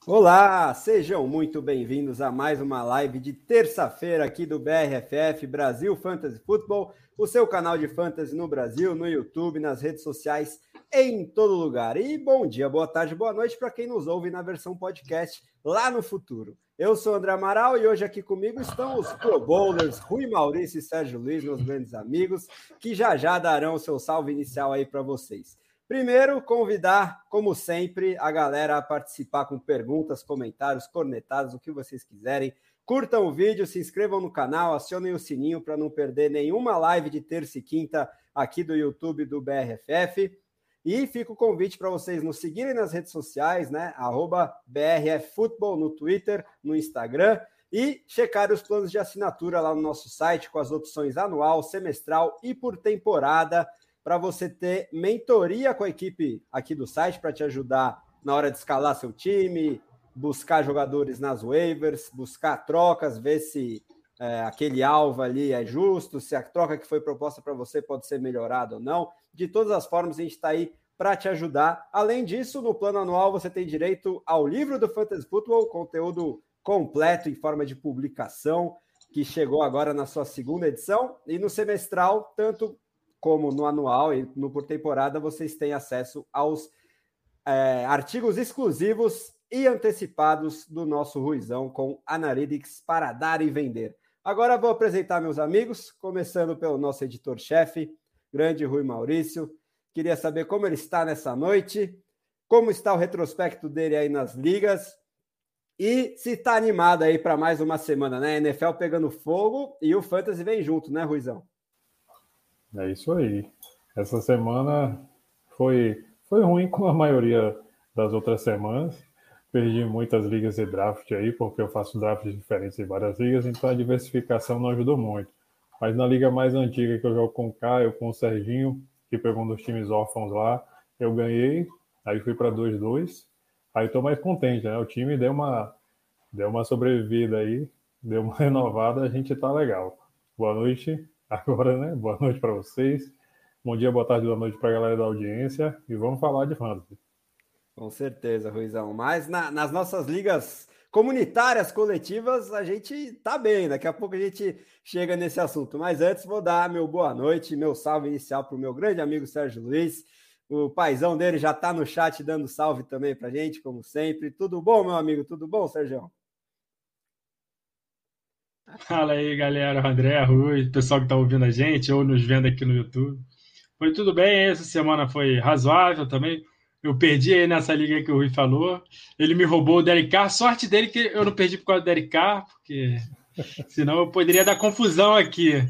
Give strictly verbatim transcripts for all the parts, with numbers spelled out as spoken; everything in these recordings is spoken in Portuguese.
Olá, sejam muito bem-vindos a mais uma live de terça-feira aqui do B R F F Brasil Fantasy Football, o seu canal de fantasy no Brasil, no YouTube, nas redes sociais, em todo lugar. E bom dia, boa tarde, boa noite para quem nos ouve na versão podcast lá no futuro. Eu sou André Amaral e hoje aqui comigo estão os Pro Bowlers, Rui Maurício e Sérgio Luiz, meus grandes amigos, que já já darão o seu salve inicial aí para vocês. Primeiro, convidar, como sempre, a galera a participar com perguntas, comentários, cornetadas, o que vocês quiserem. Curtam o vídeo, se inscrevam no canal, acionem o sininho para não perder nenhuma live de terça e quinta aqui do YouTube do B R F F. E fica o convite para vocês nos seguirem nas redes sociais, né? Arroba B R F Football no Twitter, no Instagram. E checar os planos de assinatura lá no nosso site com as opções anual, semestral e por temporada, para você ter mentoria com a equipe aqui do site para te ajudar na hora de escalar seu time, buscar jogadores nas waivers, buscar trocas, ver se é, aquele alvo ali é justo, se a troca que foi proposta para você pode ser melhorada ou não. De todas as formas, a gente está aí para te ajudar. Além disso, no plano anual, você tem direito ao livro do Fantasy Football, conteúdo completo em forma de publicação, que chegou agora na sua segunda edição. E no semestral, tanto como no anual e no por temporada, vocês têm acesso aos é, artigos exclusivos e antecipados do nosso Ruizão com Analytics para dar e vender. Agora vou apresentar meus amigos, começando pelo nosso editor-chefe, grande Rui Maurício. Queria saber como ele está nessa noite, como está o retrospecto dele aí nas ligas e se está animado aí para mais uma semana, né? N F L pegando fogo e o Fantasy vem junto, né, Ruizão? É isso aí. Essa semana foi, foi ruim com a maioria das outras semanas. Perdi muitas ligas de draft aí, porque eu faço drafts diferentes em várias ligas, então a diversificação não ajudou muito. Mas na liga mais antiga que eu jogo com o Caio, com o Serginho, que pegou um dos times órfãos lá, eu ganhei, aí fui para dois a dois. Aí estou mais contente, né? O time deu uma, deu uma sobrevivida aí, deu uma renovada, a gente tá legal. Boa noite. Agora, né? Boa noite para vocês. Bom dia, boa tarde, boa noite para a galera da audiência. E vamos falar de fantasy. Com certeza, Ruizão. Mas na, nas nossas ligas comunitárias, coletivas, a gente tá bem. Daqui a pouco a gente chega nesse assunto. Mas antes, vou dar meu boa noite, meu salve inicial para o meu grande amigo Sérgio Luiz. O paizão dele já está no chat dando salve também para a gente, como sempre. Tudo bom, meu amigo? Tudo bom, Sérgio? Fala aí, galera, o André, Rui, o pessoal que está ouvindo a gente ou nos vendo aqui no YouTube. Foi tudo bem, essa semana foi razoável também. Eu perdi aí nessa liga que o Rui falou. Ele me roubou o Derek Carr. Sorte dele que eu não perdi por causa do Derek Carr, porque senão eu poderia dar confusão aqui.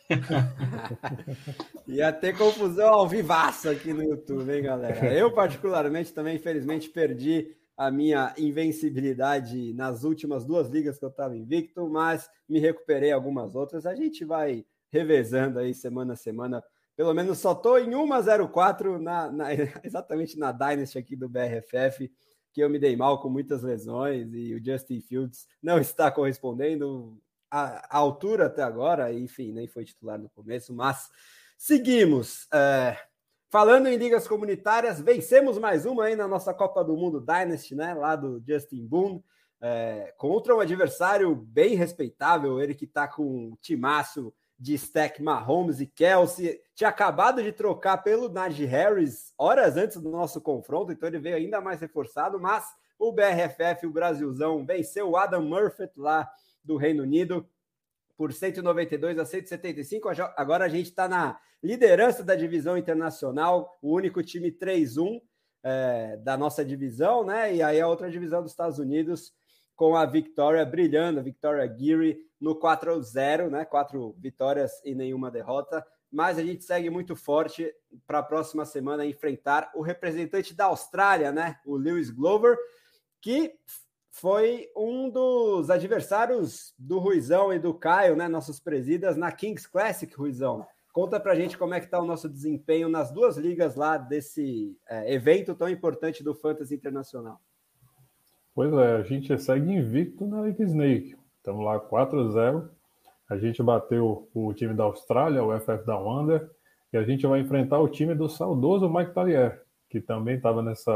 Ia ter confusão ao vivaço aqui no YouTube, hein, galera? Eu, particularmente, também, infelizmente, perdi a minha invencibilidade nas últimas duas ligas que eu estava invicto, mas me recuperei algumas outras. A gente vai revezando aí semana a semana. Pelo menos só estou em um a zero quatro na, na, exatamente na Dynasty aqui do B R F F, que eu me dei mal com muitas lesões e o Justin Fields não está correspondendo à, à altura até agora. Enfim, nem foi titular no começo, mas seguimos. É... Falando em ligas comunitárias, vencemos mais uma aí na nossa Copa do Mundo Dynasty, né? Lá do Justin Boone, é, contra um adversário bem respeitável, ele que tá com um timaço de stack Mahomes e Kelsey, tinha acabado de trocar pelo Najee Harris horas antes do nosso confronto, então ele veio ainda mais reforçado, mas o B R F F, o Brasilzão, venceu o Adam Murphy lá do Reino Unido por cento e noventa e dois a cento e setenta e cinco. Agora a gente está na liderança da divisão internacional, o único time três a um é, da nossa divisão, né? E aí a outra divisão dos Estados Unidos com a Victoria brilhando, a Victoria Geary no quatro a zero, né? Quatro vitórias e nenhuma derrota. Mas a gente segue muito forte para a próxima semana enfrentar o representante da Austrália, né? O Lewis Glover, que foi um dos adversários do Ruizão e do Caio, né, nossos presidas, na Kings Classic, Ruizão. Conta pra gente como é que tá o nosso desempenho nas duas ligas lá desse é, evento tão importante do Fantasy Internacional. Pois é, a gente segue invicto na Liga Snake. Estamos lá quatro a zero. A gente bateu o time da Austrália, o F F Down Under, e a gente vai enfrentar o time do saudoso Mike Talier, que também estava nessa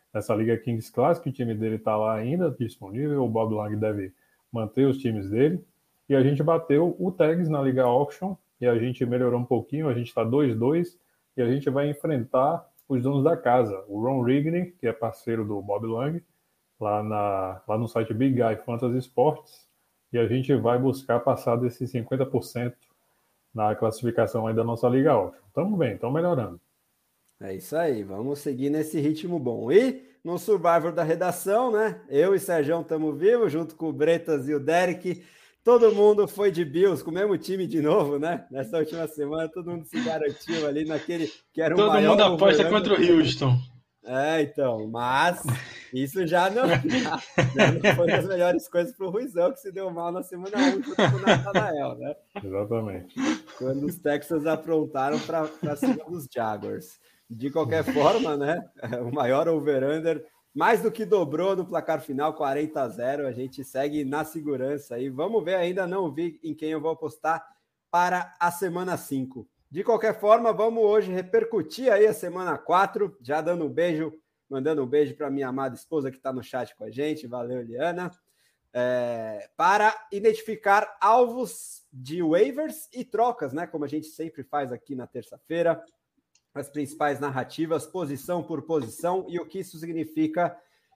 nessa Liga Kings Classic, o time dele está lá ainda disponível, o Bob Lang deve manter os times dele, e a gente bateu o Tags na Liga Auction, e a gente melhorou um pouquinho, a gente está dois a dois, e a gente vai enfrentar os donos da casa, o Ron Rigney, que é parceiro do Bob Lang, lá, na, lá no site Big Guy Fantasy Sports, e a gente vai buscar passar desses cinquenta por cento na classificação aí da nossa Liga Auction. Estamos bem, estamos melhorando. É isso aí, vamos seguir nesse ritmo bom. E no Survivor da redação, né? Eu e Sérgio estamos vivos, junto com o Bretas e o Derek. Todo mundo foi de Bills, com o mesmo time de novo, né? Nessa última semana, todo mundo se garantiu ali naquele que era o todo maior... Todo mundo aposta contra o Houston. É, então, mas isso já não, já, já não foi das melhores coisas para o Ruizão, que se deu mal na semana um contra o Nathanael, né? Exatamente. Quando os Texans aprontaram para cima dos Jaguars. De qualquer forma, né? O maior over-under, mais do que dobrou no placar final, quarenta a zero. A gente segue na segurança aí. Vamos ver, ainda não vi em quem eu vou apostar para a semana cinco. De qualquer forma, vamos hoje repercutir aí a semana quatro, já dando um beijo, mandando um beijo para minha amada esposa que está no chat com a gente, valeu, Liana, é, para identificar alvos de waivers e trocas, né, como a gente sempre faz aqui na terça-feira, as principais narrativas, posição por posição, e o que isso significa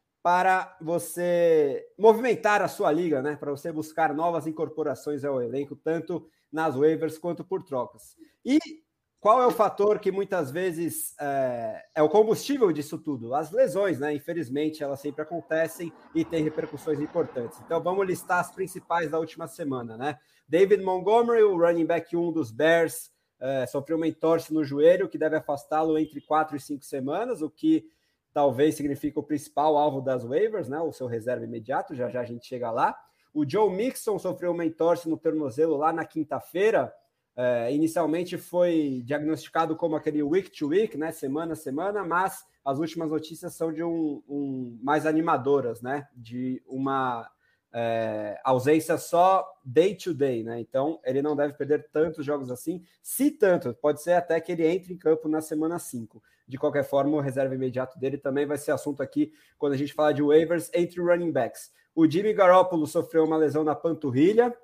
para você movimentar a sua liga, né, para você buscar novas incorporações ao elenco, tanto nas waivers quanto por trocas. E qual é o fator que muitas vezes é, é o combustível disso tudo? As lesões, né? Infelizmente, elas sempre acontecem e têm repercussões importantes. Então, vamos listar as principais da última semana, né? David Montgomery, o running back um dos Bears, é, sofreu uma entorse no joelho que deve afastá-lo entre quatro e cinco semanas, o que talvez signifique o principal alvo das waivers, né? O seu reserva imediato, já já a gente chega lá. O Joe Mixon sofreu uma entorse no tornozelo lá na quinta-feira. É, inicialmente foi diagnosticado como aquele week to week, né, semana a semana, mas as últimas notícias são de um, um mais animadoras, né, de uma é, ausência só day to day, né, então ele não deve perder tantos jogos assim, se tanto, pode ser até que ele entre em campo na semana cinco. De qualquer forma, o reserva imediato dele também vai ser assunto aqui quando a gente fala de waivers entre running backs. O Jimmy Garoppolo sofreu uma lesão na panturrilha.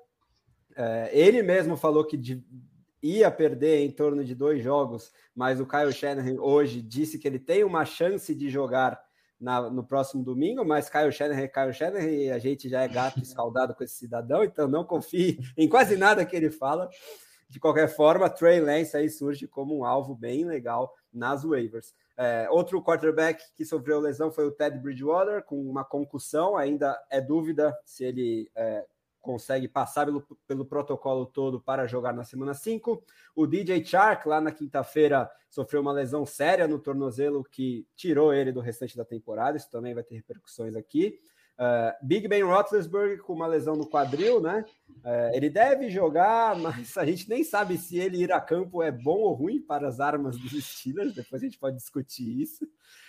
É, ele mesmo falou que de, ia perder em torno de dois jogos, mas o Kyle Shanahan hoje disse que ele tem uma chance de jogar na, no próximo domingo, mas Kyle Shanahan é Kyle Shanahan e a gente já é gato escaldado com esse cidadão, então não confie em quase nada que ele fala. De qualquer forma, Trey Lance aí surge como um alvo bem legal nas waivers. É, outro quarterback que sofreu lesão foi o Ted Bridgewater, com uma concussão, ainda é dúvida se ele é, consegue passar pelo, pelo protocolo todo para jogar na semana cinco. O D J Chark, lá na quinta-feira, sofreu uma lesão séria no tornozelo que tirou ele do restante da temporada, isso também vai ter repercussões aqui. Uh, Big Ben Roethlisberger com uma lesão no quadril, né? Uh, ele deve jogar, mas a gente nem sabe se ele ir a campo é bom ou ruim para as armas dos Steelers, depois a gente pode discutir isso.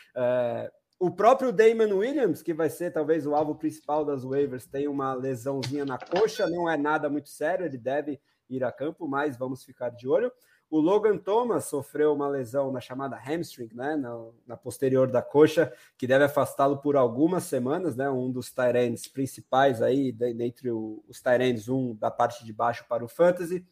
Uh, o próprio Damon Williams, que vai ser talvez o alvo principal das waivers, tem uma lesãozinha na coxa, não é nada muito sério, ele deve ir a campo, mas vamos ficar de olho. O Logan Thomas sofreu uma lesão na chamada hamstring, né, na, na posterior da coxa, que deve afastá-lo por algumas semanas, né, um dos tight ends principais aí, dentre o, os tight ends, um da parte de baixo para o fantasy.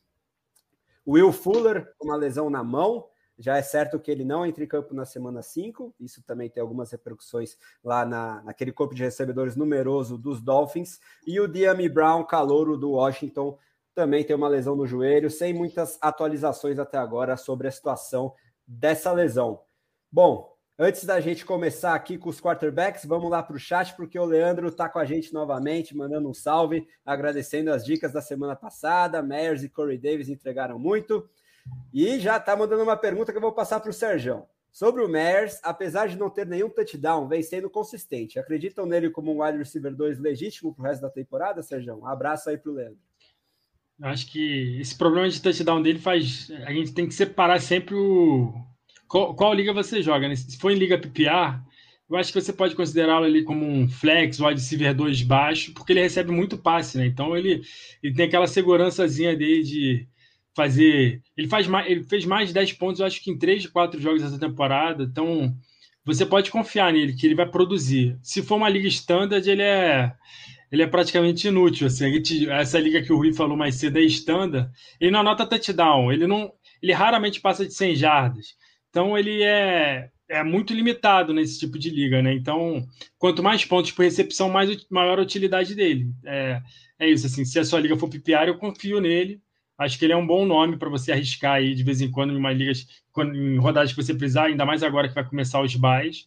O Will Fuller, uma lesão na mão, já é certo que ele não entra em campo na semana cinco, isso também tem algumas repercussões lá na, naquele corpo de recebedores numeroso dos Dolphins. E o Dyami Brown, calouro do Washington, também tem uma lesão no joelho, sem muitas atualizações até agora sobre a situação dessa lesão. Bom, antes da gente começar aqui com os quarterbacks, vamos lá para o chat, porque o Leandro está com a gente novamente, mandando um salve, agradecendo as dicas da semana passada. Meyers e Corey Davis entregaram muito. E já está mandando uma pergunta que eu vou passar para o Sérgio. Sobre o Meyers, apesar de não ter nenhum touchdown, vem sendo consistente. Acreditam nele como um wide receiver dois legítimo para o resto da temporada, Sérgio? Um abraço aí para o Leandro. Eu acho que esse problema de touchdown dele faz... A gente tem que separar sempre o... Qual, qual liga você joga, né? Se for em liga P P R, eu acho que você pode considerá-lo ali como um flex, wide receiver dois baixo, porque ele recebe muito passe, né? Então ele, ele tem aquela segurançazinha dele de fazer... Ele, faz mais, ele fez mais de dez pontos, eu acho que em três de quatro jogos dessa temporada. Então, você pode confiar nele, que ele vai produzir. Se for uma liga standard, ele é, ele é praticamente inútil. Assim, a gente, essa liga que o Rui falou mais cedo é standard, ele não anota touchdown, ele, não, ele raramente passa de cem jardas. Então, ele é, é muito limitado nesse tipo de liga, né? Então, quanto mais pontos por recepção, mais, maior a utilidade dele. É, é isso, assim, se a sua liga for P P R, eu confio nele. Acho que ele é um bom nome para você arriscar aí de vez em quando em uma liga, em rodadas que você precisar, ainda mais agora que vai começar os buys.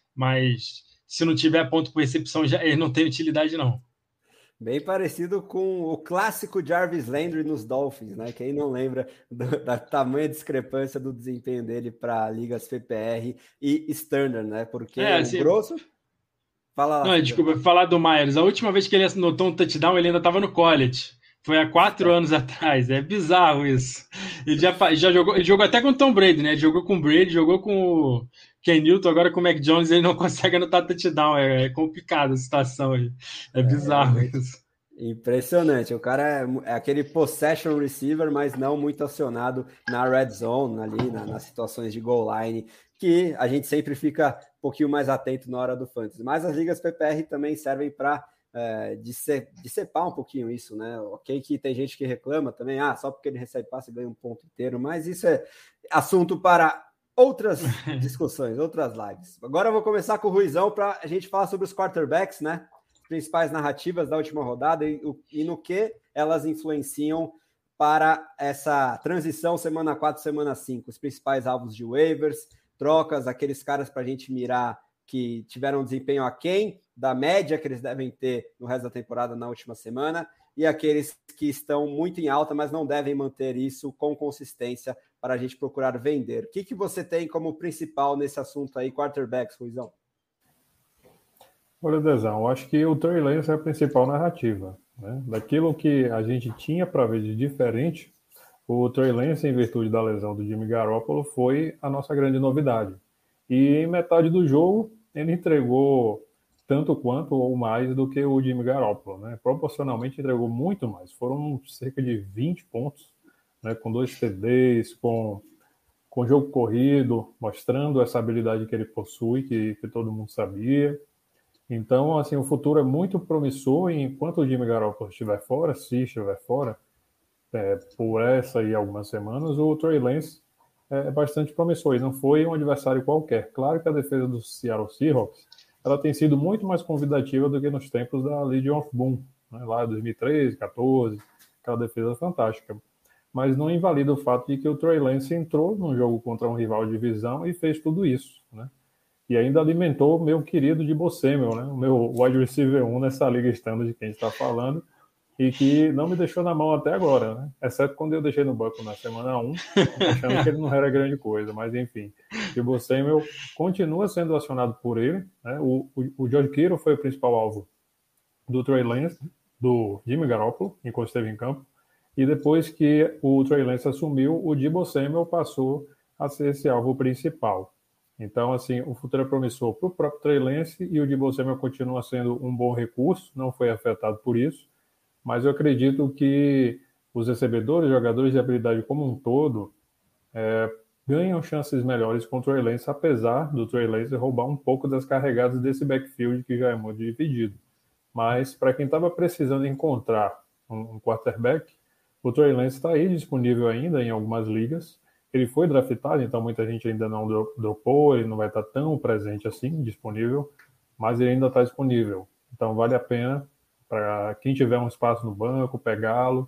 Mas se não tiver ponto por recepção, já, ele não tem utilidade, não. Bem parecido com o clássico Jarvis Landry nos Dolphins, né? Quem não lembra do, da tamanha discrepância do desempenho dele para ligas P P R e standard, né? Porque é, o assim, grosso... Fala lá. Não, desculpa, falar do Myers. A última vez que ele anotou um touchdown, ele ainda estava no college. Foi há quatro é. anos atrás. É bizarro isso. Ele já, já jogou, ele jogou até com o Tom Brady, né? Ele jogou com o Brady, jogou com o Ken Newton, agora com o Mac Jones, ele não consegue anotar touchdown. É, é complicada a situação aí. É bizarro é, isso. Impressionante. O cara é, é aquele possession receiver, mas não muito acionado na red zone, ali, na, nas situações de goal line, que a gente sempre fica um pouquinho mais atento na hora do fantasy. Mas as ligas P P R também servem para é, discepar um pouquinho isso, né? Ok que tem gente que reclama também, ah, só porque ele recebe passe ganha um ponto inteiro, mas isso é assunto para outras discussões, outras lives. Agora eu vou começar com o Ruizão para a gente falar sobre os quarterbacks, né? Principais narrativas da última rodada e, e no que elas influenciam para essa transição semana quatro, semana cinco, os principais alvos de waivers, trocas, aqueles caras para a gente mirar que tiveram um desempenho aquém da média que eles devem ter no resto da temporada na última semana, e aqueles que estão muito em alta, mas não devem manter isso com consistência para a gente procurar vender. O que, que você tem como principal nesse assunto aí, quarterbacks, Ruizão? Olha, Dezão, eu acho que o Trey Lance é a principal narrativa, né? Daquilo que a gente tinha para ver de diferente, o Trey Lance, em virtude da lesão do Jimmy Garoppolo, foi a nossa grande novidade. E em metade do jogo, ele entregou tanto quanto ou mais do que o Jimmy Garoppolo, né? Proporcionalmente entregou muito mais, foram cerca de vinte pontos, né? Com dois T Ds, com, com jogo corrido, mostrando essa habilidade que ele possui, que, que todo mundo sabia. Então, assim, o futuro é muito promissor e enquanto o Jimmy Garoppolo estiver fora, se estiver fora, é, por essa e algumas semanas, o Trey Lance é bastante promissor e não foi um adversário qualquer. Claro que a defesa do Seattle Seahawks ela tem sido muito mais convidativa do que nos tempos da Legion of Boom, né, lá em dois mil e treze, quatorze, aquela defesa fantástica. Mas não invalida o fato de que o Trey Lance entrou num jogo contra um rival de divisão e fez tudo isso, né? E ainda alimentou o meu querido Deebo Samuel, né? O meu wide receiver um nessa liga standard de quem está falando, e que não me deixou na mão até agora, né? Exceto quando eu deixei no banco na semana um, achando que ele não era grande coisa, mas enfim. Deebo Samuel continua sendo acionado por ele, né? O, o, o George Kittle foi o principal alvo do Trey Lance, do Jimmy Garoppolo, enquanto esteve em campo, e depois que o Trey Lance assumiu, o Deebo Samuel passou a ser esse alvo principal. Então, assim, o futuro é promissor para o próprio Trey Lance e o Deebo Samuel continua sendo um bom recurso, não foi afetado por isso, mas eu acredito que os recebedores, jogadores de habilidade como um todo, é, ganham chances melhores com o Trey Lance, apesar do Trey Lance roubar um pouco das carregadas desse backfield que já é muito dividido. Mas, para quem estava precisando encontrar um, um quarterback, o Trey Lance está aí disponível ainda em algumas ligas. Ele foi draftado, então muita gente ainda não dropou, ele não vai estar tão presente assim, disponível, mas ele ainda está disponível. Então vale a pena para quem tiver um espaço no banco, pegá-lo,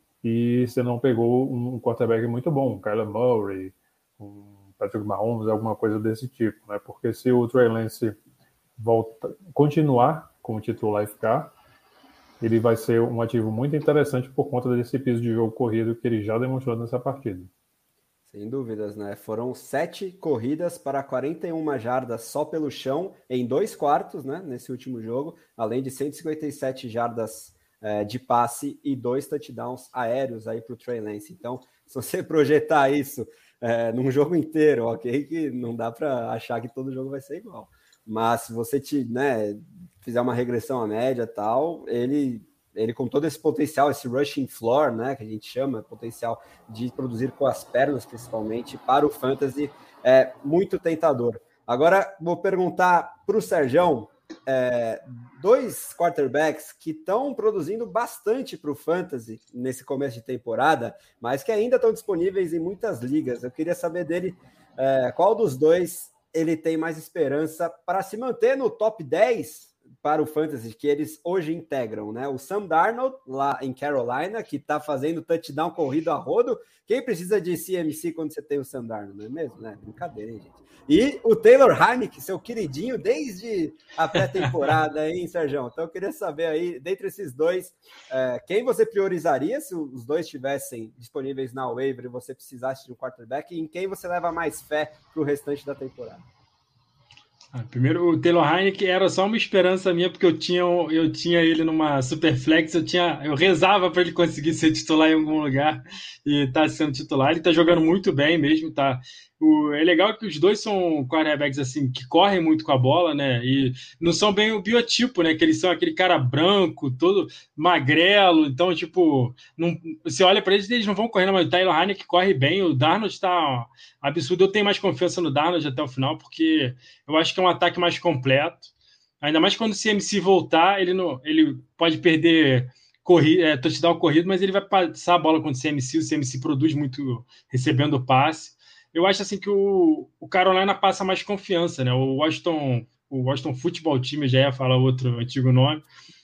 e se não pegou um quarterback muito bom, um Kyler Murray, um Patrick Mahomes, alguma coisa desse tipo, né? Porque se o Trey Lance volta, continuar como titular e ficar, ele vai ser um ativo muito interessante por conta desse piso de jogo corrido que ele já demonstrou nessa partida. Sem dúvidas, né? Foram sete corridas para quarenta e uma jardas só pelo chão em dois quartos, né? Nesse último jogo, além de cento e cinquenta e sete jardas é, de passe e dois touchdowns aéreos aí para o Trey Lance. Então, se você projetar isso é, num jogo inteiro, ok, que não dá para achar que todo jogo vai ser igual. Mas se você te, né, fizer uma regressão à média e tal, ele... ele com todo esse potencial, esse rushing floor, né, que a gente chama, potencial de produzir com as pernas, principalmente, para o fantasy, é muito tentador. Agora, vou perguntar para o Sergião, é, dois quarterbacks que estão produzindo bastante para o Fantasy nesse começo de temporada, mas que ainda estão disponíveis em muitas ligas. Eu queria saber dele é, qual dos dois ele tem mais esperança para se manter no top dez para o Fantasy, que eles hoje integram, né? O Sam Darnold, lá em Carolina, que está fazendo touchdown corrido a rodo. Quem precisa de C M C quando você tem o Sam Darnold, não é mesmo? Né? Brincadeira, hein, gente? E o Taylor Heinicke, seu queridinho desde a pré-temporada, hein, Sergião? Então eu queria saber aí, dentre esses dois, é, quem você priorizaria se os dois estivessem disponíveis na waiver e você precisasse de um quarterback, e em quem você leva mais fé para o restante da temporada? Ah, primeiro, o Taylor Heinicke era só uma esperança minha, porque eu tinha, eu tinha ele numa Superflex, eu, tinha, eu rezava para ele conseguir ser titular em algum lugar e tá sendo titular. Ele tá jogando muito bem mesmo, tá? O, é legal que os dois são quarterbacks assim, que correm muito com a bola, né? E não são bem o biotipo, né? Que eles são aquele cara branco, todo magrelo. Então, tipo, não, você olha para eles, eles não vão correndo, mas o Taylor Heinicke corre bem. O Darnold tá absurdo. Eu tenho mais confiança no Darnold até o final, porque eu acho que é um ataque mais completo. Ainda mais quando o C M C voltar, ele, não, ele pode perder corrida, é, touchdown corrido, mas ele vai passar a bola contra o C M C. O C M C produz muito recebendo o passe. Eu acho assim que o, o Carolina passa mais confiança, né? O Washington, o Washington Football Team, já ia falar outro antigo nome,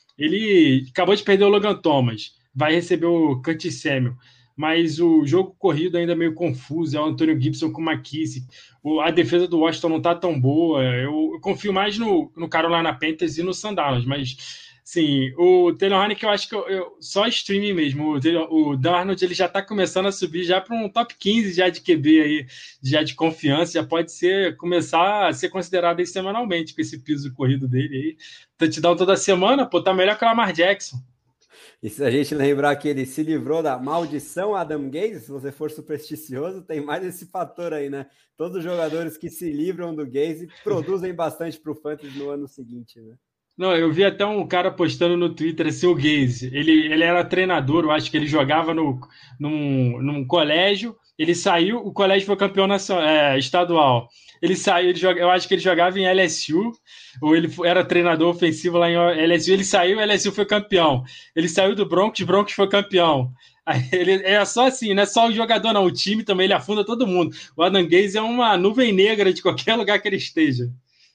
ele acabou de perder o Logan Thomas, vai receber o Curtis Samuel, mas o jogo corrido ainda é meio confuso, é o Antonio Gibson com o McKissick, o, a defesa do Washington não tá tão boa, eu, eu confio mais no, no Carolina Panthers e no Sandals, mas sim, o Taylor Heinicke eu acho que eu, eu, só streaming mesmo, o, Taylor, o Darnold ele já tá começando a subir já para um top quinze já de Q B aí, já de confiança, já pode ser, começar a ser considerado aí semanalmente com esse piso corrido dele aí, touchdown toda semana, pô, tá melhor que o Lamar Jackson. E se a gente lembrar que ele se livrou da maldição Adam Gase, se você for supersticioso, tem mais esse fator aí, né? Todos os jogadores que se livram do Gase produzem bastante para o Fantasy no ano seguinte, né? Não, eu vi até um cara postando no Twitter, assim, o Gaze. Ele, ele era treinador, eu acho que ele jogava no, num, num colégio, ele saiu, o colégio foi campeão nacional, é, estadual. Ele saiu, ele joga, eu acho que ele jogava em L S U, ou ele era treinador ofensivo lá em L S U, ele saiu, L S U foi campeão. Ele saiu do Broncos, Broncos foi campeão. Aí ele, é só assim, não é só o jogador, não. O time também, ele afunda todo mundo. O Adam Gaze é uma nuvem negra de qualquer lugar que ele esteja.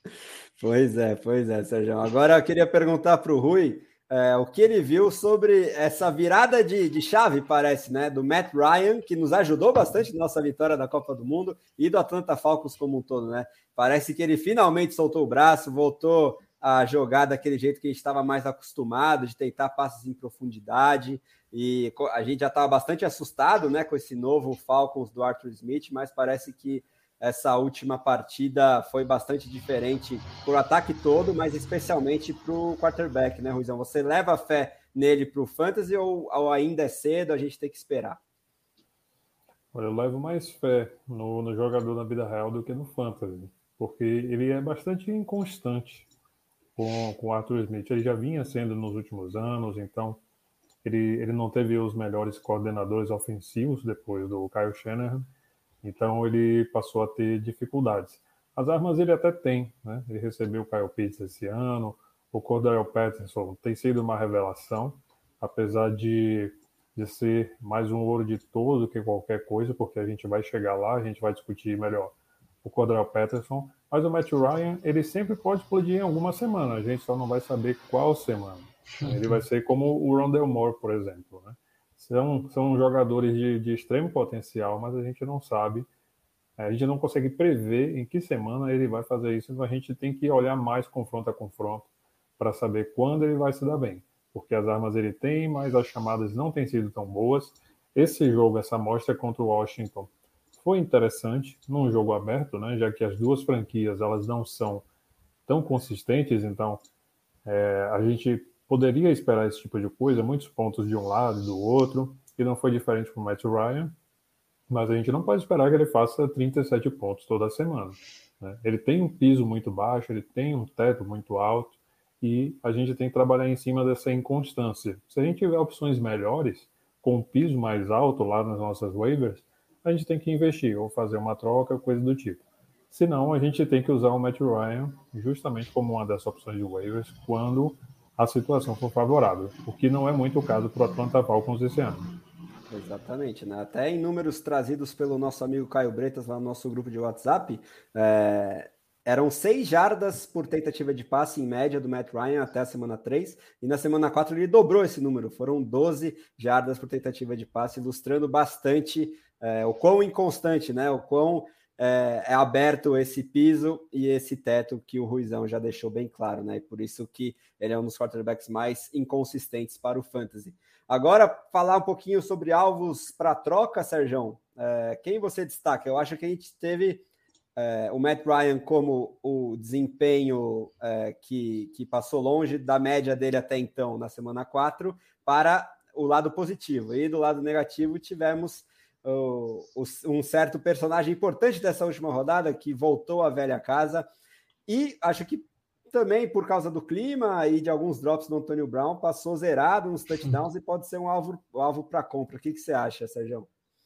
Pois é, pois é, Sérgio. Agora eu queria perguntar para o Rui é, o que ele viu sobre essa virada de, de chave, parece, né? Do Matt Ryan, que nos ajudou bastante na nossa vitória da Copa do Mundo, e do Atlanta Falcons como um todo, né? Parece que ele finalmente soltou o braço, voltou a jogar daquele jeito que a gente estava mais acostumado, de tentar passes em profundidade, e a gente já estava bastante assustado, né, com esse novo Falcons do Arthur Smith, mas parece que essa última partida foi bastante diferente para o ataque todo, mas especialmente para o quarterback, né, Ruizão? Você leva fé nele para o Fantasy ou, ou ainda é cedo, a gente tem que esperar? Olha, eu levo mais fé no, no jogador na vida real do que no Fantasy, porque ele é bastante inconstante com, com o Arthur Smith. Ele já vinha sendo nos últimos anos, então ele, ele não teve os melhores coordenadores ofensivos depois do Kyle Shanahan, então ele passou a ter dificuldades. As armas ele até tem, né? Ele recebeu o Kyle Pitts esse ano, o Cordarrelle Patterson tem sido uma revelação, apesar de, de ser mais um ouro de touro do que qualquer coisa, porque a gente vai chegar lá, a gente vai discutir melhor o Cordarrelle Patterson, mas o Matt Ryan, ele sempre pode explodir em alguma semana, a gente só não vai saber qual semana. Ele vai ser como o Rondale Moore, por exemplo, né? São, são jogadores de, de extremo potencial, mas a gente não sabe, a gente não consegue prever em que semana ele vai fazer isso, então a gente tem que olhar mais confronto a confronto para saber quando ele vai se dar bem, porque as armas ele tem, mas as chamadas não têm sido tão boas. Esse jogo, essa amostra contra o Washington, foi interessante, num jogo aberto, né, já que as duas franquias elas não são tão consistentes, então é, a gente poderia esperar esse tipo de coisa, muitos pontos de um lado e do outro, e não foi diferente com o Matt Ryan, mas a gente não pode esperar que ele faça trinta e sete pontos toda semana, né? Ele tem um piso muito baixo, ele tem um teto muito alto, e a gente tem que trabalhar em cima dessa inconstância. Se a gente tiver opções melhores, com um piso mais alto lá nas nossas waivers, a gente tem que investir, ou fazer uma troca, coisa do tipo. Senão, a gente tem que usar o Matt Ryan justamente como uma das opções de waivers quando a situação for favorável, o que não é muito o caso para o Atlanta Falcons esse ano. Exatamente, né? Até em números trazidos pelo nosso amigo Caio Bretas lá no nosso grupo de WhatsApp, é, eram seis jardas por tentativa de passe em média do Matt Ryan até a semana três, e na semana quatro ele dobrou esse número, foram doze jardas por tentativa de passe, ilustrando bastante é, o quão inconstante, né? O quão é, é aberto esse piso e esse teto que o Ruizão já deixou bem claro, né? E por isso que ele é um dos quarterbacks mais inconsistentes para o Fantasy. Agora, falar um pouquinho sobre alvos para troca, Sérgio. É, quem você destaca? Eu acho que a gente teve é, o Matt Ryan como o desempenho é, que, que passou longe da média dele até então, na semana quatro, para o lado positivo. E do lado negativo tivemos o, o, um certo personagem importante dessa última rodada, que voltou à velha casa, e acho que também por causa do clima e de alguns drops do Antonio Brown, passou zerado nos touchdowns e pode ser um alvo, um alvo para compra. O que, que você acha, Sérgio?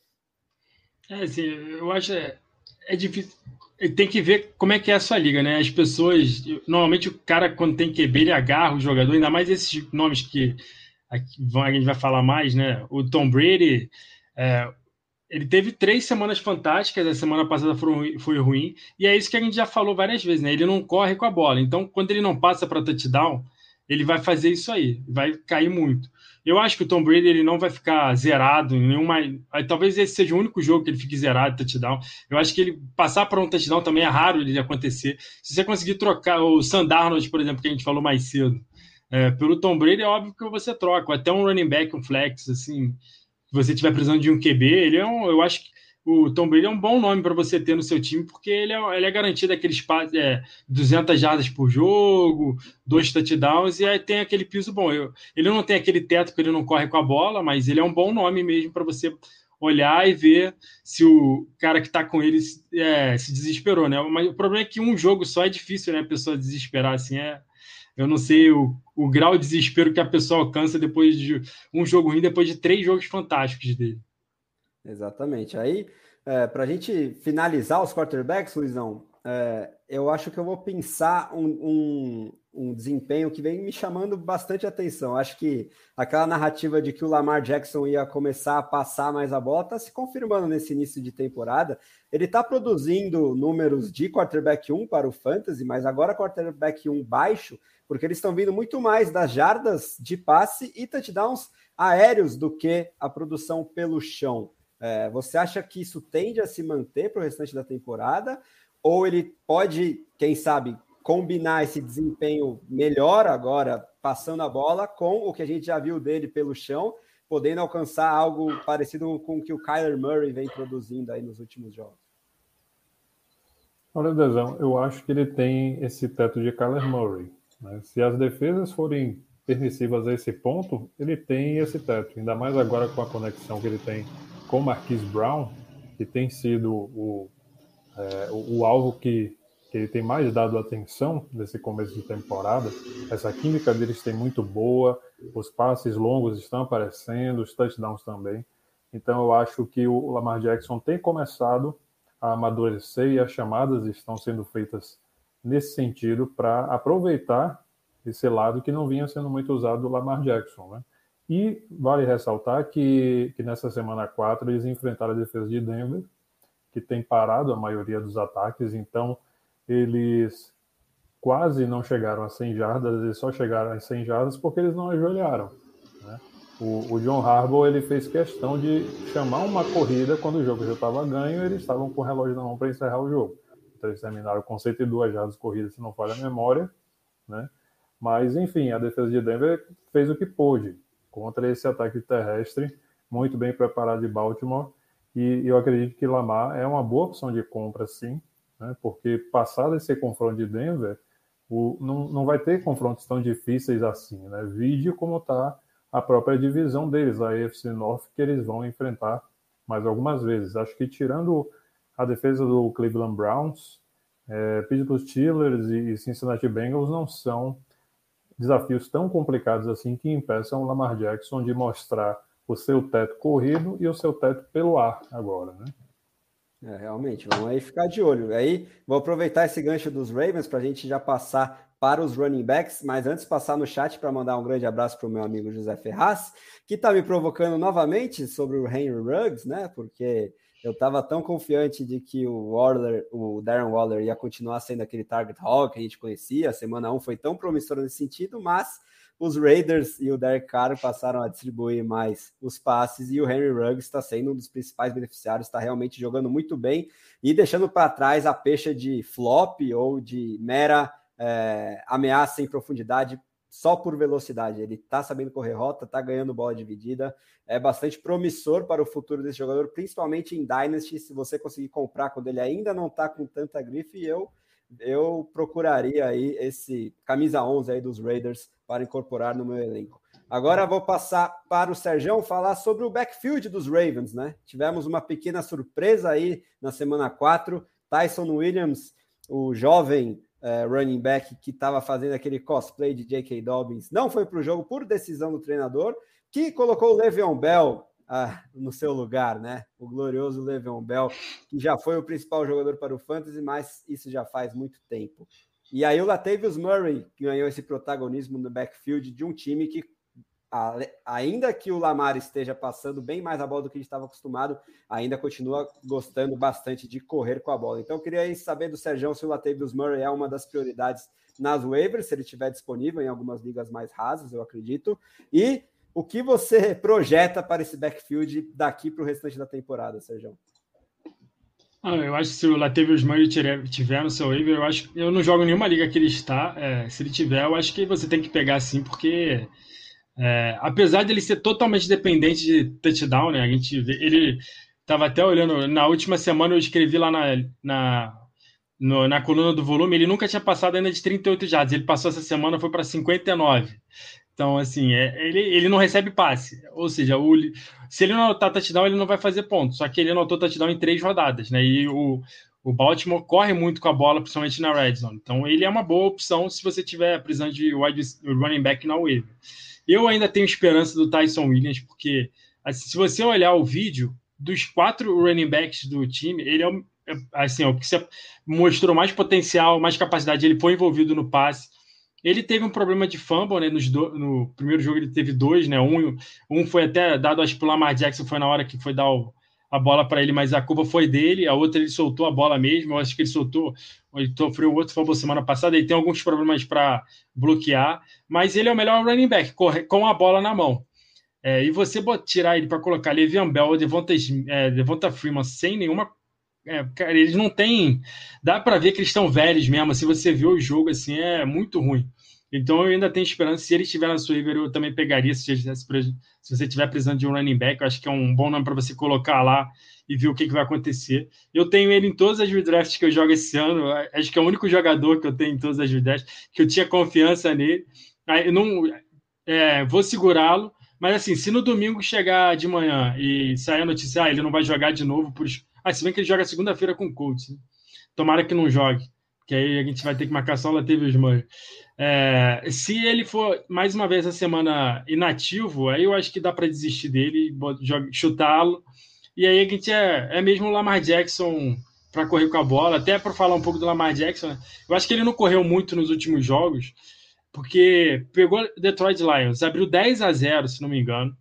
É, assim, eu acho é, é difícil. Tem que ver como é que é a sua liga, né? As pessoas, normalmente o cara quando tem Q B, ele agarra o jogador, ainda mais esses nomes que aqui, a gente vai falar mais, né? O Tom Brady, é, ele teve três semanas fantásticas, a semana passada foi, foi ruim, e é isso que a gente já falou várias vezes, né? Ele não corre com a bola, então quando ele não passa para touchdown, ele vai fazer isso aí, vai cair muito. Eu acho que o Tom Brady ele não vai ficar zerado em nenhuma. Talvez esse seja o único jogo que ele fique zerado touchdown. Eu acho que ele passar para um touchdown também é raro ele acontecer. Se você conseguir trocar o Sam Darnold, por exemplo, que a gente falou mais cedo, é, pelo Tom Brady, é óbvio que você troca. Até um running back, um flex, assim, se você estiver precisando de um Q B, ele é um. Eu acho que o Tom Brady é um bom nome para você ter no seu time, porque ele é, ele é garantido aquele espaço, é, duzentas jardas por jogo, dois touchdowns, e aí tem aquele piso bom. Eu, ele não tem aquele teto porque ele não corre com a bola, mas ele é um bom nome mesmo para você olhar e ver se o cara que está com ele é, se desesperou, né? Mas o problema é que um jogo só é difícil, né? A pessoa desesperar assim é. Eu não sei o, o grau de desespero que a pessoa alcança depois de um jogo ruim, depois de três jogos fantásticos dele. Exatamente. Aí, é, para a gente finalizar os quarterbacks, Luizão, é, eu acho que eu vou pensar um, um, um desempenho que vem me chamando bastante atenção. Acho que aquela narrativa de que o Lamar Jackson ia começar a passar mais a bola está se confirmando nesse início de temporada. Ele está produzindo números de quarterback um para o Fantasy, mas agora quarterback um baixo, porque eles estão vindo muito mais das jardas de passe e touchdowns aéreos do que a produção pelo chão. É, você acha que isso tende a se manter para o restante da temporada? Ou ele pode, quem sabe, combinar esse desempenho melhor agora, passando a bola, com o que a gente já viu dele pelo chão, podendo alcançar algo parecido com o que o Kyler Murray vem produzindo aí nos últimos jogos? Olha, Dezão, eu acho que ele tem esse teto de Kyler Murray, né? Se as defesas forem permissivas a esse ponto, ele tem esse teto, ainda mais agora com a conexão que ele tem com Marquise Brown, que tem sido o, é, o, o alvo que, que ele tem mais dado atenção nesse começo de temporada. Essa química deles tem muito boa, os passes longos estão aparecendo, os touchdowns também. Então eu acho que o Lamar Jackson tem começado a amadurecer e as chamadas estão sendo feitas nesse sentido para aproveitar esse lado que não vinha sendo muito usado do Lamar Jackson, né? E vale ressaltar que, que nessa semana quatro eles enfrentaram a defesa de Denver, que tem parado a maioria dos ataques, então eles quase não chegaram a cem jardas, eles só chegaram a cem jardas porque eles não ajoelharam, né? O, o John Harbaugh ele fez questão de chamar uma corrida quando o jogo já estava ganho e eles estavam com o relógio na mão para encerrar o jogo. Então eles terminaram com cento e duas jardas corridas, se não falha a memória, né? Mas, enfim, a defesa de Denver fez o que pôde contra esse ataque terrestre, muito bem preparado de Baltimore, e eu acredito que Lamar é uma boa opção de compra, sim, né? Porque passado esse confronto de Denver, o, não, não vai ter confrontos tão difíceis assim, né? Vide como está a própria divisão deles, a A F C North, que eles vão enfrentar mais algumas vezes. Acho que tirando a defesa do Cleveland Browns, é, Pittsburgh Steelers e Cincinnati Bengals não são desafios tão complicados assim que impeçam o Lamar Jackson de mostrar o seu teto corrido e o seu teto pelo ar agora, né? É, realmente, vamos aí ficar de olho. Aí vou aproveitar esse gancho dos Ravens para a gente já passar para os running backs, mas antes passar no chat para mandar um grande abraço para o meu amigo José Ferraz, que está me provocando novamente sobre o Henry Ruggs, né? Porque eu estava tão confiante de que o Waller, o Darren Waller ia continuar sendo aquele target hog que a gente conhecia. A semana um foi tão promissora nesse sentido, mas os Raiders e o Derek Carr passaram a distribuir mais os passes e o Henry Ruggs está sendo um dos principais beneficiários, está realmente jogando muito bem e deixando para trás a pecha de flop ou de mera é, ameaça em profundidade só por velocidade. Ele está sabendo correr rota, está ganhando bola dividida, é bastante promissor para o futuro desse jogador, principalmente em Dynasty, se você conseguir comprar quando ele ainda não está com tanta grife. Eu eu procuraria aí esse camisa onze aí dos Raiders para incorporar no meu elenco. Agora vou passar para o Sergião falar sobre o backfield dos Ravens, né? Tivemos uma pequena surpresa aí na semana quatro, Tyson Williams, o jovem eh, running back que estava fazendo aquele cosplay de J K. Dobbins, não foi para o jogo por decisão do treinador, que colocou o Le'Veon Bell Ah, no seu lugar, né? O glorioso Le'Veon Bell, que já foi o principal jogador para o Fantasy, mas isso já faz muito tempo. E aí o Latavius Murray ganhou esse protagonismo no backfield de um time que, ainda que o Lamar esteja passando bem mais a bola do que a gente estava acostumado, ainda continua gostando bastante de correr com a bola. Então eu queria saber do Sergião se o Latavius Murray é uma das prioridades nas waivers, se ele estiver disponível em algumas ligas mais rasas, eu acredito. E o que você projeta para esse backfield daqui para o restante da temporada, Sergião? Ah, eu acho que se o Latavius Murray tiver no seu waiver, eu acho eu não jogo nenhuma liga que ele está. É, se ele tiver, eu acho que você tem que pegar sim, porque é, apesar de ele ser totalmente dependente de touchdown, né? A gente vê, ele estava até olhando na última semana, eu escrevi lá na, na, no, na coluna do volume, ele nunca tinha passado ainda de trinta e oito jardas. Ele passou essa semana, foi para cinquenta e nove. Então, assim, é, ele, ele não recebe passe. Ou seja, o, se ele não anotar touchdown, ele não vai fazer ponto. Só que ele anotou touchdown em três rodadas, né? E o, o Baltimore corre muito com a bola, principalmente na red zone. Então, ele é uma boa opção se você tiver precisando de wide running back na waiver. Eu ainda tenho esperança do Tyson Williams, porque assim, se você olhar o vídeo, dos quatro running backs do time, ele é o, assim, é o que você mostrou mais potencial, mais capacidade. Ele foi envolvido no passe. Ele teve um problema de fumble, né? Nos do, no primeiro jogo ele teve dois, né? Um, um foi até dado, acho que o Lamar Jackson foi na hora que foi dar o, a bola para ele, mas a culpa foi dele. A outra ele soltou a bola mesmo. Eu acho que ele soltou, ele sofreu outro fumble semana passada. Ele tem alguns problemas para bloquear, mas ele é o melhor running back, corre, com a bola na mão. É, e você tirar ele para colocar Le'Veon Bell ou Devonta, é, Devonta Freeman sem nenhuma. É, cara, eles não têm. Dá para ver que eles estão velhos mesmo. Se você vê o jogo, assim, é muito ruim. Então eu ainda tenho esperança. Se ele estiver na sua waiver, eu também pegaria. Se, se você estiver precisando de um running back, eu acho que é um bom nome para você colocar lá e ver o que, que vai acontecer. Eu tenho ele em todas as redrafts que eu jogo esse ano. Acho que é o único jogador que eu tenho em todas as redrafts que eu tinha confiança nele. Eu não é, vou segurá-lo. Mas assim, se no domingo chegar de manhã e sair a notícia, ah, ele não vai jogar de novo por. Ah, se bem que ele joga segunda-feira com o Colts, né? Tomara que não jogue, que aí a gente vai ter que marcar só o Latavius Murray. É, se ele for mais uma vez a semana inativo, aí eu acho que dá para desistir dele, chutá-lo. E aí a gente é, é mesmo o Lamar Jackson para correr com a bola. Até para falar um pouco do Lamar Jackson, né? Eu acho que ele não correu muito nos últimos jogos, porque pegou Detroit Lions, abriu dez a zero, se não me engano.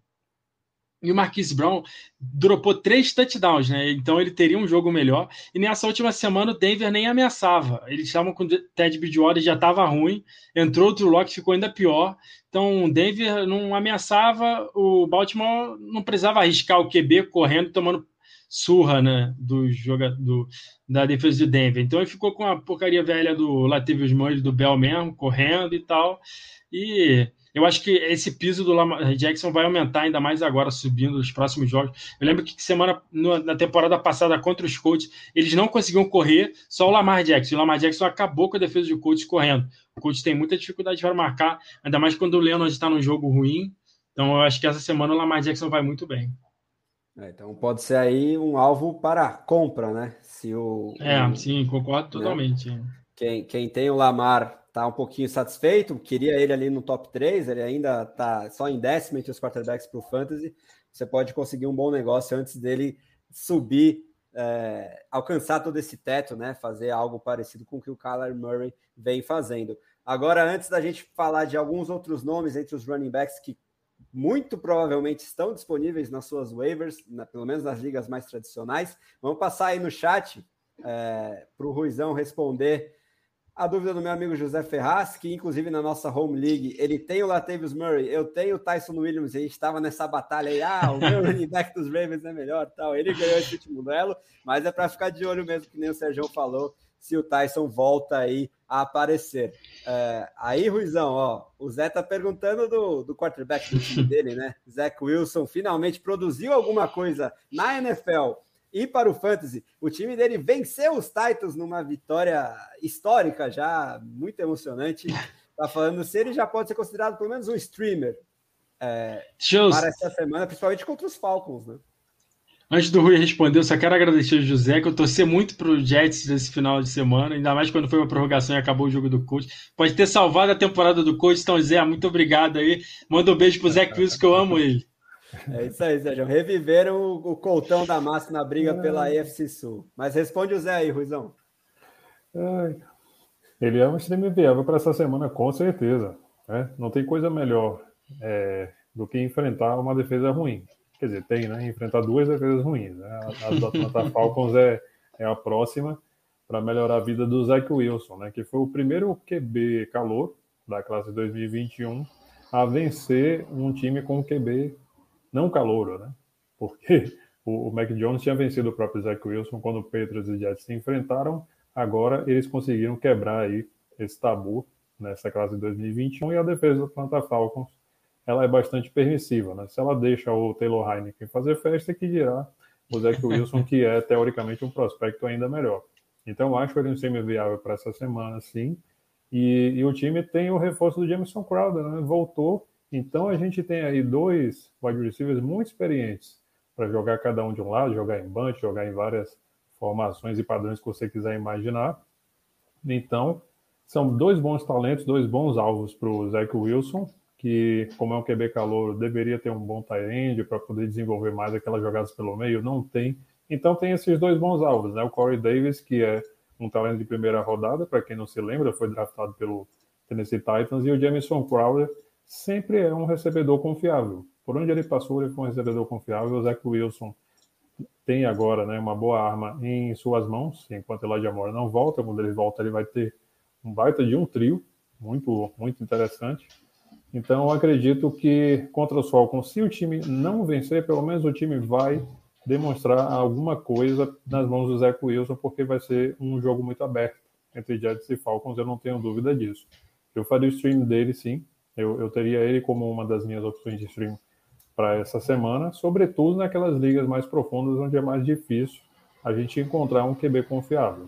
E o Marquise Brown dropou três touchdowns, né? Então ele teria um jogo melhor. E nessa última semana o Denver nem ameaçava. Eles estavam com o Ted Bridgewater, já estava ruim. Entrou o Drew Lock, ficou ainda pior. Então o Denver não ameaçava. O Baltimore não precisava arriscar o Q B correndo, tomando surra, né? Do jogo, do, da defesa do Denver. Então ele ficou com a porcaria velha do Latavius Murray, do Bell mesmo, correndo e tal. E eu acho que esse piso do Lamar Jackson vai aumentar ainda mais agora, subindo nos próximos jogos. Eu lembro que semana, na temporada passada contra os Colts, eles não conseguiam correr, só o Lamar Jackson. O Lamar Jackson acabou com a defesa do Colts correndo. O Colts tem muita dificuldade para marcar, ainda mais quando o Leonard está num jogo ruim. Então eu acho que essa semana o Lamar Jackson vai muito bem. É, então pode ser aí um alvo para compra, né? Se o, é, o, sim, concordo totalmente. Né? Quem, quem tem o Lamar tá um pouquinho satisfeito, queria ele ali no top três, ele ainda tá só em décimo entre os quarterbacks para o Fantasy. Você pode conseguir um bom negócio antes dele subir é, alcançar todo esse teto, né? Fazer algo parecido com o que o Kyler Murray vem fazendo. Agora, antes da gente falar de alguns outros nomes entre os running backs que muito provavelmente estão disponíveis nas suas waivers, na, pelo menos nas ligas mais tradicionais, vamos passar aí no chat é, para o Ruizão responder a dúvida do meu amigo José Ferraz, que inclusive na nossa Home League, ele tem o Latavius Murray, eu tenho o Tyson Williams, e a gente estava nessa batalha aí, ah, o meu running back dos Ravens é melhor, tal. Ele ganhou esse último duelo, mas é para ficar de olho mesmo, que nem o Sérgio falou, se o Tyson volta aí a aparecer. É, aí, Ruizão, ó, o Zé tá perguntando do, do quarterback do time dele, né? Zach Wilson finalmente produziu alguma coisa na N F L e para o Fantasy. O time dele venceu os Titans numa vitória histórica já, muito emocionante. Tá falando se ele já pode ser considerado pelo menos um streamer é, para essa semana, principalmente contra os Falcons, né? Antes do Rui responder, eu só quero agradecer ao José, que eu torci muito pro Jets nesse final de semana, ainda mais quando foi uma prorrogação e acabou o jogo do coach. Pode ter salvado a temporada do coach, então, Zé, muito obrigado aí. Manda um beijo pro Zé Wilson, que eu amo ele. É isso aí, Zé. Reviveram o, o coltão da massa na briga pela A F C Sul. Mas responde o Zé aí, Ruizão. Ele é um stream viável para essa semana, com certeza. Né? Não tem coisa melhor é, do que enfrentar uma defesa ruim. Quer dizer, tem, né? Enfrentar duas defesas ruins. Né? A do Atlanta Falcons é, é a próxima para melhorar a vida do Zach Wilson, né? Que foi o primeiro Q B calor da classe dois mil e vinte e um a vencer um time com Q B não calouro, né? Porque o, o Mac Jones tinha vencido o próprio Zach Wilson quando o Patriots e Jets se enfrentaram. Agora eles conseguiram quebrar aí esse tabu nessa classe de dois mil e vinte e um e a defesa do Atlanta Falcons ela é bastante permissiva, né? Se ela deixa o Taylor Heineken fazer festa, que dirá o Zach Wilson, que é teoricamente um prospecto ainda melhor. Então eu acho ele um time viável para essa semana, sim. E, e o time tem o reforço do Jamison Crowder, né? Voltou. Então a gente tem aí dois wide receivers muito experientes para jogar cada um de um lado, jogar em bunch, jogar em várias formações e padrões que você quiser imaginar. Então, são dois bons talentos, dois bons alvos para o Zach Wilson, que, como é um Q B calouro, deveria ter um bom tight end para poder desenvolver mais aquelas jogadas pelo meio, não tem. Então tem esses dois bons alvos, né? O Corey Davis, que é um talento de primeira rodada, para quem não se lembra, foi draftado pelo Tennessee Titans, e o Jamison Crowder sempre é um recebedor confiável. Por onde ele passou, ele foi um recebedor confiável. O Zach Wilson tem agora, né, uma boa arma em suas mãos, enquanto Elijah Moore não volta. Quando ele volta, ele vai ter um baita de um trio, muito, muito interessante. Então, eu acredito que contra os Falcons, se o time não vencer, pelo menos o time vai demonstrar alguma coisa nas mãos do Zach Wilson, porque vai ser um jogo muito aberto entre Jets e Falcons, eu não tenho dúvida disso. Eu faria o stream dele, sim. Eu, eu teria ele como uma das minhas opções de stream para essa semana, sobretudo naquelas ligas mais profundas, onde é mais difícil a gente encontrar um Q B confiável.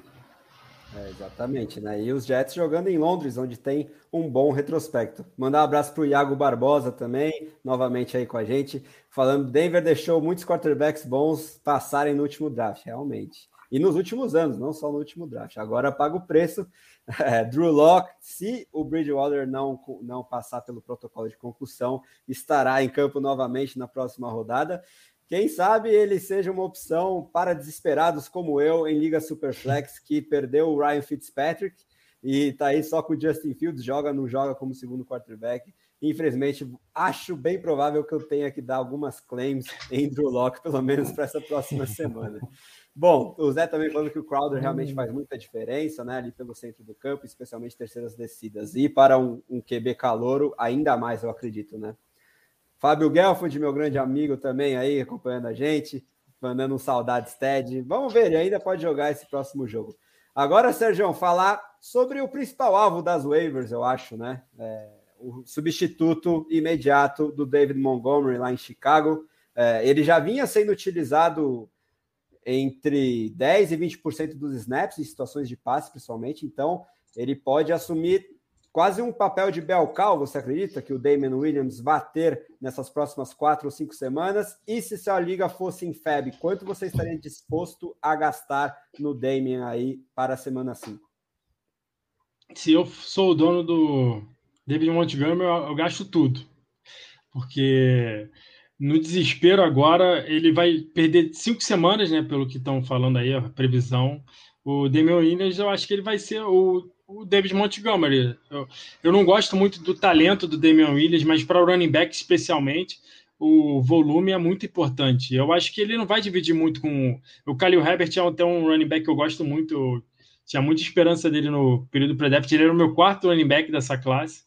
É, exatamente, né? E os Jets jogando em Londres, onde tem um bom retrospecto. Mandar um abraço para o Iago Barbosa também, novamente aí com a gente, falando Denver deixou muitos quarterbacks bons passarem no último draft, realmente. E nos últimos anos, não só no último draft. Agora paga o preço. É, Drew Lock, se o Bridgewater não, não passar pelo protocolo de concussão, estará em campo novamente na próxima rodada. Quem sabe ele seja uma opção para desesperados como eu em Liga Superflex, que perdeu o Ryan Fitzpatrick e está aí só com o Justin Fields, joga, não joga como segundo quarterback. Infelizmente, acho bem provável que eu tenha que dar algumas claims em Drew Lock, pelo menos para essa próxima semana. Bom, o Zé também falando que o Crowder realmente faz muita diferença, né, ali pelo centro do campo, especialmente terceiras descidas. E para um, um Q B calouro, ainda mais, eu acredito, né? Fábio Gelfand, meu grande amigo também aí, acompanhando a gente, mandando um saudades, Ted. Vamos ver, ele ainda pode jogar esse próximo jogo. Agora, Sérgio, falar sobre o principal alvo das waivers, eu acho, né? É, o substituto imediato do David Montgomery lá em Chicago. É, ele já vinha sendo utilizado entre dez e vinte por cento dos snaps, em situações de passe, principalmente, então ele pode assumir quase um papel de bell cow, você acredita que o Damien Williams vai ter nessas próximas quatro ou cinco semanas? E se sua liga fosse em F A B, quanto você estaria disposto a gastar no Damien aí para a semana cinco? Se eu sou o dono do David Montgomery, eu, eu gasto tudo. Porque no desespero agora, ele vai perder cinco semanas, né? Pelo que estão falando aí, a previsão. O Damian Williams, eu acho que ele vai ser o, o David Montgomery. Eu, eu não gosto muito do talento do Damian Williams, mas para o running back especialmente, o volume é muito importante. Eu acho que ele não vai dividir muito com... O Khalil Herbert é até um running back que eu gosto muito. Eu tinha muita esperança dele no período pré-draft. Ele era o meu quarto running back dessa classe.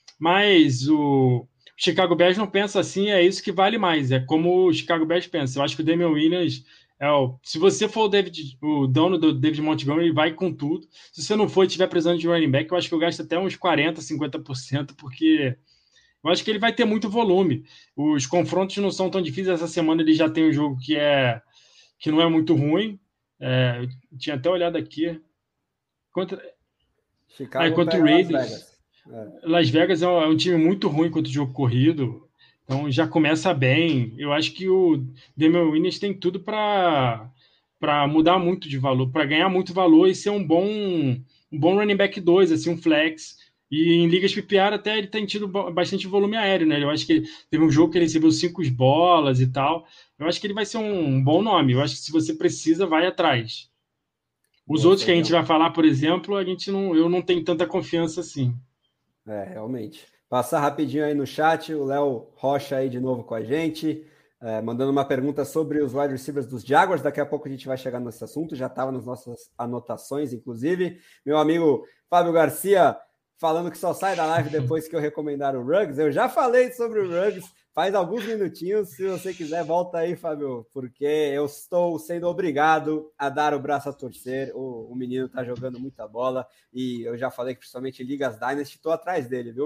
Mas o Chicago Bears não pensa assim, é isso que vale mais. É como o Chicago Bears pensa. Eu acho que o Damian Williams... É, ó, se você for o, David, o dono do David Montgomery, ele vai com tudo. Se você não for e estiver precisando de running back, eu acho que eu gasto até uns quarenta, cinquenta por cento, porque eu acho que ele vai ter muito volume. Os confrontos não são tão difíceis. Essa semana ele já tem um jogo que, é, que não é muito ruim. É, eu tinha até olhado aqui. Contra, Chicago aí, contra o Raiders. Las Vegas. É. Las Vegas é um, é um time muito ruim contra o jogo corrido. Então já começa bem. Eu acho que o Damian Williams tem tudo para para mudar muito de valor, para ganhar muito valor e ser um bom um bom running back dois, assim, um flex. E em ligas P P R até ele tem tido bastante volume aéreo, né? Eu acho que teve um jogo que ele recebeu cinco bolas e tal. Eu acho que ele vai ser um bom nome. Eu acho que se você precisa, vai atrás. Os Boa, outros que a gente vai falar, por exemplo, a gente não, eu não tenho tanta confiança assim. É, realmente. Passar rapidinho aí no chat, o Léo Rocha aí de novo com a gente, é, mandando uma pergunta sobre os wide receivers dos Jaguars. Daqui a pouco a gente vai chegar nesse assunto, já estava nas nossas anotações, inclusive. Meu amigo Fábio Garcia falando que só sai da live depois que eu recomendar o Ruggs. Eu já falei sobre o Ruggs faz alguns minutinhos. Se você quiser, volta aí, Fábio, porque eu estou sendo obrigado a dar o braço a torcer. O, o menino está jogando muita bola e eu já falei que principalmente em Ligas Dynasty estou atrás dele, viu?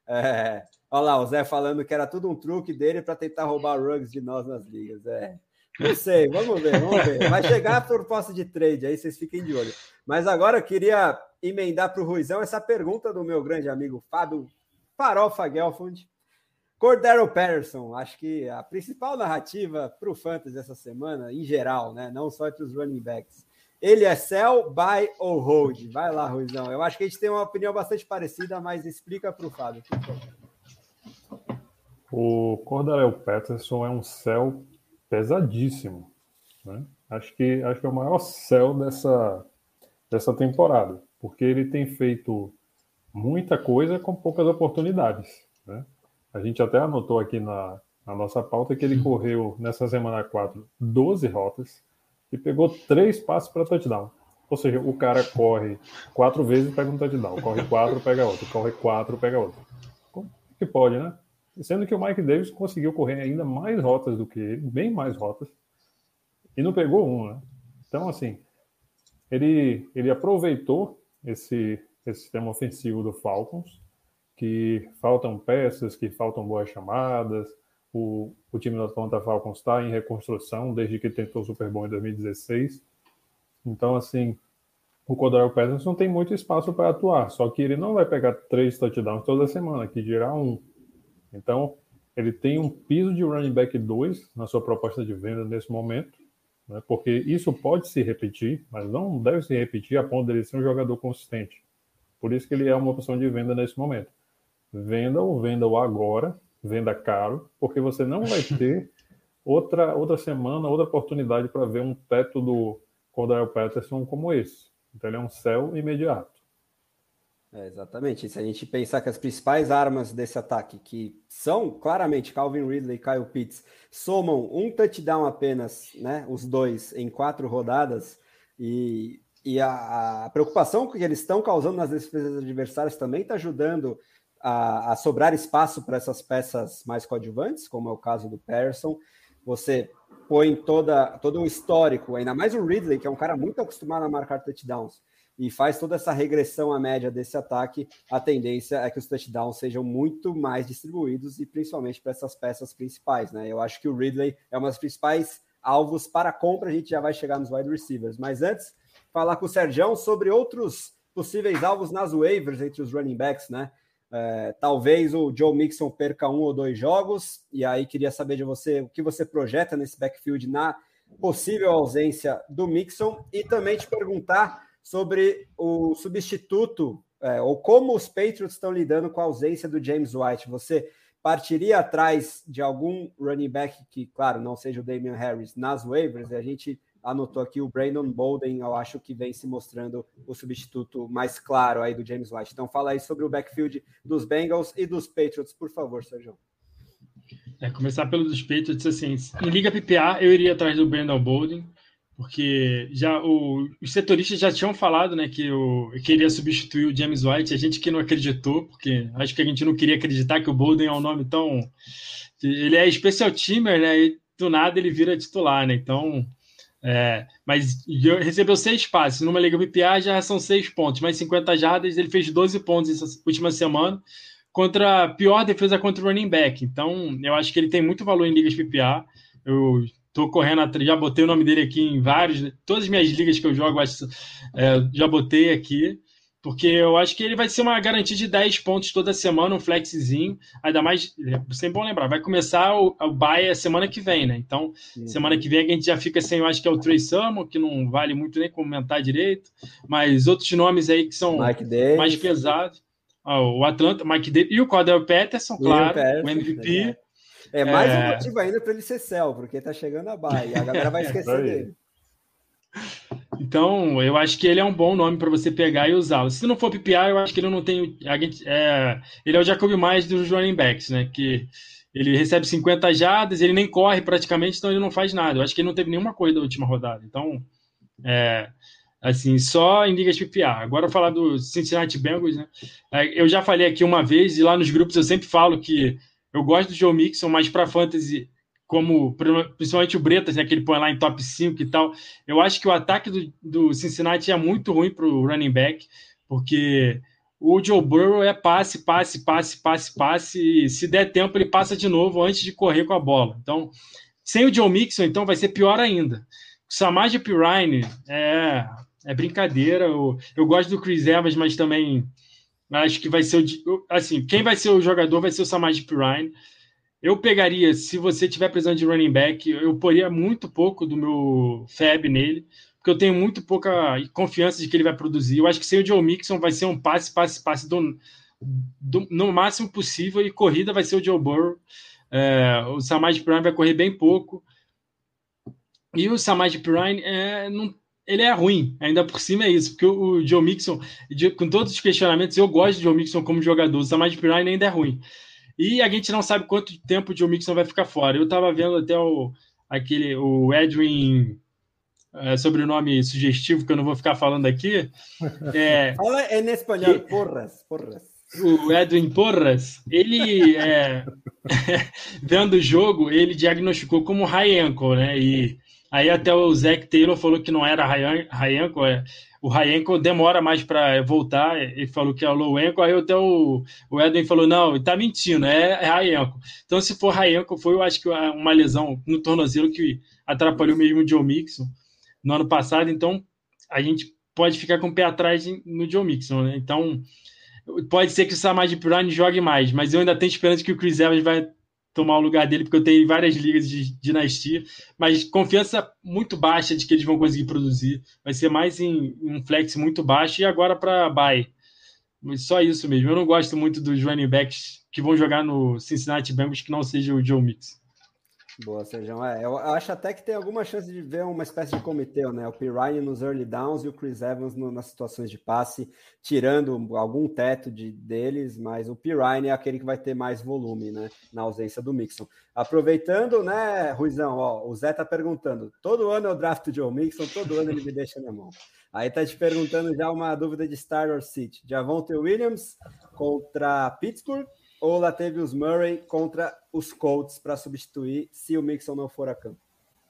É, olha lá, o Zé falando que era tudo um truque dele para tentar roubar o Ruggs de nós nas ligas. É, não sei, vamos ver, vamos ver. Vai chegar a proposta de trade, aí vocês fiquem de olho. Mas agora eu queria emendar para o Ruizão essa pergunta do meu grande amigo Fábio Farofa Gelfund. Cordarrelle Patterson, acho que a principal narrativa para o Fantasy essa semana, em geral, né? Não só entre os running backs. Ele é sell, buy ou hold? Vai lá, Ruizão. Eu acho que a gente tem uma opinião bastante parecida, mas explica para o Fábio, por favor. O Cordarrelle Patterson é um sell pesadíssimo, né? Acho que, acho que é o maior sell dessa, dessa temporada, porque ele tem feito muita coisa com poucas oportunidades, né? A gente até anotou aqui na, na nossa pauta que ele correu nessa semana quatro doze rotas e pegou três passes para touchdown. Ou seja, o cara corre quatro vezes e pega um touchdown. Corre quatro, pega outro. Corre quatro, pega outro. Como que pode, né? Sendo que o Mike Davis conseguiu correr ainda mais rotas do que ele, bem mais rotas, e não pegou um, né? Então, assim, ele, ele aproveitou esse, esse sistema ofensivo do Falcons, que faltam peças, que faltam boas chamadas. O, o time do Atlanta Falcons está em reconstrução desde que tentou o Super Bowl em dois mil e dezesseis. Então, assim, o Cordarrelle Patterson tem muito espaço para atuar, só que ele não vai pegar três touchdowns toda semana, que dirá um. Então, ele tem um piso de running back dois na sua proposta de venda nesse momento, né, porque isso pode se repetir, mas não deve se repetir a ponto dele ser um jogador consistente. Por isso que ele é uma opção de venda nesse momento. Venda-o, venda-o agora, venda caro, porque você não vai ter outra, outra semana, outra oportunidade para ver um teto do Cordarrelle Patterson como esse. Então ele é um sell imediato. É, exatamente. E se a gente pensar que as principais armas desse ataque, que são claramente Calvin Ridley e Kyle Pitts, somam um touchdown apenas, né, os dois em quatro rodadas, e, e a, a preocupação que eles estão causando nas defesas adversárias também está ajudando A, a sobrar espaço para essas peças mais coadjuvantes, como é o caso do Patterson. Você põe toda, todo o histórico, ainda mais o Ridley, que é um cara muito acostumado a marcar touchdowns, e faz toda essa regressão à média desse ataque. A tendência é que os touchdowns sejam muito mais distribuídos, e principalmente para essas peças principais, né? Eu acho que o Ridley é uma das principais alvos para compra. A gente já vai chegar nos wide receivers, mas antes, falar com o Sergião sobre outros possíveis alvos nas waivers entre os running backs, né? É, talvez o Joe Mixon perca um ou dois jogos, e aí queria saber de você o que você projeta nesse backfield na possível ausência do Mixon, e também te perguntar sobre o substituto, é, ou como os Patriots estão lidando com a ausência do James White. Você partiria atrás de algum running back que, claro, não seja o Damian Harris nas waivers, e a gente anotou aqui o Brandon Bolden, eu acho que vem se mostrando o substituto mais claro aí do James White. Então fala aí sobre o backfield dos Bengals e dos Patriots, por favor, Sérgio. É, começar pelo dos Patriots, assim, em Liga P P A eu iria atrás do Brandon Bolden, porque já o, os setoristas já tinham falado, né, que eu, eu queria substituir o James White, a gente que não acreditou, porque acho que a gente não queria acreditar que o Bolden é um nome tão... Ele é special teamer, né, e do nada ele vira titular, né, então... É, mas recebeu seis passes, numa Liga P P A já são seis pontos, mais cinquenta jardas, ele fez doze pontos essa última semana, contra a pior defesa contra o running back, então eu acho que ele tem muito valor em ligas P P A, eu tô correndo atrás, já botei o nome dele aqui em vários, todas as minhas ligas que eu jogo, acho, é, já botei aqui, porque eu acho que ele vai ser uma garantia de dez pontos toda semana, um flexzinho, ainda mais, sempre bom lembrar, vai começar o, o bye a semana que vem, né? Então, uhum. semana que vem a gente já fica sem, eu acho que é o Trey Sermon, que não vale muito nem comentar direito, mas outros nomes aí que são mais pesados. Ah, o Atlanta, Mike Davis e o Cordell Patterson, claro, o, Patterson, o M V P. É, é mais é... um motivo ainda para ele ser céu, porque tá chegando a bye, a galera vai esquecer dele. Então, eu acho que ele é um bom nome para você pegar e usá-lo. Se não for P P A, eu acho que ele não tem... É, ele é o Jacoby Myers dos running backs, né? Que ele recebe cinquenta jardas, ele nem corre praticamente, então ele não faz nada. Eu acho que ele não teve nenhuma corrida da última rodada. Então, é, assim, só em ligas P P A. Agora, falar do Cincinnati Bengals, né? Eu já falei aqui uma vez, e lá nos grupos eu sempre falo que eu gosto do Joe Mixon, mas para fantasy... como principalmente o Bretas, né, que ele põe lá em top cinco e tal, eu acho que o ataque do, do Cincinnati é muito ruim para o running back, porque o Joe Burrow é passe, passe, passe, passe, passe, e se der tempo ele passa de novo antes de correr com a bola. Então, sem o Joe Mixon, então vai ser pior ainda. O Samaje Perine é, é brincadeira, eu, eu gosto do Chris Evans, mas também acho que vai ser o... Assim, quem vai ser o jogador vai ser o Samaje Perine. Eu pegaria, se você tiver precisando de running back, eu poria muito pouco do meu Fab nele, porque eu tenho muito pouca confiança de que ele vai produzir. Eu acho que sem o Joe Mixon vai ser um passe, passe, passe do, do, no máximo possível, e corrida vai ser o Joe Burrow. É, o Samaje Perine vai correr bem pouco. E o Samaje Perine, é, não, ele é ruim, ainda por cima é isso, porque o, o Joe Mixon, de, com todos os questionamentos, eu gosto de Joe Mixon como jogador, o Samaje Perine ainda é ruim. E a gente não sabe quanto tempo o Joe Mixon vai ficar fora. Eu estava vendo até o, aquele, o Edwin, é, sobrenome sugestivo, que eu não vou ficar falando aqui. É, Fala em espanhol, que, porras, porras. O Edwin Porras, ele, é, vendo o jogo, ele diagnosticou como high ankle, né? E aí até o Zach Taylor falou que não era high, high ankle, é, o high ankle demora mais para voltar, ele falou que é o low ankle, aí até o, o Edwin falou, não, ele tá mentindo, é, é high ankle. Então, se for high ankle, foi, eu acho que uma lesão no tornozelo que atrapalhou mesmo o Joe Mixon no ano passado, então a gente pode ficar com o pé atrás no Joe Mixon, né? Então, pode ser que o Samaje Perine jogue mais, mas eu ainda tenho esperança que o Chris Evans vai tomar o lugar dele, porque eu tenho várias ligas de dinastia, mas confiança muito baixa de que eles vão conseguir produzir. Vai ser mais em um flex muito baixo, e agora para bye. Só isso mesmo. Eu não gosto muito dos running backs que vão jogar no Cincinnati Bengals que não seja o Joe Mixon. Boa, Sérgio. É, eu acho até que tem alguma chance de ver uma espécie de comitê, né? O Perine nos early downs e o Chris Evans no, nas situações de passe, tirando algum teto de, deles, mas o Perine é aquele que vai ter mais volume, né? Na ausência do Mixon. Aproveitando, né, Ruizão, ó, o Zé tá perguntando, todo ano eu drafto o Joe Mixon, todo ano ele me deixa na mão. Aí tá te perguntando já uma dúvida de Star or City. Javonte Williams contra Pittsburgh ou Latavius Murray contra os Colts para substituir se o Mixon não for a campo?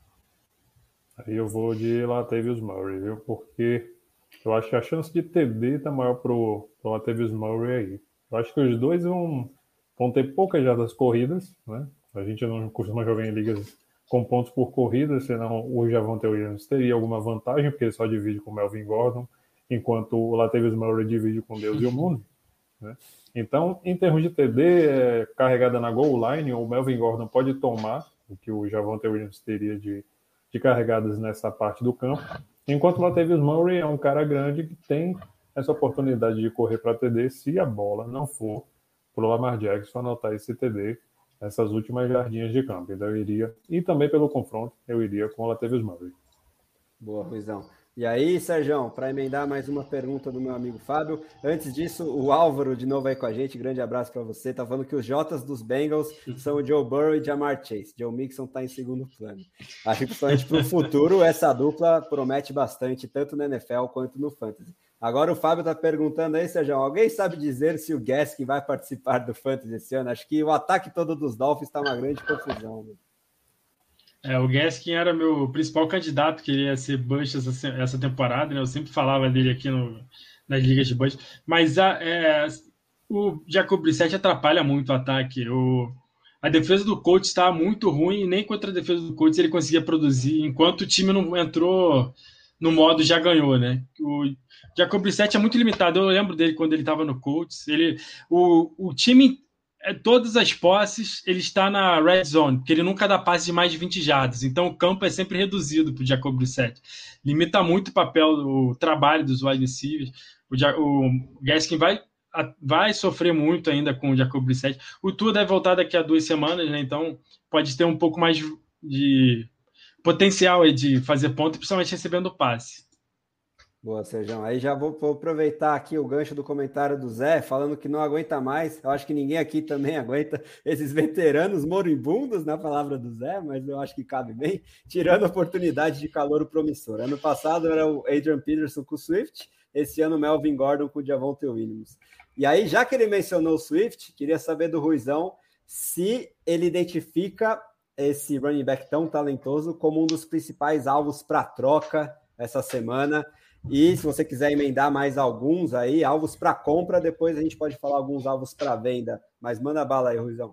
Aí eu vou de Latavius Murray, viu? Porque eu acho que a chance de T D tá maior pro, pro Latavius Murray aí. Eu acho que os dois vão, vão ter poucas jardas corridas, né? A gente não costuma jogar em ligas com pontos por corrida, senão o Javonte Williams teria alguma vantagem, porque ele só divide com o Melvin Gordon, enquanto o Latavius Murray divide com Deus e o mundo, né? Então, em termos de T D, é, carregada na goal line, o Melvin Gordon pode tomar o que o Javonte Williams teria de, de carregadas nessa parte do campo, enquanto o Latavius Murray é um cara grande que tem essa oportunidade de correr para T D se a bola não for para o Lamar Jackson anotar esse T D nessas últimas jardinhas de campo. Então eu iria, e também pelo confronto, eu iria com o Latavius Murray. Boa, Ruizão. E aí, Sérgio, para emendar mais uma pergunta do meu amigo Fábio. Antes disso, o Álvaro, de novo aí com a gente, grande abraço para você. Tá falando que os Jotas dos Bengals são o Joe Burrow e Ja'Marr Chase. Joe Mixon tá em segundo plano. Acho que, principalmente para o futuro, essa dupla promete bastante, tanto no N F L quanto no Fantasy. Agora o Fábio tá perguntando aí, Sérgio, alguém sabe dizer se o Gaskin vai participar do Fantasy esse ano? Acho que o ataque todo dos Dolphins tá uma grande confusão, né? É, o Gaskin era meu principal candidato, que ia ser Bush essa, essa temporada, né? Eu sempre falava dele aqui no, nas ligas de Bush. Mas a, é, o Jacob Brissett atrapalha muito o ataque. O, a defesa do Colts está muito ruim e nem contra a defesa do Colts ele conseguia produzir, enquanto o time não entrou no modo já ganhou, né? O Jacob Brissett é muito limitado. Eu lembro dele quando ele estava no Colts. Ele, o, o time... todas as posses, ele está na red zone, porque ele nunca dá passe de mais de vinte jardas, então o campo é sempre reduzido para o Jacob Brissett. Limita muito o papel, o trabalho dos wide receivers. O, o Gaskin vai, vai sofrer muito ainda com o Jacob Brissett. O Tua deve voltar daqui a duas semanas, né? Então pode ter um pouco mais de potencial aí de fazer ponto, principalmente recebendo o passe. Boa, Sérgio. Aí já vou, vou aproveitar aqui o gancho do comentário do Zé, falando que não aguenta mais. Eu acho que ninguém aqui também aguenta esses veteranos moribundos, na palavra do Zé, mas eu acho que cabe bem, tirando a oportunidade de calouro promissor. Ano passado era o Adrian Peterson com o Swift, esse ano o Melvin Gordon com o Javonte Williams. E aí, já que ele mencionou o Swift, queria saber do Ruizão se ele identifica esse running back tão talentoso como um dos principais alvos para troca essa semana. E se você quiser emendar mais alguns aí, alvos para compra, depois a gente pode falar alguns alvos para venda. Mas manda bala aí, Ruizão.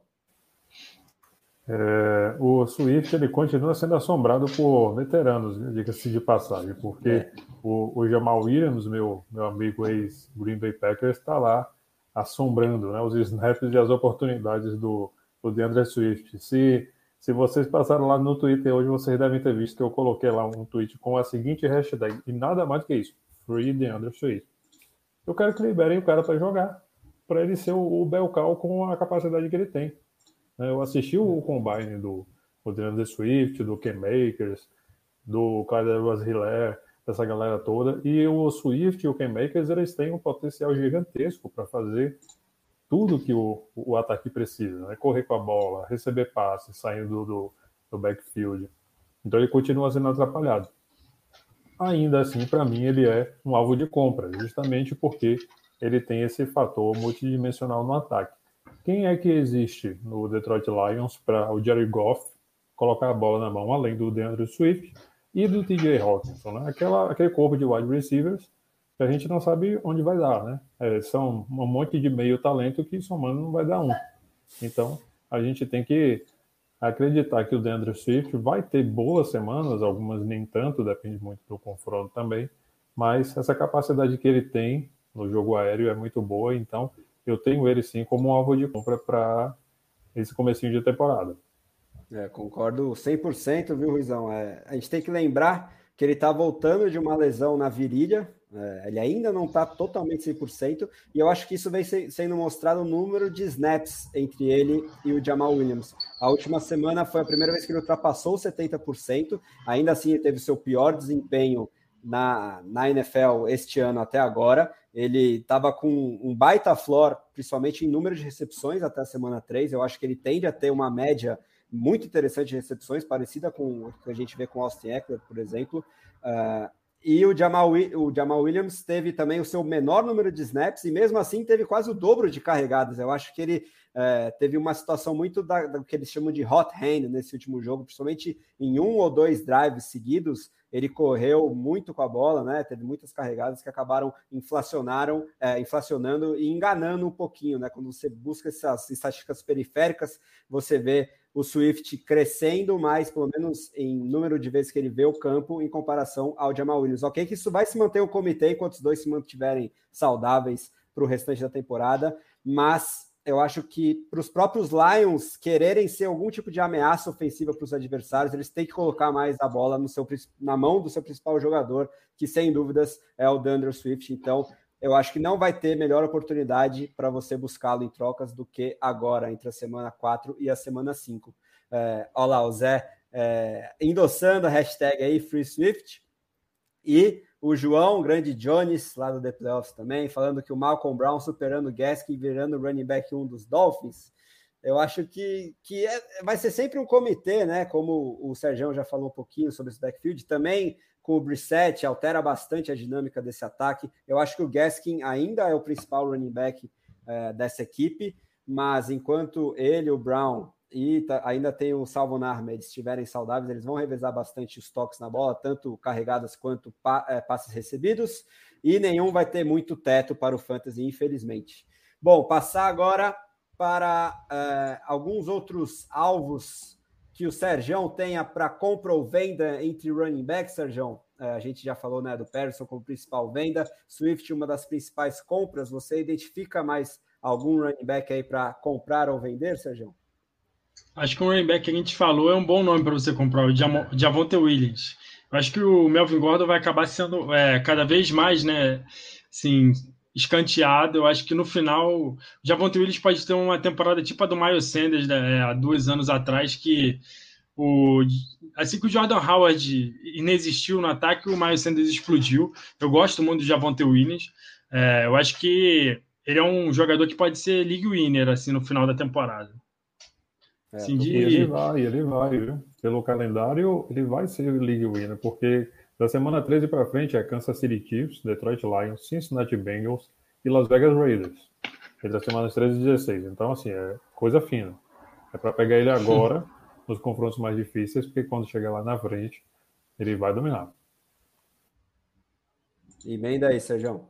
É, o Swift ele continua sendo assombrado por veteranos, diga-se de passagem, porque é. o, o Jamal Williams, meu, meu amigo ex-Green Bay Packers, está lá assombrando, né, os snaps e as oportunidades do, do DeAndre Swift. Se Se vocês passaram lá no Twitter hoje, vocês devem ter visto que eu coloquei lá um tweet com a seguinte hashtag, e nada mais do que isso, Free DeAndre Swift. Eu quero que liberem o cara para jogar, para ele ser o, o Belcal com a capacidade que ele tem. Eu assisti o combine do, do DeAndre Swift, do Cam Akers, do Clyde Edwards-Helaire, dessa galera toda, e o Swift e o Cam Akers, eles têm um potencial gigantesco para fazer tudo que o, o ataque precisa, né? Correr com a bola, receber passes, saindo do, do backfield. Então ele continua sendo atrapalhado. Ainda assim, para mim, ele é um alvo de compra, justamente porque ele tem esse fator multidimensional no ataque. Quem é que existe no Detroit Lions para o Jared Goff colocar a bola na mão, além do DeAndre Swift e do T J Hawkinson, né? Aquela, aquele corpo de wide receivers que a gente não sabe onde vai dar, né? É, são um monte de meio talento que somando não vai dar um. Então, a gente tem que acreditar que o DeAndre Swift vai ter boas semanas, algumas nem tanto, depende muito do confronto também, mas essa capacidade que ele tem no jogo aéreo é muito boa, então eu tenho ele sim como um alvo de compra para esse comecinho de temporada. É, concordo cem por cento, viu, Ruizão? É, a gente tem que lembrar que ele está voltando de uma lesão na virilha, é, ele ainda não está totalmente cem por cento, e eu acho que isso vem se, sendo mostrado o número de snaps entre ele e o Jamal Williams. A última semana foi a primeira vez que ele ultrapassou os setenta por cento, ainda assim ele teve o seu pior desempenho na, na N F L este ano até agora. Ele estava com um baita floor, principalmente em número de recepções até a semana três, eu acho que ele tende a ter uma média muito interessante de recepções, parecida com o que a gente vê com o Austin Ekeler, por exemplo. Uh, e o Jamal, o Jamal Williams teve também o seu menor número de snaps, e mesmo assim teve quase o dobro de carregadas. Eu acho que ele uh, teve uma situação muito da, da que eles chamam de hot hand nesse último jogo, principalmente em um ou dois drives seguidos, ele correu muito com a bola, né? Teve muitas carregadas que acabaram inflacionaram, é, inflacionando e enganando um pouquinho, né? Quando você busca essas estatísticas periféricas, você vê o Swift crescendo mais, pelo menos em número de vezes que ele vê o campo, em comparação ao Jamal Williams. Ok, que isso vai se manter o comitê enquanto os dois se mantiverem saudáveis para o restante da temporada, mas eu acho que para os próprios Lions quererem ser algum tipo de ameaça ofensiva para os adversários, eles têm que colocar mais a bola no seu, na mão do seu principal jogador, que sem dúvidas é o DeAndre Swift. Então, eu acho que não vai ter melhor oportunidade para você buscá-lo em trocas do que agora, entre a semana quatro e a semana cinco. É, olha lá, o Zé é, endossando a hashtag aí, FreeSwift, e o João, o grande Jones, lá do The Playoffs também, falando que o Malcolm Brown superando o Gaskin, virando o running back um dos Dolphins. Eu acho que, que é, vai ser sempre um comitê, né? Como o Sergião já falou um pouquinho sobre esse backfield. Também com o Brissett, altera bastante a dinâmica desse ataque. Eu acho que o Gaskin ainda é o principal running back é, dessa equipe, mas enquanto ele, o Brown e tá, ainda tem o Salvon Ahmed estiverem saudáveis, eles vão revezar bastante os toques na bola, tanto carregadas quanto pa, é, passes recebidos, e nenhum vai ter muito teto para o fantasy, infelizmente. Bom, passar agora para uh, alguns outros alvos que o Sergião tenha para compra ou venda entre running backs, Sergião. Uh, a gente já falou, né, do Patterson como principal venda, Swift uma das principais compras. Você identifica mais algum running back aí para comprar ou vender, Sergião? Acho que o running back que a gente falou é um bom nome para você comprar, o Javonte Williams. Eu acho que o Melvin Gordon vai acabar sendo é, cada vez mais, né, assim, escanteado. Eu acho que no final o Javonte Williams pode ter uma temporada tipo a do Miles Sanders, né, há dois anos atrás, que o, assim que o Jordan Howard inexistiu no ataque, o Miles Sanders explodiu. Eu gosto muito do Javonte Williams. É, eu acho que ele é um jogador que pode ser league winner assim, no final da temporada. É, Sim, de... Ele vai, ele vai, viu? Pelo calendário, ele vai ser league winner, porque da semana treze para frente é Kansas City Chiefs, Detroit Lions, Cincinnati Bengals e Las Vegas Raiders. Entre as semanas treze e dezesseis. Então, assim, é coisa fina. É para pegar ele agora, nos confrontos mais difíceis, porque quando chegar lá na frente, ele vai dominar. Emenda aí, Sérgio.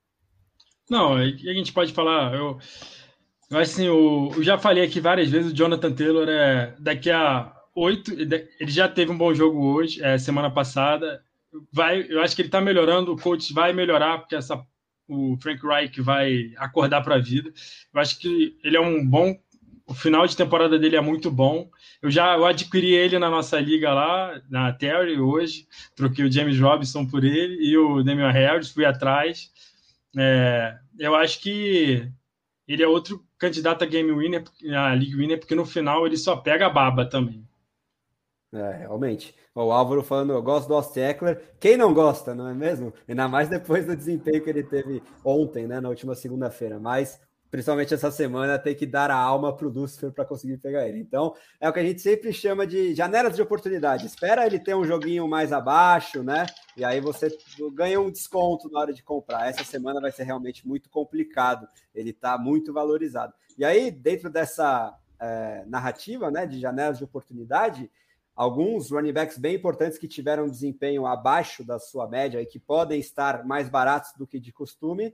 Não, a gente pode falar... Eu... Eu, assim, eu, eu já falei aqui várias vezes, o Jonathan Taylor é daqui a oito, ele já teve um bom jogo hoje, é, semana passada, vai, eu acho que ele está melhorando, o coach vai melhorar, porque essa, o Frank Reich vai acordar para a vida. Eu acho que ele é um bom, o final de temporada dele é muito bom. Eu já eu adquiri ele na nossa liga lá, na Terry, hoje, troquei o James Robinson por ele e o Damian Harris, fui atrás. É, eu acho que ele é outro candidato a game winner, a league winner, porque no final ele só pega a baba também. É, realmente. O Álvaro falando, eu gosto do Austin Ekeler. Quem não gosta, não é mesmo? Ainda mais depois do desempenho que ele teve ontem, né, na última segunda-feira. Mas, principalmente essa semana, tem que dar a alma para o Lucifer para conseguir pegar ele. Então, é o que a gente sempre chama de janelas de oportunidade. Espera ele ter um joguinho mais abaixo, né? E aí você ganha um desconto na hora de comprar. Essa semana vai ser realmente muito complicado. Ele está muito valorizado. E aí, dentro dessa é, narrativa, né, de janelas de oportunidade, alguns running backs bem importantes que tiveram um desempenho abaixo da sua média e que podem estar mais baratos do que de costume,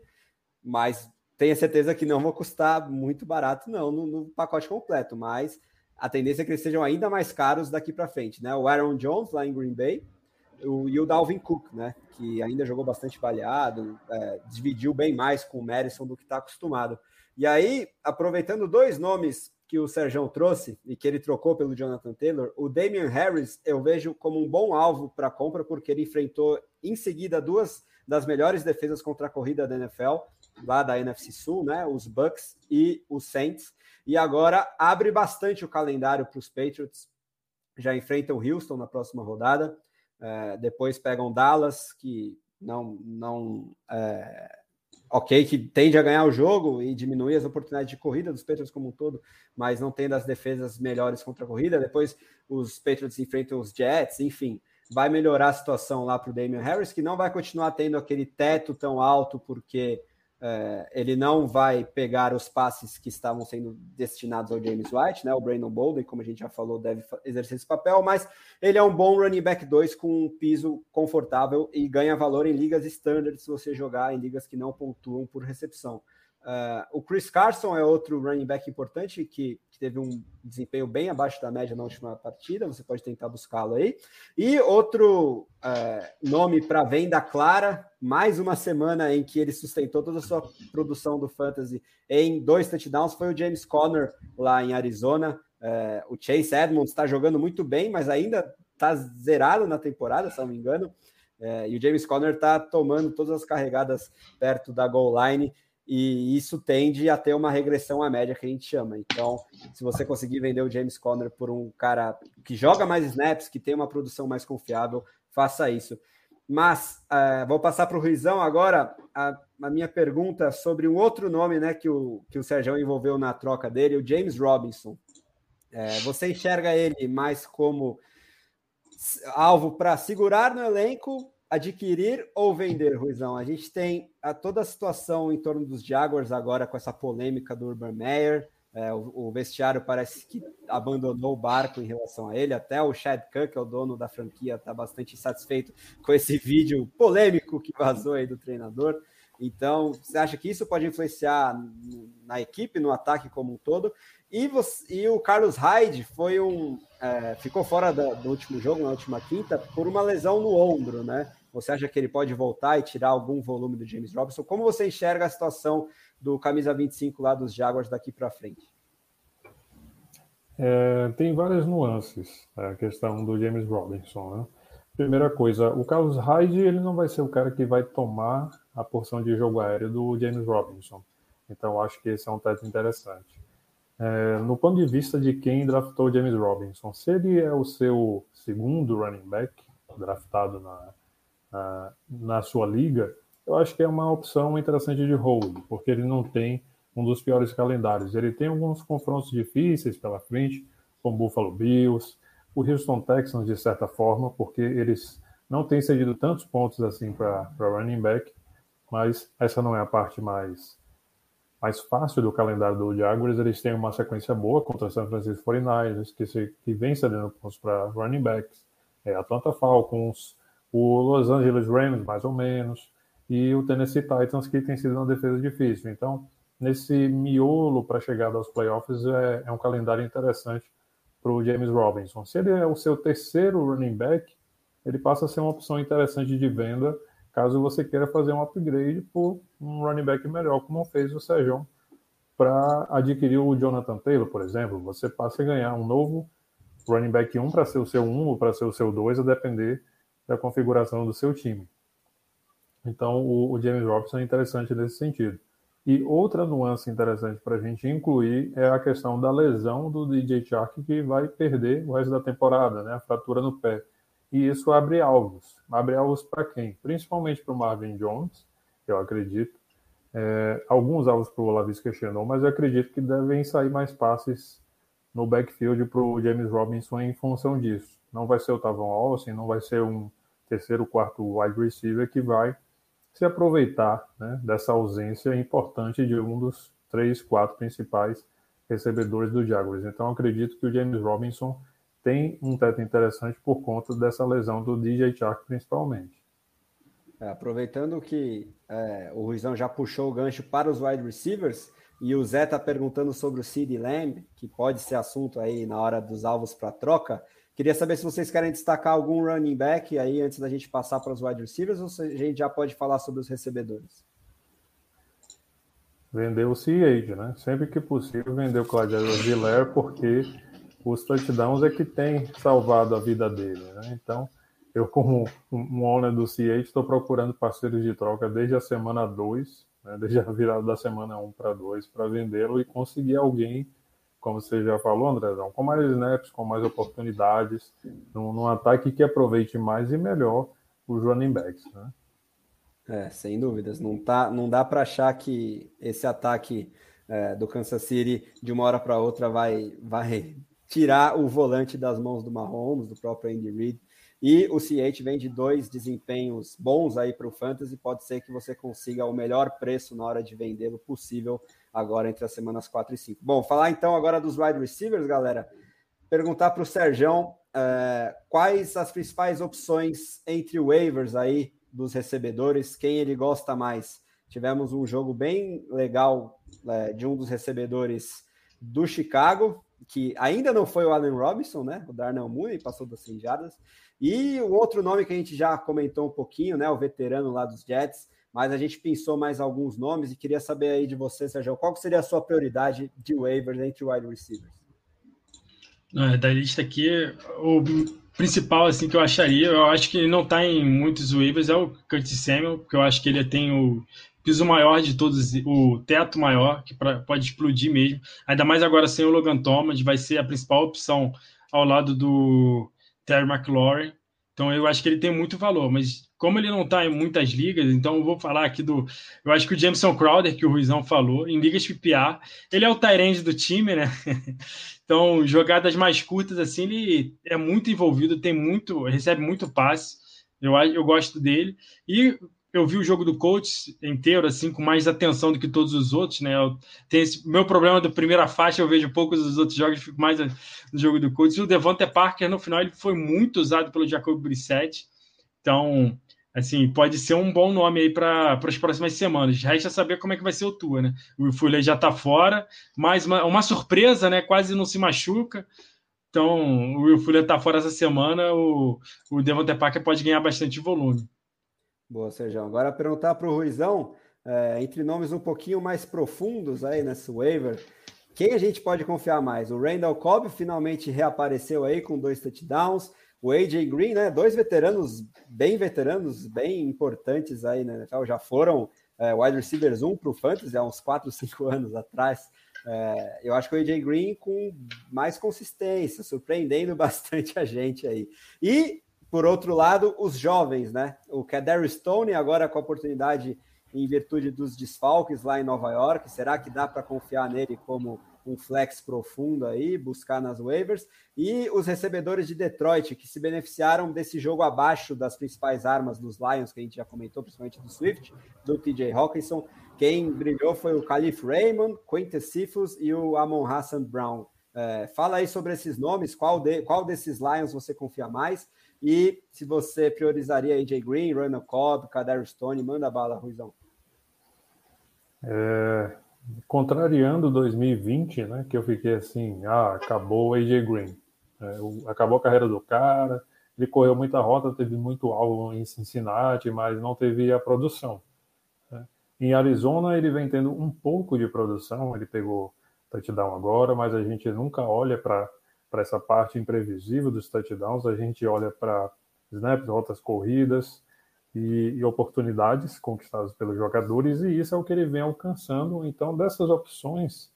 mas tenha certeza que não vão custar muito barato, não, no, no pacote completo, mas a tendência é que eles sejam ainda mais caros daqui para frente, né? O Aaron Jones, lá em Green Bay, o, e o Dalvin Cook, né? Que ainda jogou bastante baleado, é, dividiu bem mais com o Madison do que está acostumado. E aí, aproveitando dois nomes que o Sergião trouxe e que ele trocou pelo Jonathan Taylor, o Damian Harris eu vejo como um bom alvo para compra, porque ele enfrentou em seguida duas das melhores defesas contra a corrida da N F L, lá da N F C Sul, né? Os Bucks e os Saints, e agora abre bastante o calendário para os Patriots. Já enfrentam Houston na próxima rodada, é, depois pegam Dallas, que não... não é... ok, que tende a ganhar o jogo e diminuir as oportunidades de corrida dos Patriots como um todo, mas não tendo as defesas melhores contra a corrida. Depois os Patriots enfrentam os Jets, enfim, vai melhorar a situação lá para o Damian Harris, que não vai continuar tendo aquele teto tão alto, porque é, ele não vai pegar os passes que estavam sendo destinados ao James White, né? O Brandon Bolden, como a gente já falou, deve exercer esse papel, mas ele é um bom running back dois com um piso confortável e ganha valor em ligas standard se você jogar em ligas que não pontuam por recepção. Uh, o Chris Carson é outro running back importante que, que teve um desempenho bem abaixo da média na última partida, você pode tentar buscá-lo aí. E outro uh, nome para venda clara, mais uma semana em que ele sustentou toda a sua produção do Fantasy em dois touchdowns, foi o James Conner lá em Arizona. Uh, o Chase Edmonds está jogando muito bem, mas ainda está zerado na temporada, se não me engano. É, e o James Conner está tomando todas as carregadas perto da goal line, e isso tende a ter uma regressão à média que a gente chama. Então, se você conseguir vender o James Conner por um cara que joga mais snaps, que tem uma produção mais confiável, faça isso. Mas, uh, vou passar para o Ruizão agora a, a minha pergunta sobre um outro nome, né, que o, que o Sérgio envolveu na troca dele, o James Robinson. É, você enxerga ele mais como alvo para segurar no elenco, adquirir ou vender, Ruizão? A gente tem a, toda a situação em torno dos Jaguars agora com essa polêmica do Urban Meyer. É, o, o vestiário parece que abandonou o barco em relação a ele. Até o Chad Kahn, que é o dono da franquia, está bastante insatisfeito com esse vídeo polêmico que vazou aí do treinador. Então, você acha que isso pode influenciar na equipe, no ataque como um todo? E, você, e o Carlos Hyde foi um, é, ficou fora da, do último jogo, na última quinta, por uma lesão no ombro, né? Você acha que ele pode voltar e tirar algum volume do James Robinson? Como você enxerga a situação do camisa vinte e cinco lá dos Jaguars daqui para frente? É, tem várias nuances a questão do James Robinson, né? Primeira coisa, o Carlos Hyde ele não vai ser o cara que vai tomar a porção de jogo aéreo do James Robinson. Então, acho que esse é um teto interessante. É, no ponto de vista de quem draftou o James Robinson, se ele é o seu segundo running back draftado na, na, na sua liga, eu acho que é uma opção interessante de hold, porque ele não tem um dos piores calendários. Ele tem alguns confrontos difíceis pela frente, com o Buffalo Bills, o Houston Texans, de certa forma, porque eles não têm cedido tantos pontos assim para running back, mas essa não é a parte mais, mais fácil do calendário do Jaguars. Eles têm uma sequência boa contra o San Francisco forty-niners, que, se, que vem cedendo pontos para running backs, é, Atlanta Falcons, o Los Angeles Rams, mais ou menos, e o Tennessee Titans, que tem sido uma defesa difícil. Então, nesse miolo para a chegada aos playoffs, é, é um calendário interessante para o James Robinson. Se ele é o seu terceiro running back, ele passa a ser uma opção interessante de venda, caso você queira fazer um upgrade por um running back melhor, como fez o Sérgio, para adquirir o Jonathan Taylor, por exemplo. Você passa a ganhar um novo running back um para ser o seu um ou para ser o seu dois, a depender da configuração do seu time. Então, o, o James Robinson é interessante nesse sentido. E outra nuance interessante para a gente incluir é a questão da lesão do D J Chark, que vai perder o resto da temporada, né? A fratura no pé. E isso abre alvos. Abre alvos para quem? Principalmente para o Marvin Jones, eu acredito. É, alguns alvos para o Laviska Shenault, mas eu acredito que devem sair mais passes no backfield para o James Robinson em função disso. Não vai ser o Tavon Austin, não vai ser um terceiro, quarto wide receiver que vai se aproveitar, né, dessa ausência importante de um dos três, quatro principais recebedores do Jaguars. Então, acredito que o James Robinson tem um teto interessante por conta dessa lesão do D J Chark, principalmente. É, aproveitando que é, o Ruizão já puxou o gancho para os wide receivers, e o Zé está perguntando sobre o CeeDee Lamb, que pode ser assunto aí na hora dos alvos para troca. Queria saber se vocês querem destacar algum running back aí antes da gente passar para os wide receivers, ou se a gente já pode falar sobre os recebedores. Vender o C H, né? Sempre que possível, vender o Clyde Edwards-Helaire, porque os touchdowns é que tem salvado a vida dele, né? Então, eu, como um owner do C H, estou procurando parceiros de troca desde a semana dois, né? Desde a virada da semana um para dois, para vendê-lo e conseguir alguém, como você já falou, Andrezão, com mais snaps, com mais oportunidades, num, num ataque que aproveite mais e melhor os running backs, né? É, sem dúvidas. Não, tá, não dá para achar que esse ataque é, do Kansas City, de uma hora para outra, vai, vai tirar o volante das mãos do Mahomes, do próprio Andy Reid. E o C H vem de dois desempenhos bons aí para o Fantasy. Pode ser que você consiga o melhor preço na hora de vendê-lo possível agora entre as semanas quatro e cinco. Bom, falar então agora dos wide receivers, galera. Perguntar para o Sérgio é, quais as principais opções entre waivers aí dos recebedores, quem ele gosta mais. Tivemos um jogo bem legal é, de um dos recebedores do Chicago, que ainda não foi o Allen Robinson, né? O Darnell Mooney passou das cem jardas. E o outro nome que a gente já comentou um pouquinho, né? O veterano lá dos Jets, mas a gente pensou mais alguns nomes e queria saber aí de você, Sérgio, qual seria a sua prioridade de waivers entre wide receivers? Da lista aqui, o principal assim que eu acharia, eu acho que ele não está em muitos waivers, é o Curtis Samuel, porque eu acho que ele tem o piso maior de todos, o teto maior, que pra, pode explodir mesmo. Ainda mais agora sem o Logan Thomas, vai ser a principal opção ao lado do Terry McLaurin. Então eu acho que ele tem muito valor, mas como ele não está em muitas ligas, então eu vou falar aqui do... Eu acho que o Jameson Crowder, que o Ruizão falou, em ligas P P R, ele é o tight end do time, né? Então, jogadas mais curtas, assim, ele é muito envolvido, tem muito, recebe muito passe. Eu, eu gosto dele. E eu vi o jogo do Colts inteiro, assim, com mais atenção do que todos os outros, né? Eu tenho esse, meu problema da primeira faixa, eu vejo poucos dos outros jogos, fico mais no jogo do Colts. E o Devontae Parker, no final, ele foi muito usado pelo Jacoby Brissett. Então, assim, pode ser um bom nome aí para as próximas semanas. Resta saber como é que vai ser o Tua, né? O Fuller já está fora, mas uma, uma surpresa, né? Quase não se machuca. Então, o Will Fuller está fora essa semana, o, o Devontae Parker pode ganhar bastante volume. Boa, Sérgio. Agora perguntar para o Ruizão, é, entre nomes um pouquinho mais profundos aí nesse waiver, quem a gente pode confiar mais? O Randall Cobb finalmente reapareceu aí com dois touchdowns. O A J Green, né? Dois veteranos, bem veteranos, bem importantes aí, né? Já foram é, wide receivers um para o Fantasy há uns quatro, cinco anos atrás. É, eu acho que o A J Green com mais consistência, surpreendendo bastante a gente aí. E, por outro lado, os jovens, né? O Kadarius Toney agora com a oportunidade em virtude dos desfalques lá em Nova York. Será que dá para confiar nele como um flex profundo aí, buscar nas waivers? E os recebedores de Detroit, que se beneficiaram desse jogo abaixo das principais armas dos Lions, que a gente já comentou, principalmente do Swift, do T J Hawkinson. Quem brilhou foi o Khalif Raymond, Quintez Cephus e o Amon-Ra Saint Brown. É, fala aí sobre esses nomes, qual, de, qual desses Lions você confia mais? E se você priorizaria A J Green, Randall Cobb, Kadarius Toney, manda bala, Ruizão. É, contrariando dois mil e vinte, né, que eu fiquei assim, ah, acabou o A J Green, é, o, acabou a carreira do cara, ele correu muita rota, teve muito alvo em Cincinnati, mas não teve a produção. Né? Em Arizona ele vem tendo um pouco de produção, ele pegou touchdown agora, mas a gente nunca olha para para essa parte imprevisível dos touchdowns, a gente olha para snaps, rotas corridas, E, e oportunidades conquistadas pelos jogadores, e isso é o que ele vem alcançando. Então, dessas opções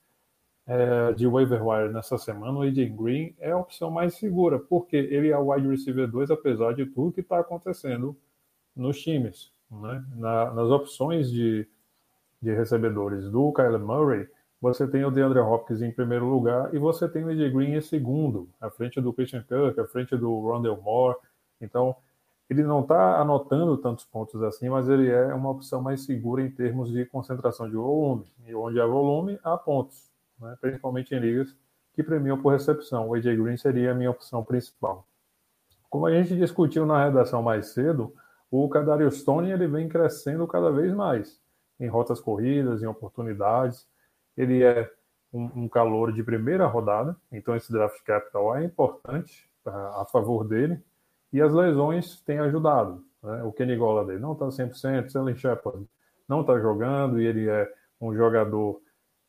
é, de waiver wire nessa semana, o A J Green é a opção mais segura, porque ele é o wide receiver dois, apesar de tudo que está acontecendo nos times. Né? Na, nas opções de, de recebedores do Kyler Murray, você tem o DeAndre Hopkins em primeiro lugar e você tem o A J Green em segundo, à frente do Christian Kirk, à frente do Rondale Moore. Então, ele não está anotando tantos pontos assim, mas ele é uma opção mais segura em termos de concentração de volume. E onde há volume, há pontos, né? Principalmente em ligas que premiam por recepção. O A J Green seria a minha opção principal. Como a gente discutiu na redação mais cedo, o Kadarius Toney ele vem crescendo cada vez mais em rotas corridas, em oportunidades. Ele é um, um calouro de primeira rodada, então esse draft capital é importante a, a favor dele. E as lesões têm ajudado. Né? O Kenny Golladay não está cem por cento, Sterling Shepard não está jogando, e ele é um jogador,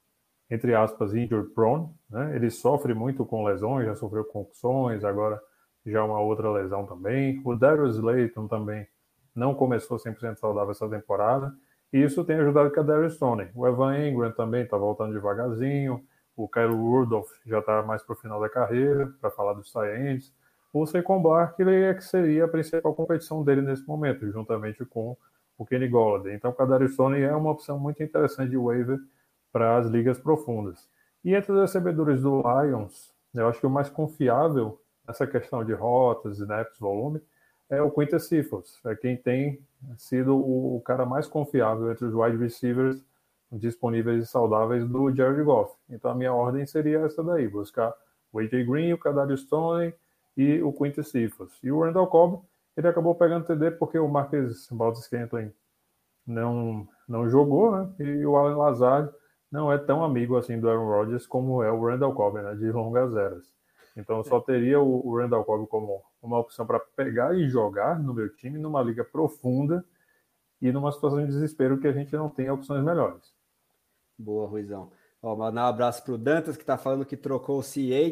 entre aspas, injury prone. Né? Ele sofre muito com lesões, já sofreu concussões, agora já uma outra lesão também. O Darius Slayton também não começou cem por cento saudável essa temporada, e isso tem ajudado o Kadarius Toney. O Evan Engram também está voltando devagarzinho, o Kyle Rudolph já está mais para o final da carreira, para falar dos Saiyans. O Saquon Barkley é que seria a principal competição dele nesse momento, juntamente com o Kenny Golladay. Então, o Kadarius Toney é uma opção muito interessante de waiver para as ligas profundas. E entre os recebedores do Lions, eu acho que o mais confiável nessa questão de rotas, snaps, volume, é o Quintez Cephus. É quem tem sido o cara mais confiável entre os wide receivers disponíveis e saudáveis do Jared Goff. Então, a minha ordem seria essa daí, buscar o A J Green, o Kadarius Toney e o Quintez Cephus. E o Randall Cobb, ele acabou pegando T D porque o Marcus Valdes-Scantling não, não jogou, né? E o Allen Lazard não é tão amigo assim do Aaron Rodgers como é o Randall Cobb, né? De longas eras. Então, eu só teria o, o Randall Cobb como uma opção para pegar e jogar no meu time, numa liga profunda e numa situação de desespero que a gente não tem opções melhores. Boa, Ruizão. Ó, mandar um abraço para o Dantas, que está falando que trocou o C H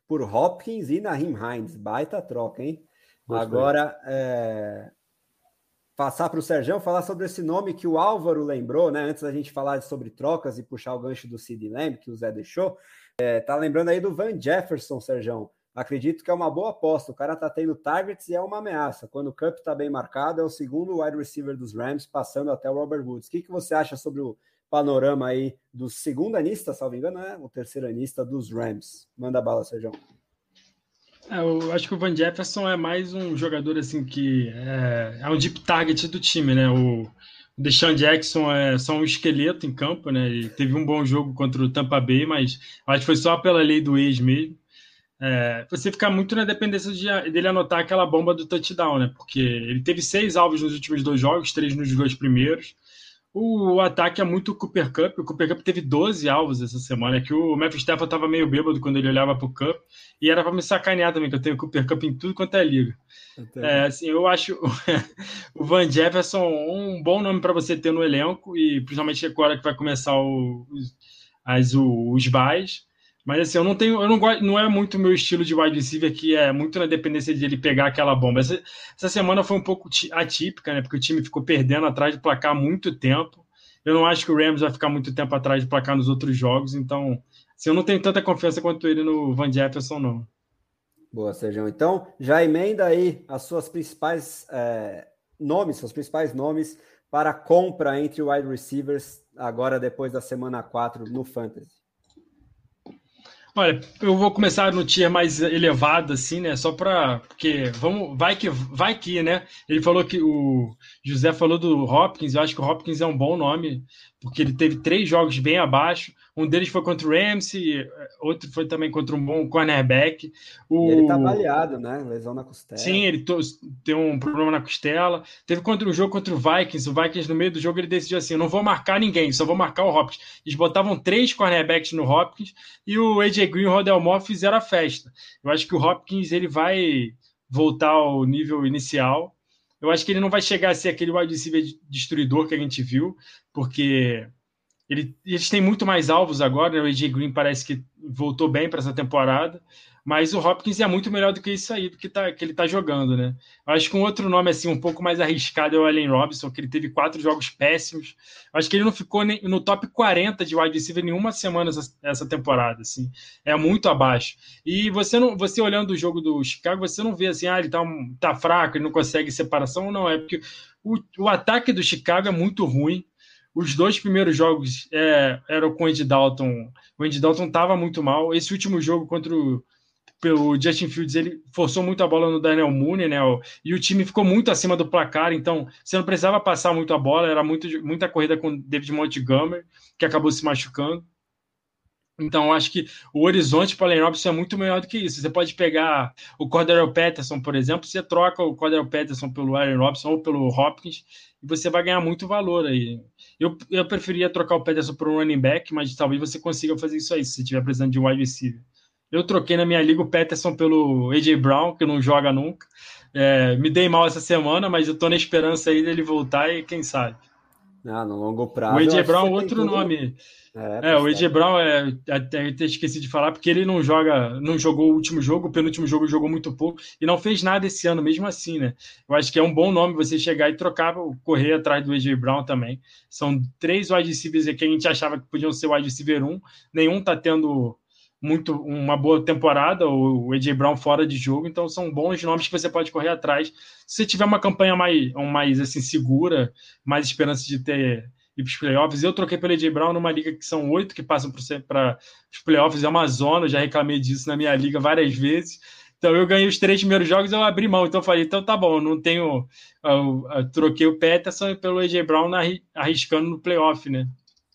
por Hopkins e Nyheim Hines. Baita troca, hein? Gostei. Agora, é... passar para o Sergião falar sobre esse nome que o Álvaro lembrou, né? Antes da gente falar sobre trocas e puxar o gancho do CeeDee Lamb, que o Zé deixou. É, tá lembrando aí do Van Jefferson, Sergião. Acredito que é uma boa aposta. O cara tá tendo targets e é uma ameaça. Quando o Cup tá bem marcado, é o segundo wide receiver dos Rams, passando até o Robert Woods. O que, que você acha sobre o panorama aí do segundo anista, salvo engano, né? O terceiro anista dos Rams? Manda bala, Sergião. É, eu acho que o Van Jefferson é mais um jogador assim que é, é um deep target do time, né? O Deshaun Jackson é só um esqueleto em campo, né? Ele teve um bom jogo contra o Tampa Bay, mas acho que foi só pela lei do ex mesmo. É, você fica muito na dependência de, dele anotar aquela bomba do touchdown, né? Porque ele teve seis alvos nos últimos dois jogos, três nos dois primeiros. O, o ataque é muito o Cooper Kupp. O Cooper Kupp teve doze alvos essa semana. É que o Matthew Stafford estava meio bêbado quando ele olhava para o Kupp. E era para me sacanear também, que eu tenho o Cooper Kupp em tudo quanto é liga. É, assim, eu acho o Van Jefferson um bom nome para você ter no elenco, e principalmente agora que vai começar o, as, os buys. Mas assim, eu não tenho, eu não gosto, não é muito o meu estilo de wide receiver, que é muito na dependência de ele pegar aquela bomba. Essa, essa semana foi um pouco atípica, né? Porque o time ficou perdendo atrás do placar há muito tempo. Eu não acho que o Rams vai ficar muito tempo atrás do placar nos outros jogos, então assim, eu não tenho tanta confiança quanto ele no Van Jefferson, não. Boa, Sérgio. Então, já emenda aí as suas principais é, nomes, seus principais nomes para compra entre wide receivers agora depois da semana quatro no Fantasy. Olha, eu vou começar no tier mais elevado, assim, né? Só para porque vamos, vai que, vai que, né? Ele falou que o José falou do Hopkins. Eu acho que o Hopkins é um bom nome, porque ele teve três jogos bem abaixo. Um deles foi contra o Ramsey, outro foi também contra um bom cornerback. O... E ele tá baleado, né? Lesão na costela. Sim, ele to... tem um problema na costela. Teve contra um jogo contra o Vikings. O Vikings, no meio do jogo, ele decidiu assim: eu não vou marcar ninguém, só vou marcar o Hopkins. Eles botavam três cornerbacks no Hopkins e o A J Green e o Rondale Moore fizeram a festa. Eu acho que o Hopkins ele vai voltar ao nível inicial. Eu acho que ele não vai chegar a ser aquele wide receiver destruidor que a gente viu, porque ele, eles têm muito mais alvos agora, né? O A J Green parece que voltou bem para essa temporada, mas o Hopkins é muito melhor do que isso aí, do que, tá, que ele está jogando, né? Eu acho que um outro nome assim um pouco mais arriscado é o Allen Robinson, que ele teve quatro jogos péssimos. Eu acho que ele não ficou nem no top quarenta de wide receiver nenhuma semana essa, essa temporada, assim. É muito abaixo. E você não, você olhando o jogo do Chicago, você não vê assim, ah, ele tá, um, tá fraco, ele não consegue separação, não, é porque o, o ataque do Chicago é muito ruim. Os dois primeiros jogos é, eram com o Andy Dalton. O Andy Dalton estava muito mal. Esse último jogo contra o pelo Justin Fields, ele forçou muito a bola no Daniel Mooney, né? E o time ficou muito acima do placar, então você não precisava passar muito a bola, era muito, muita corrida com o David Montgomery, que acabou se machucando. Então, eu acho que o horizonte para o Allen Robinson é muito melhor do que isso. Você pode pegar o Cordarrelle Patterson, por exemplo, você troca o Cordarrelle Patterson pelo Allen Robinson ou pelo Hopkins e você vai ganhar muito valor aí. Eu, eu preferia trocar o Patterson por um running back, mas talvez você consiga fazer isso aí, se você estiver precisando de um wide receiver. Eu troquei na minha liga o Patterson pelo A J Brown, que não joga nunca. É, me dei mal essa semana, mas eu tô na esperança aí dele voltar e quem sabe. Ah, no longo prazo. O A J Brown, outro tudo... nome. É, é o A J Brown, é, até eu esqueci de falar, porque ele não joga, não jogou o último jogo, o penúltimo jogo jogou muito pouco e não fez nada esse ano, mesmo assim, né? Eu acho que é um bom nome você chegar e trocar, correr atrás do A J Brown também. São três wide receivers que a gente achava que podiam ser wide receiver um, nenhum tá tendo muito uma boa temporada, o A J Brown fora de jogo, então são bons nomes que você pode correr atrás. Se você tiver uma campanha mais, mais assim, segura, mais esperança de ter ir para os playoffs, eu troquei pelo A J Brown numa liga que são oito que passam para os playoffs, é uma zona, eu já reclamei disso na minha liga várias vezes. Então eu ganhei os três primeiros jogos, eu abri mão, então eu falei, então tá bom, eu não tenho, eu, eu troquei o Patterson pelo A J Brown arriscando no playoff, né?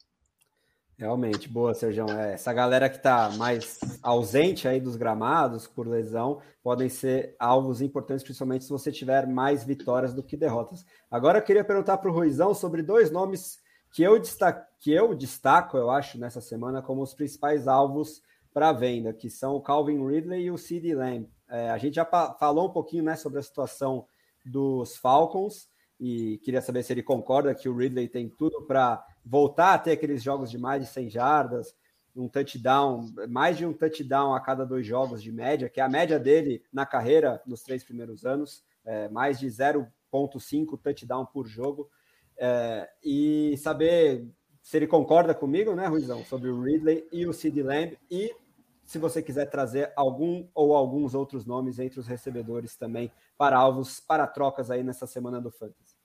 Realmente, boa, Sergião. É, essa galera que está mais ausente aí dos gramados por lesão podem ser alvos importantes, principalmente se você tiver mais vitórias do que derrotas. Agora eu queria perguntar para o Ruizão sobre dois nomes que eu, destaco, que eu destaco, eu acho, nessa semana como os principais alvos para venda, que são o Calvin Ridley e o CeeDee Lamb. É, a gente já falou um pouquinho, né, sobre a situação dos Falcons e queria saber se ele concorda que o Ridley tem tudo para voltar a ter aqueles jogos de mais de cem jardas um touchdown, mais de um touchdown a cada dois jogos de média, que é a média dele na carreira nos três primeiros anos, é, mais de zero vírgula cinco touchdown por jogo, é, e saber se ele concorda comigo, né, Ruizão, sobre o Ridley e o CeeDee Lamb, e se você quiser trazer algum ou alguns outros nomes entre os recebedores também para alvos, para trocas aí nessa semana do Fantasy.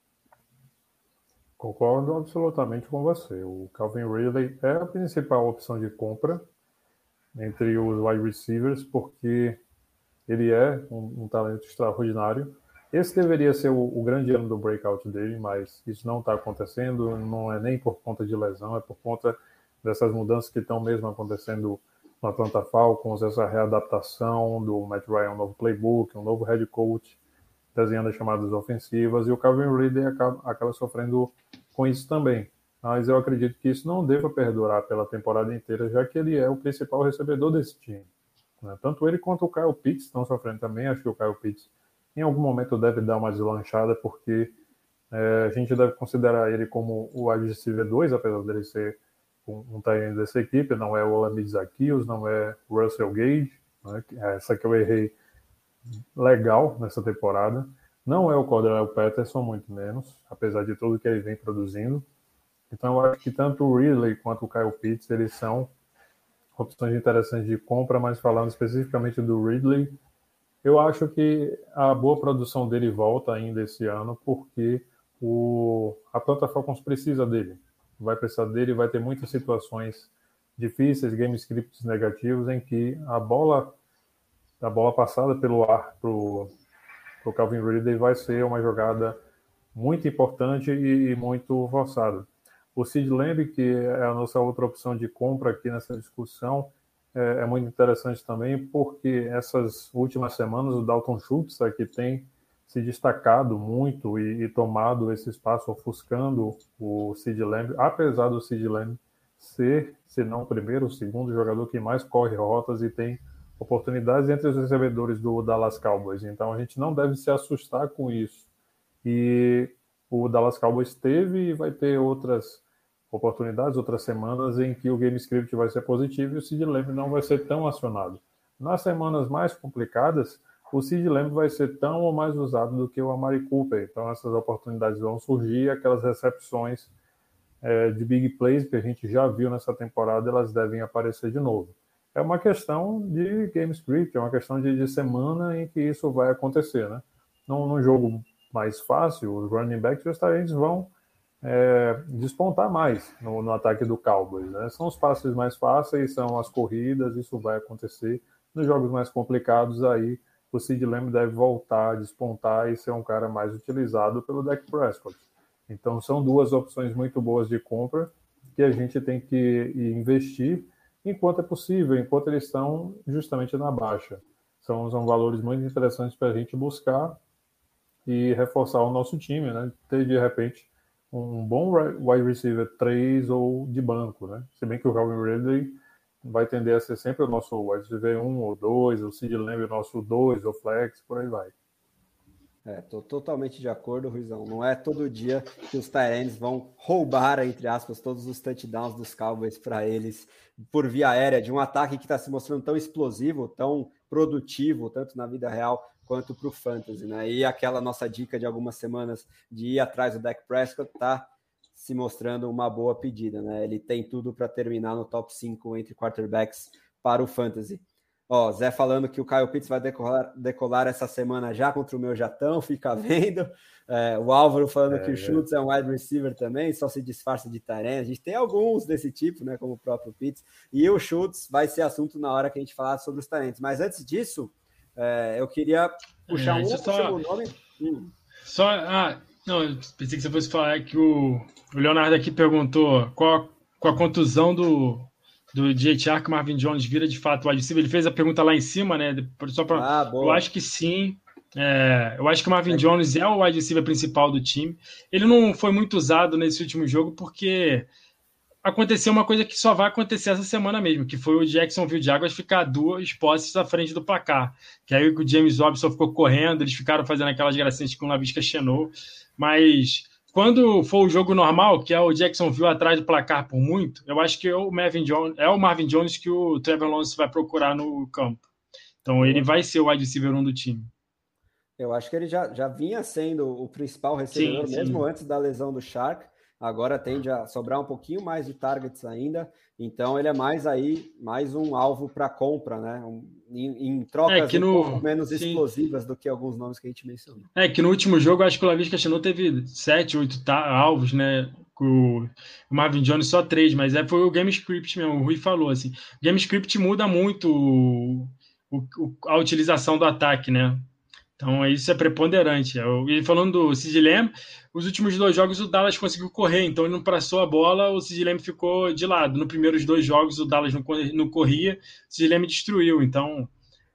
Concordo absolutamente com você. O Calvin Ridley é a principal opção de compra entre os wide receivers, porque ele é um, um talento extraordinário. Esse deveria ser o, o grande ano do breakout dele, mas isso não está acontecendo, não é nem por conta de lesão, é por conta dessas mudanças que estão mesmo acontecendo no Atlanta Falcons, essa readaptação do Matt Ryan, um novo playbook, um novo head coach, desenhando as chamadas ofensivas, e o Calvin Ridley acaba, acaba sofrendo com isso também. Mas eu acredito que isso não deva perdurar pela temporada inteira, já que ele é o principal recebedor desse time. Tanto ele quanto o Kyle Pitts estão sofrendo também. Acho que o Kyle Pitts em algum momento deve dar uma deslanchada, porque é, a gente deve considerar ele como o wide receiver dois, apesar dele ser um, um tight end dessa equipe. Não é o Olamide Zaccheaus, não é o Russell Gage, né? Essa que eu errei legal nessa temporada. Não é o Cordarrelle Patterson, muito menos, apesar de tudo que ele vem produzindo. Então eu acho que tanto o Ridley quanto o Kyle Pitts, eles são opções interessantes de compra, mas falando especificamente do Ridley, eu acho que a boa produção dele volta ainda esse ano, porque o Atlanta Falcons precisa dele. Vai precisar dele, vai ter muitas situações difíceis, game scripts negativos, em que a bola, a bola passada pelo ar para o Calvin Ridley vai ser uma jogada muito importante e, e muito forçada. O CeeDee Lamb, que é a nossa outra opção de compra aqui nessa discussão, é, é muito interessante também, porque essas últimas semanas o Dalton Schultz aqui tem se destacado muito e, e tomado esse espaço, ofuscando o CeeDee Lamb, apesar do CeeDee Lamb ser, se não o primeiro, o segundo jogador que mais corre rotas e tem oportunidades entre os recebedores do Dallas Cowboys. Então a gente não deve se assustar com isso. E o Dallas Cowboys teve e vai ter outras oportunidades, outras semanas em que o game script vai ser positivo e o CeeDee Lamb não vai ser tão acionado. Nas semanas mais complicadas, o CeeDee Lamb vai ser tão ou mais usado do que o Amari Cooper. Então essas oportunidades vão surgir, aquelas recepções é, de big plays que a gente já viu nessa temporada, elas devem aparecer de novo. É uma questão de game script, é uma questão de, de semana em que isso vai acontecer, né? Num, num jogo mais fácil, os running backs e os tight ends vão é, despontar mais no, no ataque do Cowboys, né? São os passes mais fáceis, são as corridas, isso vai acontecer. Nos jogos mais complicados, aí o CeeDee Lamb deve voltar a despontar e ser um cara mais utilizado pelo Dak Prescott. Então são duas opções muito boas de compra que a gente tem que investir enquanto é possível, enquanto eles estão justamente na baixa. São, são valores muito interessantes para a gente buscar e reforçar o nosso time, né? Ter, de repente, um bom wide receiver três ou de banco, né? Se bem que o Calvin Ridley vai tender a ser sempre o nosso wide receiver um ou dois, o CeeDee Lamb o nosso dois, ou flex, por aí vai. É, tô totalmente de acordo, Ruizão. Não é todo dia que os tight ends vão roubar, entre aspas, todos os touchdowns dos Cowboys para eles por via aérea, de um ataque que está se mostrando tão explosivo, tão produtivo, tanto na vida real quanto para o fantasy, né? E aquela nossa dica de algumas semanas de ir atrás do Dak Prescott tá se mostrando uma boa pedida, né? Ele tem tudo para terminar no top cinco entre quarterbacks para o fantasy. Ó, Zé falando que o Kyle Pitts vai decolar, decolar essa semana já contra o meu Jatão, fica vendo. É, o Álvaro falando é, que o Schultz é. é um wide receiver também, só se disfarça de tight end. A gente tem alguns desse tipo, né, como o próprio Pitts. E o Schultz vai ser assunto na hora que a gente falar sobre os tight ends. Mas antes disso, é, eu queria puxar é, um outro só... nome. Hum. Só, ah, não, pensei que você fosse falar que o, o Leonardo aqui perguntou qual, qual a contusão do... do D H R que o Marvin Jones vira de fato o wide receiver. Ele fez a pergunta lá em cima, né? Só pra... ah, eu acho que sim. É... eu acho que o Marvin é. Jones é o wide receiver principal do time. Ele não foi muito usado nesse último jogo porque aconteceu uma coisa que só vai acontecer essa semana mesmo, que foi o Jacksonville Jaguars ficar duas posses à frente do placar. Que aí o James Robinson ficou correndo, eles ficaram fazendo aquelas gracinhas com o Laviska Shenault, mas quando for o jogo normal, que é o Jacksonville atrás do placar por muito, eu acho que é o Marvin Jones, é o Marvin Jones que o Trevor Lawrence vai procurar no campo. Então ele vai ser o wide receiver um do time. Eu acho que ele já, já vinha sendo o principal recebedor, sim, mesmo sim. antes da lesão do Chark. Agora tende a sobrar um pouquinho mais de targets ainda. Então ele é mais aí, mais um alvo para compra, né? Um, em, em trocas é que no, um pouco menos sim. explosivas do que alguns nomes que a gente mencionou. É que no último jogo, acho que o Laviska Shenault teve sete, oito alvos, né? O Marvin Jones só três, mas é, foi o game script mesmo, o Rui falou assim. O game script muda muito o, o, a utilização do ataque, né? Então, isso é preponderante. E falando do Sid Lamb, os últimos dois jogos o Dallas conseguiu correr, então ele não passou a bola, o Sid Lamb ficou de lado. Nos primeiros dois jogos o Dallas não, não corria, o Sid Lamb destruiu. Então,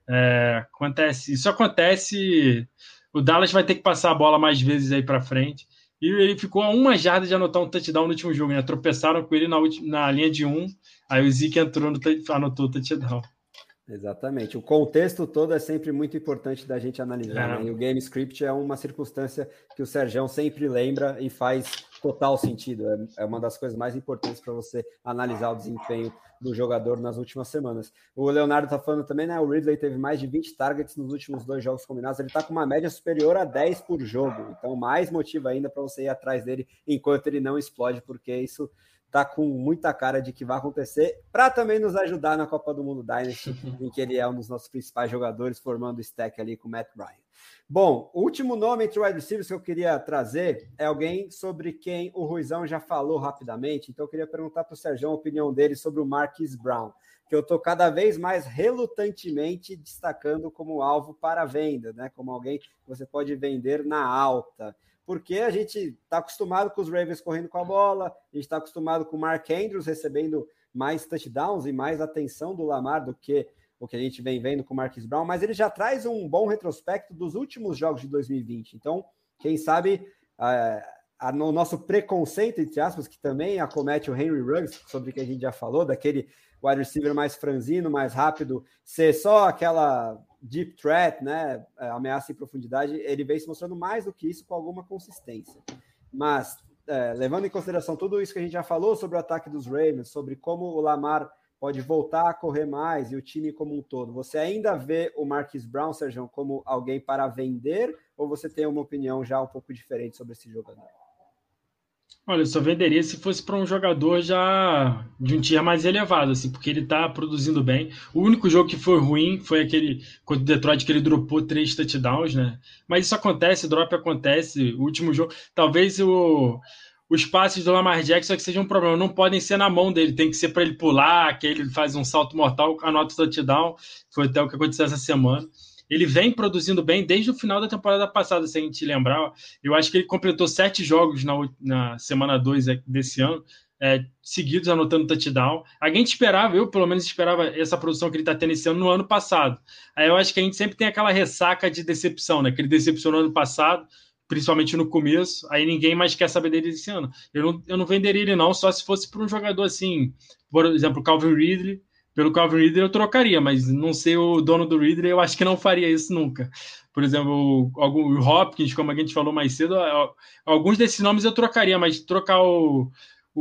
é, acontece. Isso acontece, o Dallas vai ter que passar a bola mais vezes aí para frente. E ele ficou a uma jarda de anotar um touchdown no último jogo, né? Tropeçaram com ele na, na linha de um, aí o Zeke entrou no anotou o touchdown. Exatamente. O contexto todo é sempre muito importante da gente analisar, é. né? E o game script é uma circunstância que o Sergião sempre lembra e faz total sentido. É, é uma das coisas mais importantes para você analisar o desempenho do jogador nas últimas semanas. O Leonardo está falando também, né? O Ridley teve mais de vinte targets nos últimos dois jogos combinados. Ele está com uma média superior a dez por jogo. Então, mais motivo ainda para você ir atrás dele enquanto ele não explode, porque isso tá com muita cara de que vai acontecer, para também nos ajudar na Copa do Mundo Dynasty, em que ele é um dos nossos principais jogadores, formando o stack ali com o Matt Ryan. Bom, o último nome entre wide receivers que eu queria trazer é alguém sobre quem o Ruizão já falou rapidamente, então eu queria perguntar para o Sergião a opinião dele sobre o Marquise Brown, que eu estou cada vez mais relutantemente destacando como alvo para venda, né? Como alguém que você pode vender na alta. Porque a gente está acostumado com os Ravens correndo com a bola, a gente está acostumado com o Mark Andrews recebendo mais touchdowns e mais atenção do Lamar do que o que a gente vem vendo com o Marquise Brown, mas ele já traz um bom retrospecto dos últimos jogos de dois mil e vinte. Então, quem sabe, a, a, no nosso preconceito, entre aspas, que também acomete o Henry Ruggs, sobre o que a gente já falou, daquele wide receiver mais franzino, mais rápido, ser só aquela deep threat, né, ameaça em profundidade, ele vem se mostrando mais do que isso com alguma consistência. Mas, é, levando em consideração tudo isso que a gente já falou sobre o ataque dos Ravens, sobre como o Lamar pode voltar a correr mais e o time como um todo, você ainda vê o Marquise Brown, Sérgio, como alguém para vender, ou você tem uma opinião já um pouco diferente sobre esse jogador? Olha, eu só venderia se fosse para um jogador já de um tier mais elevado, assim, porque ele está produzindo bem. O único jogo que foi ruim foi aquele contra o Detroit, que ele dropou três touchdowns, né? Mas isso acontece, drop acontece. O último jogo, talvez o, os passes do Lamar Jackson que seja um problema, não podem ser na mão dele, tem que ser para ele pular, que ele faz um salto mortal, anota o touchdown. Foi até o que aconteceu essa semana. Ele vem produzindo bem desde o final da temporada passada, se a gente lembrar. Eu acho que ele completou sete jogos na, na semana dois desse ano, é, seguidos, anotando touchdown. A gente esperava, eu pelo menos esperava essa produção que ele está tendo esse ano no ano passado. Aí eu acho que a gente sempre tem aquela ressaca de decepção, né? Que ele decepcionou no ano passado, principalmente no começo, aí ninguém mais quer saber dele esse ano. Eu não, eu não venderia ele não, só se fosse para um jogador assim, por exemplo, Calvin Ridley. Pelo Calvin Ridley eu trocaria, mas não ser o dono do Ridley, eu acho que não faria isso nunca. Por exemplo, o, o Hopkins, como a gente falou mais cedo, alguns desses nomes eu trocaria, mas trocar o,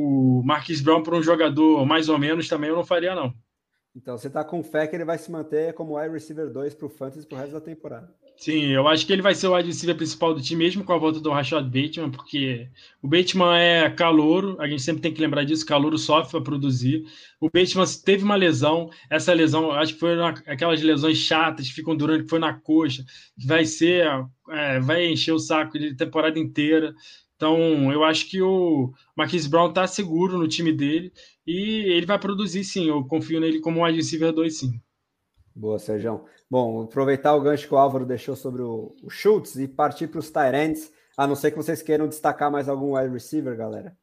o Marquise Brown por um jogador mais ou menos também eu não faria, não. Então você está com fé que ele vai se manter como wide receiver dois para o Fantasy para o resto da temporada? Sim, eu acho que ele vai ser o wide receiver principal do time, mesmo com a volta do Rashad Bateman, porque o Bateman é calouro, a gente sempre tem que lembrar disso, calouro sofre para produzir. O Bateman teve uma lesão, essa lesão, acho que foi uma, aquelas lesões chatas que ficam durante, que foi na coxa, que vai ser, é, vai encher o saco de temporada inteira. Então, eu acho que o Marquise Brown está seguro no time dele e ele vai produzir, sim. Eu confio nele como wide receiver dois, sim. Boa, Sérgio. Bom, aproveitar o gancho que o Álvaro deixou sobre o, o Schultz e partir para os tight ends, a não ser que vocês queiram destacar mais algum wide receiver, galera.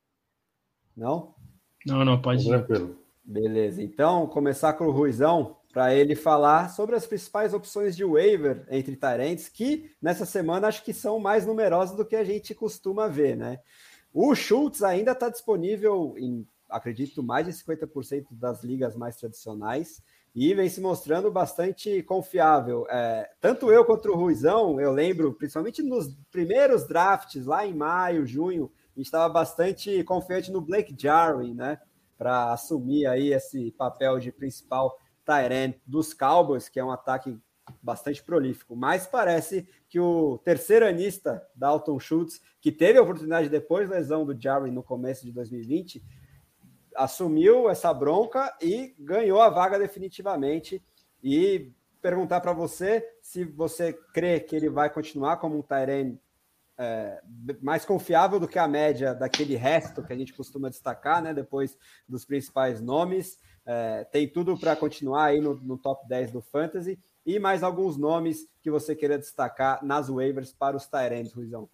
Não? Não, não, pode ir. Tranquilo. Beleza, então começar com o Ruizão, para ele falar sobre as principais opções de waiver entre tight ends, que nessa semana acho que são mais numerosas do que a gente costuma ver, né? O Schultz ainda está disponível em, acredito, mais de cinquenta por cento das ligas mais tradicionais, e vem se mostrando bastante confiável. É, tanto eu quanto o Ruizão, eu lembro, principalmente nos primeiros drafts, lá em maio, junho, a gente estava bastante confiante no Blake Jarwin, né, para assumir aí esse papel de principal tight end dos Cowboys, que é um ataque bastante prolífico, mas parece que o terceiranista Dalton Schultz, que teve a oportunidade depois da lesão do Jarwin no começo de dois mil e vinte, assumiu essa bronca e ganhou a vaga definitivamente. E perguntar para você se você crê que ele vai continuar como um tight end é, mais confiável do que a média daquele resto que a gente costuma destacar, né, depois dos principais nomes. É, tem tudo para continuar aí no, no top dez do Fantasy. E mais alguns nomes que você queira destacar nas waivers para os tight ends, Ruizão.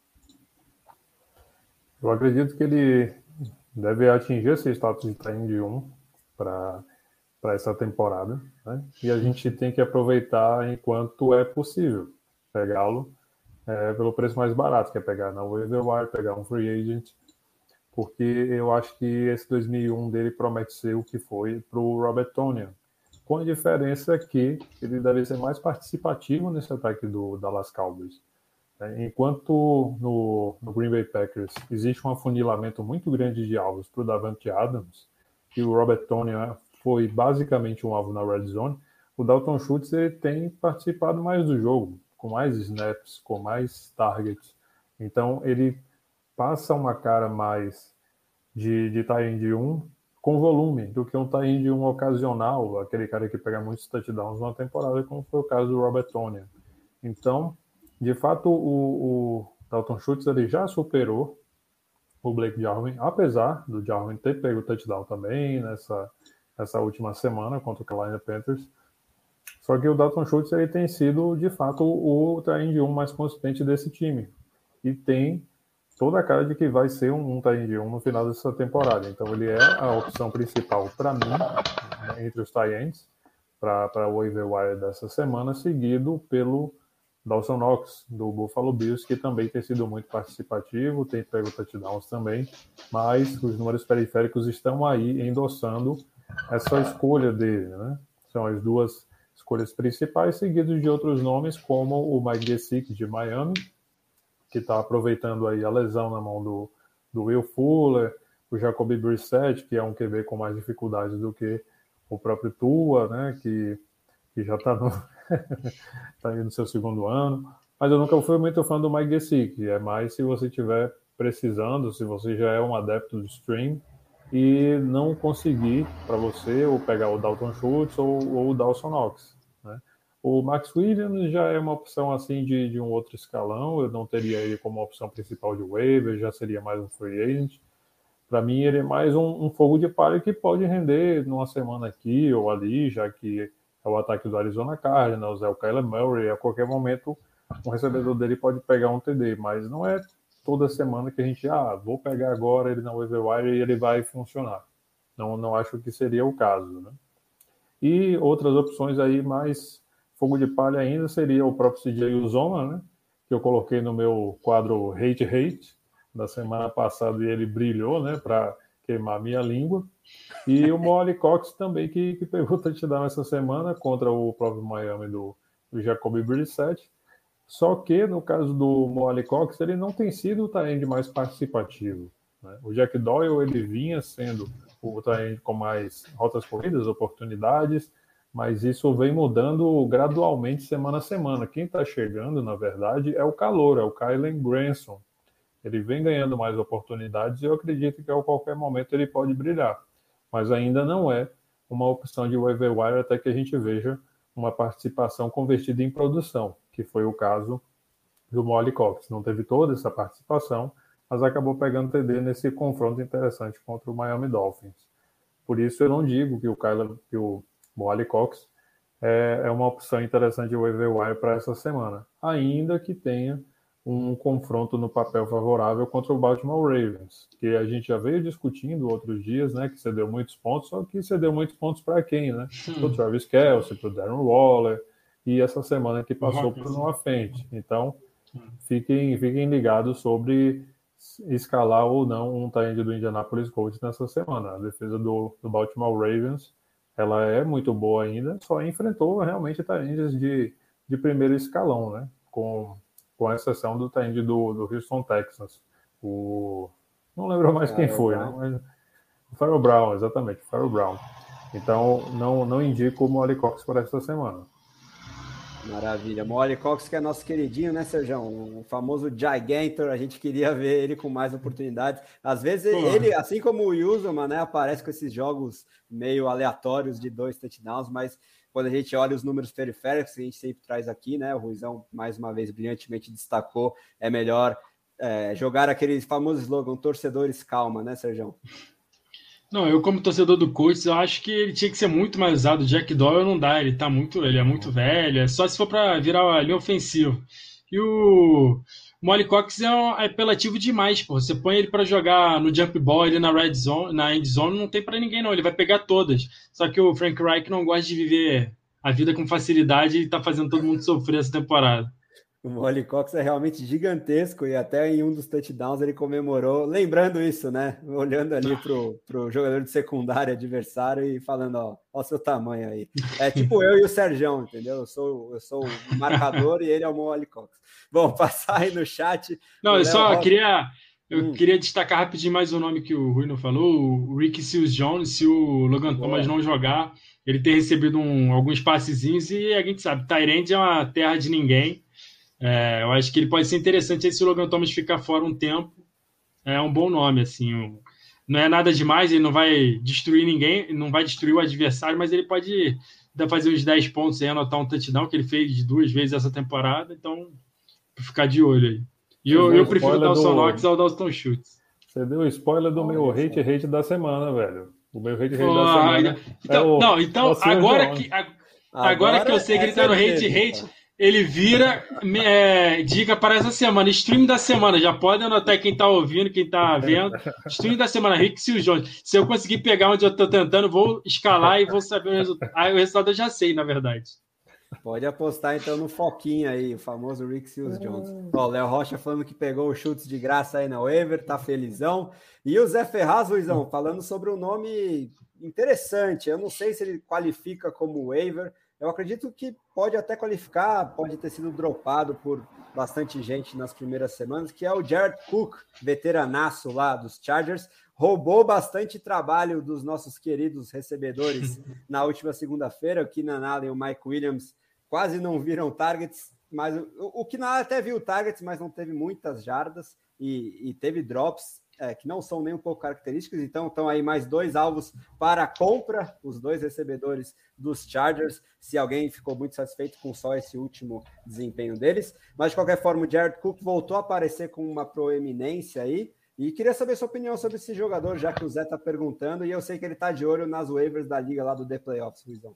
Eu acredito que ele deve atingir esse status de tight end um para para essa temporada, né? E a gente tem que aproveitar enquanto é possível pegá-lo é, pelo preço mais barato, que é pegar na waiver wire, pegar um free agent, porque eu acho que esse dois mil e um dele promete ser o que foi para o Robert Tonyan, com a diferença que ele deve ser mais participativo nesse ataque do Dallas Cowboys. Enquanto no, no Green Bay Packers existe um afunilamento muito grande de alvos para o Davante Adams, e o Robert Tonyan foi basicamente um alvo na red zone, o Dalton Schultz ele tem participado mais do jogo, com mais snaps, com mais targets. Então ele passa uma cara mais de, de tight end um com volume do que um tight end um ocasional, aquele cara que pega muitos touchdowns numa temporada, como foi o caso do Robert Tonyan. Então, de fato, o, o Dalton Schultz ele já superou o Blake Jarwin, apesar do Jarwin ter pego o touchdown também nessa essa última semana contra o Carolina Panthers. Só que o Dalton Schultz ele tem sido, de fato, o tight end um mais consistente desse time. E tem toda a cara de que vai ser um, um tight end um no final dessa temporada. Então ele é a opção principal para mim, né, entre os tight ends, para o waiver wire dessa semana, seguido pelo Dawson Knox, do Buffalo Bills, que também tem sido muito participativo, tem pego touchdowns também, mas os números periféricos estão aí endossando essa escolha dele, né? São as duas escolhas principais, seguidos de outros nomes, como o Mike Gesicki, de Miami, que está aproveitando aí a lesão na mão do, do Will Fuller, o Jacoby Brissett, que é um Q B com mais dificuldades do que o próprio Tua, né? Que, que já está no, tá no seu segundo ano. Mas eu nunca fui muito fã do Mike Gesicki, é mais se você estiver precisando, se você já é um adepto do stream, e não conseguir para você ou pegar o Dalton Schultz ou, ou o Dawson Knox, né? O Max Williams já é uma opção assim de, de um outro escalão, eu não teria ele como opção principal de waiver, já seria mais um free agent. Para mim ele é mais um, um fogo de palha que pode render numa semana aqui ou ali, já que é o ataque do Arizona Cardinals, é o Kyler Murray, a qualquer momento um recebedor dele pode pegar um T D, mas não é toda semana que a gente, ah, vou pegar agora ele na waiver wire e ele vai funcionar. Não, não acho que seria o caso, né? E outras opções aí mais fogo de palha ainda seria o próprio C J Uzomah, né? Que eu coloquei no meu quadro Hate Hate da semana passada e ele brilhou, né? Para queimar a minha língua. E o Mo Alie-Cox também, que, que pegou touchdown essa semana contra o próprio Miami do, do Jacoby Brissett. Só que, no caso do Mo Alie-Cox, ele não tem sido o tight end mais participativo, né? O Jack Doyle, ele vinha sendo o tight end com mais rotas corridas, oportunidades, mas isso vem mudando gradualmente semana a semana. Quem está chegando, na verdade, é o calouro, é o Kylen Granson. Ele vem ganhando mais oportunidades e eu acredito que a qualquer momento ele pode brilhar. Mas ainda não é uma opção de waiver wire até que a gente veja uma participação convertida em produção, que foi o caso do Mo Alie-Cox. Não teve toda essa participação, mas acabou pegando T D nesse confronto interessante contra o Miami Dolphins. Por isso eu não digo que o, Kyler, que o Mo Alie-Cox é, é uma opção interessante de waiver wire para essa semana, ainda que tenha um confronto no papel favorável contra o Baltimore Ravens, que a gente já veio discutindo outros dias, né, que cedeu muitos pontos, só que cedeu muitos pontos para quem, né? Para o Travis Kelce, para o Darren Waller, e essa semana que passou para o Noah Fant. Então, fiquem, fiquem ligados sobre escalar ou não um tight end do Indianapolis Colts nessa semana. A defesa do, do Baltimore Ravens, ela é muito boa ainda, só enfrentou realmente tight ends de, de primeiro escalão, né? Com com a exceção do tight end do, do Houston Texans. O, Não lembro mais quem Farrell foi, Brown. né? Mas o Farrell Brown, exatamente, o Farrell Brown. Então, não, não indico o Molly Cox para esta semana. Maravilha. Molly Cox, que é nosso queridinho, né, Serjão? O famoso Gigantor, a gente queria ver ele com mais oportunidades. Às vezes, Pô. ele, assim como o Yuzuma, né, aparece com esses jogos meio aleatórios de dois touchdowns, mas quando a gente olha os números periféricos que a gente sempre traz aqui, né, o Ruizão, mais uma vez, brilhantemente destacou, é melhor é, jogar aquele famoso slogan, torcedores calma, né, Serjão? Não, eu como torcedor do Colts, eu acho que ele tinha que ser muito mais usado. O Jack Doyle não dá, ele tá muito, ele é muito velho, é só se for para virar a linha ofensiva. E o Molly Cox é, um, é apelativo demais, pô. Você põe ele para jogar no jump ball, ele na red zone, na end zone, não tem para ninguém não, ele vai pegar todas. Só que o Frank Reich não gosta de viver a vida com facilidade e tá fazendo todo mundo sofrer essa temporada. O Molly Cox é realmente gigantesco e até em um dos touchdowns ele comemorou, lembrando isso, né? Olhando ali pro, pro jogador de secundária adversário e falando, ó, ó o seu tamanho aí. É tipo eu e o Serjão, entendeu? Eu sou, eu sou o marcador e ele é o Molly Cox. Bom, passar aí no chat. Não, eu só Rosa. queria, eu Hum. queria destacar rapidinho mais um nome que o Rui não falou, o Ricky Seals-Jones. Se o Logan Boa. Thomas não jogar, ele tem recebido um, alguns passezinhos e a gente sabe, Tyrande é uma terra de ninguém. É, eu acho que ele pode ser interessante aí se o Logan Thomas ficar fora um tempo. É um bom nome, assim. Um, não é nada demais, ele não vai destruir ninguém, não vai destruir o adversário, mas ele pode fazer uns dez pontos e anotar um touchdown, que ele fez duas vezes essa temporada, então ficar de olho aí. E eu, eu prefiro o Dawson Knox ao Dalton Schultz. Você deu spoiler do Olha meu só. hate hate da semana, velho. O meu hate hate Oh, da semana. então, é o, não, então, é agora que, agora, agora que eu sei que ele tá no hate certeza, hate, ele vira é, dica para essa semana, stream da semana. Já pode anotar quem tá ouvindo, quem tá vendo. Stream da semana, Rick Seals-Jones. Se eu conseguir pegar onde eu tô tentando, vou escalar e vou saber o resultado. Ah, o resultado eu já sei, na verdade. Pode apostar então no foquinho aí, o famoso Rick Seals-Jones. Ó, o Léo Rocha falando que pegou os chutes de graça aí na waiver, tá felizão. E o Zé Ferraz, Luizão, falando sobre um nome interessante. Eu não sei se ele qualifica como waiver. Eu acredito que pode até qualificar, pode ter sido dropado por bastante gente nas primeiras semanas, que é o Jared Cook, veteranaço lá dos Chargers. Roubou bastante trabalho dos nossos queridos recebedores na última segunda-feira. O Keenan Allen e o Mike Williams quase não viram targets, mas o, o Keenan Allen até viu targets, mas não teve muitas jardas e, e teve drops é, que não são nem um pouco característicos. Então estão aí mais dois alvos para a compra, os dois recebedores dos Chargers, se alguém ficou muito satisfeito com só esse último desempenho deles. Mas de qualquer forma, o Jared Cook voltou a aparecer com uma proeminência aí. E queria saber sua opinião sobre esse jogador, já que o Zé está perguntando, e eu sei que ele está de olho nas waivers da liga lá do The Playoffs, Luizão.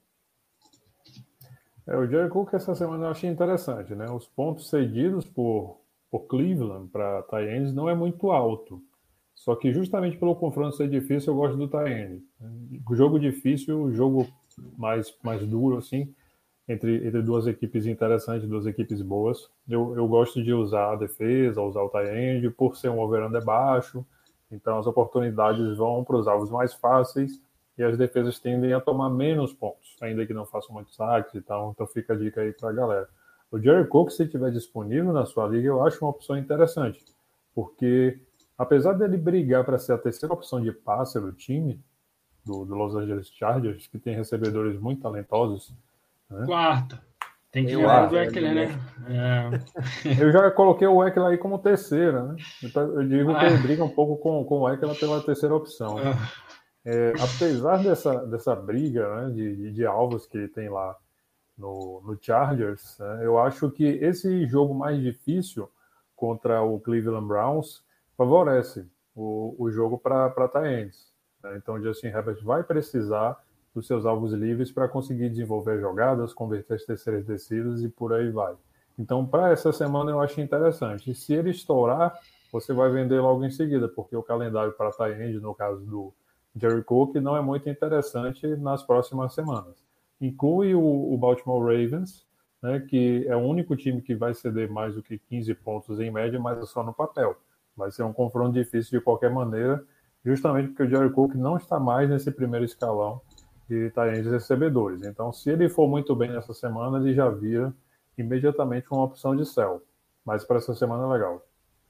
É, o Jared Cook essa semana eu achei interessante, né? Os pontos cedidos por, por Cleveland para tight ends não é muito alto. Só que justamente pelo confronto ser difícil, eu gosto do tight end. O jogo difícil, o jogo mais, mais duro, assim, entre, entre duas equipes interessantes, duas equipes boas. Eu, eu gosto de usar a defesa, usar o tight end, por ser um over-under baixo. Então as oportunidades vão para os alvos mais fáceis e as defesas tendem a tomar menos pontos, ainda que não façam muitos saques e tal. Então fica a dica aí para a galera. O Jared Cook, se estiver disponível na sua liga, eu acho uma opção interessante, porque apesar dele brigar para ser a terceira opção de passe do time, do, do Los Angeles Chargers, que tem recebedores muito talentosos, né? Quarta. Tem que Eu ganhar acho, do Eckler, né? É. Eu já coloquei o Eckler aí como terceira, né? Então, eu digo que Ah. ele briga um pouco com, com o Eckler pela terceira opção. É, apesar dessa, dessa briga, né, de, de, de alvos que ele tem lá no, no Chargers, né, eu acho que esse jogo mais difícil contra o Cleveland Browns favorece o, o jogo para tight ends. Né? Então, o Justin Herbert vai precisar dos seus alvos livres para conseguir desenvolver jogadas, converter as terceiras descidas e por aí vai. Então, para essa semana eu acho interessante. E se ele estourar, você vai vender logo em seguida, porque o calendário para tight end, no caso do Jared Cook, não é muito interessante nas próximas semanas. Inclui o, o Baltimore Ravens, né, que é o único time que vai ceder mais do que quinze pontos em média, mas é só no papel. Vai ser um confronto difícil de qualquer maneira, justamente porque o Jared Cook não está mais nesse primeiro escalão de tight ends recebedores. Então, se ele for muito bem nessa semana, ele já vira imediatamente uma opção de sell. Mas para essa semana é legal.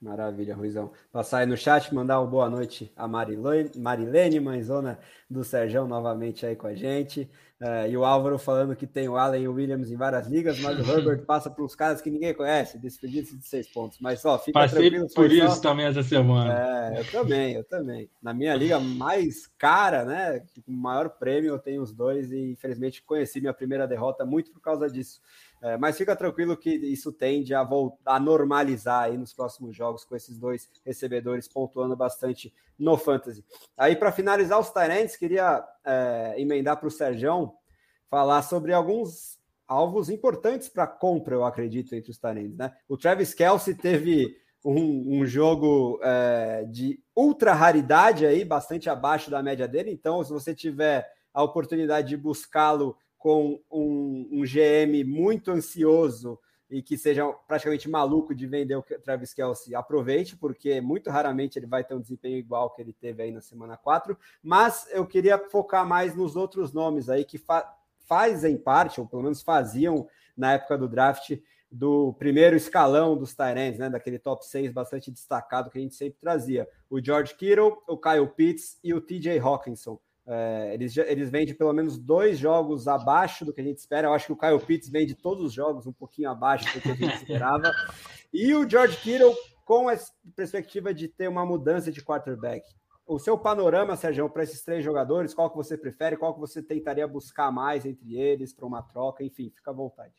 Maravilha, Ruizão. Passar aí no chat, mandar uma boa noite a Marilene, Marilene mãezona do Serjão, novamente aí com a gente. Uh, e o Álvaro falando que tem o Allen e o Williams em várias ligas, mas o Herbert passa por uns caras que ninguém conhece, despedido de seis pontos. Mas, ó, fica Passei tranquilo. por isso só... também essa semana. É, eu também, eu também. Na minha liga mais cara, né, com o maior prêmio, eu tenho os dois e, infelizmente, conheci minha primeira derrota muito por causa disso. É, mas fica tranquilo que isso tende a, voltar, a normalizar aí nos próximos jogos com esses dois recebedores pontuando bastante no Fantasy. Aí, para finalizar os tight ends, queria é, emendar para o Serjão falar sobre alguns alvos importantes para compra, eu acredito, entre os tight ends, né? O Travis Kelce teve um, um jogo é, de ultra raridade aí, bastante abaixo da média dele, então se você tiver a oportunidade de buscá-lo com um, um G M muito ansioso e que seja praticamente maluco de vender o Travis Kelce, aproveite, porque muito raramente ele vai ter um desempenho igual que ele teve aí na semana quatro, mas eu queria focar mais nos outros nomes aí que fa- fazem parte, ou pelo menos faziam na época do draft, do primeiro escalão dos tight ends, né, daquele top seis bastante destacado que a gente sempre trazia. O George Kittle, o Kyle Pitts e o T J Hockenson. É, eles, eles vêm de pelo menos dois jogos abaixo do que a gente espera. Eu acho que o Kyle Pitts vem de todos os jogos um pouquinho abaixo do que a gente esperava. E o George Kittle com a perspectiva de ter uma mudança de quarterback. O seu panorama, Sérgio, para esses três jogadores, qual que você prefere? Qual que você tentaria buscar mais entre eles para uma troca? Enfim, fica à vontade.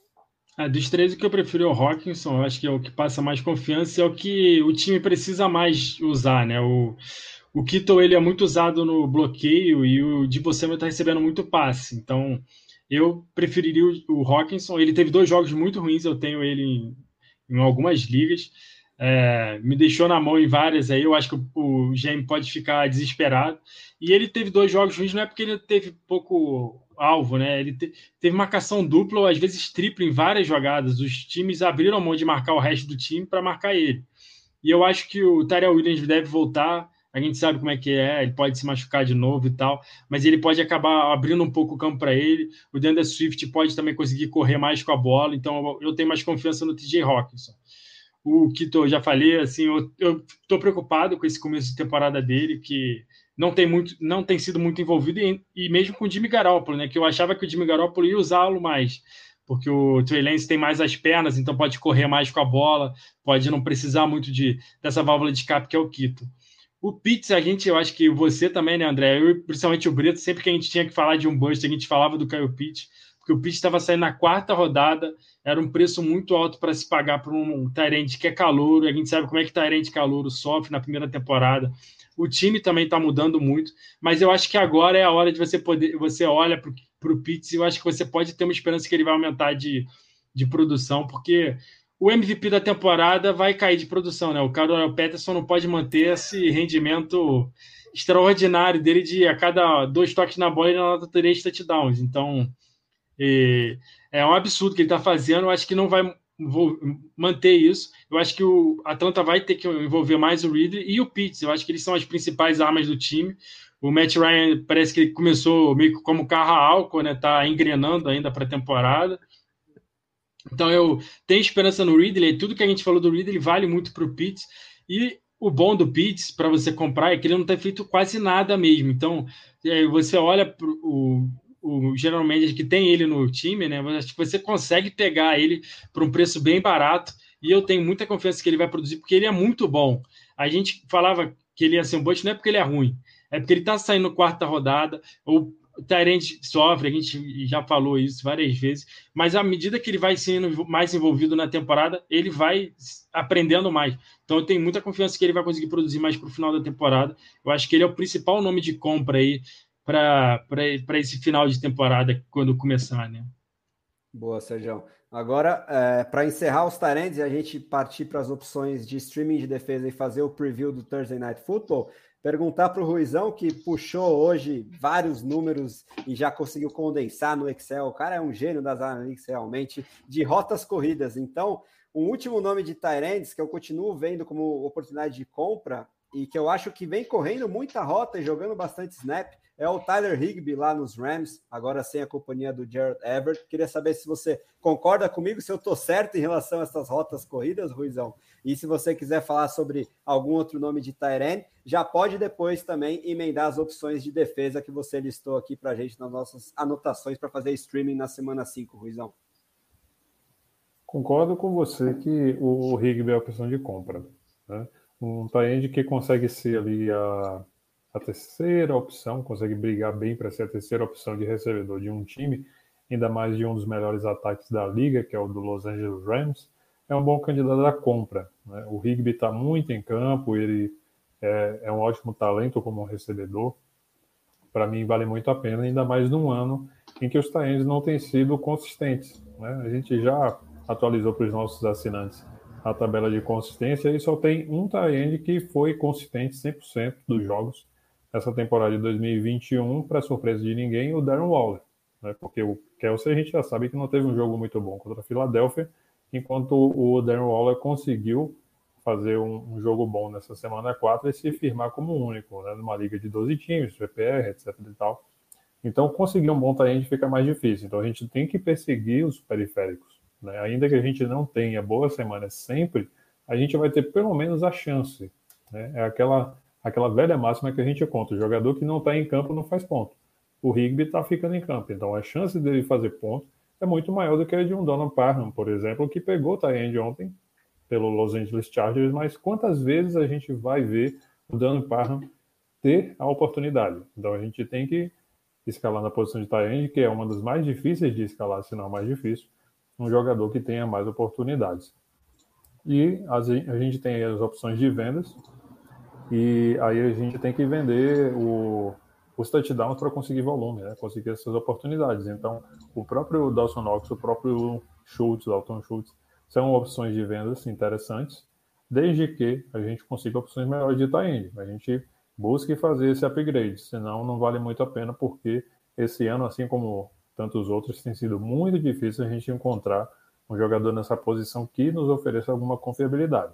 Ah, dos três, o que eu prefiro é o Hockenson. Eu acho que é o que passa mais confiança e é o que o time precisa mais usar, né? O, o Kittle, ele é muito usado no bloqueio e o Deebo Samuel está recebendo muito passe. Então, eu preferiria o, o Hockenson. Ele teve dois jogos muito ruins, eu tenho ele em, em algumas ligas. É, me deixou na mão em várias aí. Eu acho que o, o G M pode ficar desesperado. E ele teve dois jogos ruins, não é porque ele teve pouco alvo, né? Ele te, teve marcação dupla ou às vezes tripla em várias jogadas. Os times abriram a mão de marcar o resto do time para marcar ele. E eu acho que o Tyrell Williams deve voltar. A gente sabe como é que é, ele pode se machucar de novo e tal, mas ele pode acabar abrindo um pouco o campo para ele. O DeAndre Swift pode também conseguir correr mais com a bola, então eu tenho mais confiança no T J Hockenson. O Kittle, eu já falei, assim, eu estou preocupado com esse começo de temporada dele, que não tem, muito, não tem sido muito envolvido, e, e mesmo com o Jimmy Garoppolo, né, que eu achava que o Jimmy Garoppolo ia usá-lo mais, porque o Trey Lance tem mais as pernas, então pode correr mais com a bola, pode não precisar muito de, dessa válvula de escape que é o Kittle. O Pitts, a gente, eu acho que você também, né, André? Eu, principalmente o Brito, sempre que a gente tinha que falar de um bust, a gente falava do Kyle Pitts, porque o Pitts estava saindo na quarta rodada, era um preço muito alto para se pagar por um tight end que é calouro, a gente sabe como é que tight end calouro sofre na primeira temporada. O time também está mudando muito, mas eu acho que agora é a hora de você poder, você olha para o Pitts e eu acho que você pode ter uma esperança que ele vai aumentar de, de produção, porque o M V P da temporada vai cair de produção, né? O Cordell Patterson não pode manter esse rendimento extraordinário dele de a cada dois toques na bola ele anota três touchdowns. Então, é, é um absurdo que ele está fazendo. Eu acho que não vai manter isso. Eu acho que o Atlanta vai ter que envolver mais o Ridley e o Pitts. Eu acho que eles são as principais armas do time. O Matt Ryan parece que ele começou meio como carro a álcool, né? Tá engrenando ainda para a temporada. Então eu tenho esperança no Ridley. Tudo que a gente falou do Ridley vale muito para o Pitts. E o bom do Pitts para você comprar é que ele não tem feito quase nada mesmo. Então você olha para o o General Manager que tem ele no time, né? Acho que você consegue pegar ele por um preço bem barato e eu tenho muita confiança que ele vai produzir porque ele é muito bom. A gente falava que ele ia ser um bust, não é porque ele é ruim, é porque ele está saindo quarta rodada, o Tyrant sofre, a gente já falou isso várias vezes, mas à medida que ele vai sendo mais envolvido na temporada, ele vai aprendendo mais. Então eu tenho muita confiança que ele vai conseguir produzir mais para o final da temporada. Eu acho que ele é o principal nome de compra aí para esse final de temporada quando começar, né? Boa, Sérgio. Agora, é, para encerrar os tight ends e a gente partir para as opções de streaming de defesa e fazer o preview do Thursday Night Football, perguntar para o Ruizão, que puxou hoje vários números e já conseguiu condensar no Excel. O cara é um gênio das analytics realmente, de rotas corridas. Então, um último nome de tight ends que eu continuo vendo como oportunidade de compra e que eu acho que vem correndo muita rota e jogando bastante snap, é o Tyler Higbee lá nos Rams, agora sem a companhia do Gerald Everett. Queria saber se você concorda comigo, se eu estou certo em relação a essas rotas corridas, Ruizão. E se você quiser falar sobre algum outro nome de tight end, já pode depois também emendar as opções de defesa que você listou aqui para a gente nas nossas anotações para fazer streaming na semana cinco, Ruizão. Concordo com você que o Higbee é a opção de compra, né? Um tight end que consegue ser ali a... a terceira opção, consegue brigar bem para ser a terceira opção de recebedor de um time, ainda mais de um dos melhores ataques da liga, que é o do Los Angeles Rams, é um bom candidato à compra, né? O Higbee está muito em campo, ele é, é um ótimo talento como recebedor. Para mim vale muito a pena, ainda mais num ano em que os tight ends não têm sido consistentes, né? A gente já atualizou para os nossos assinantes a tabela de consistência e só tem um tight end que foi consistente cem por cento dos jogos essa temporada de dois mil e vinte e um, para surpresa de ninguém, o Darren Waller, né? Porque o Kelce a gente já sabe que não teve um jogo muito bom contra a Filadélfia, enquanto o Darren Waller conseguiu fazer um, um jogo bom nessa semana quatro e se firmar como único, né? Numa liga de doze times, P P R, etc e tal. Então, conseguir um bom tight end fica mais difícil. Então, a gente tem que perseguir os periféricos, né? Ainda que a gente não tenha boas semanas sempre, a gente vai ter pelo menos a chance, né? É aquela... Aquela velha máxima que a gente conta, o jogador que não está em campo não faz ponto. O Higbee está ficando em campo, então a chance dele fazer ponto é muito maior do que a de um Donald Parham, por exemplo, que pegou o tight end ontem pelo Los Angeles Chargers, mas quantas vezes a gente vai ver o Donald Parham ter a oportunidade? Então a gente tem que escalar na posição de tight end, que é uma das mais difíceis de escalar, se não a mais difícil, um jogador que tenha mais oportunidades. E a gente tem as opções de vendas, e aí a gente tem que vender o, os touchdowns para conseguir volume, né? Conseguir essas oportunidades. Então, o próprio Dawson Knox, o próprio Schultz, Dalton Schultz, são opções de vendas interessantes, desde que a gente consiga opções melhores de tight end. A gente busque fazer esse upgrade, senão não vale muito a pena, porque esse ano, assim como tantos outros, tem sido muito difícil a gente encontrar um jogador nessa posição que nos ofereça alguma confiabilidade.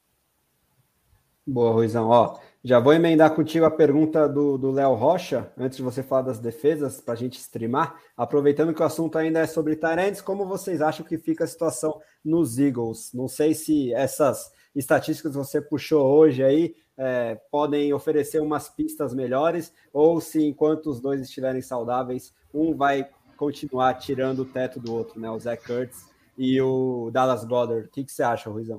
Boa, Ruizão. Ó, já vou emendar contigo a pergunta do Léo Rocha, antes de você falar das defesas, para a gente streamar. Aproveitando que o assunto ainda é sobre tight ends, como vocês acham que fica a situação nos Eagles? Não sei se essas estatísticas que você puxou hoje aí é, podem oferecer umas pistas melhores, ou se enquanto os dois estiverem saudáveis, um vai continuar tirando o teto do outro, né? O Zach Ertz e o Dallas Goedert. O que, que você acha, Ruizão?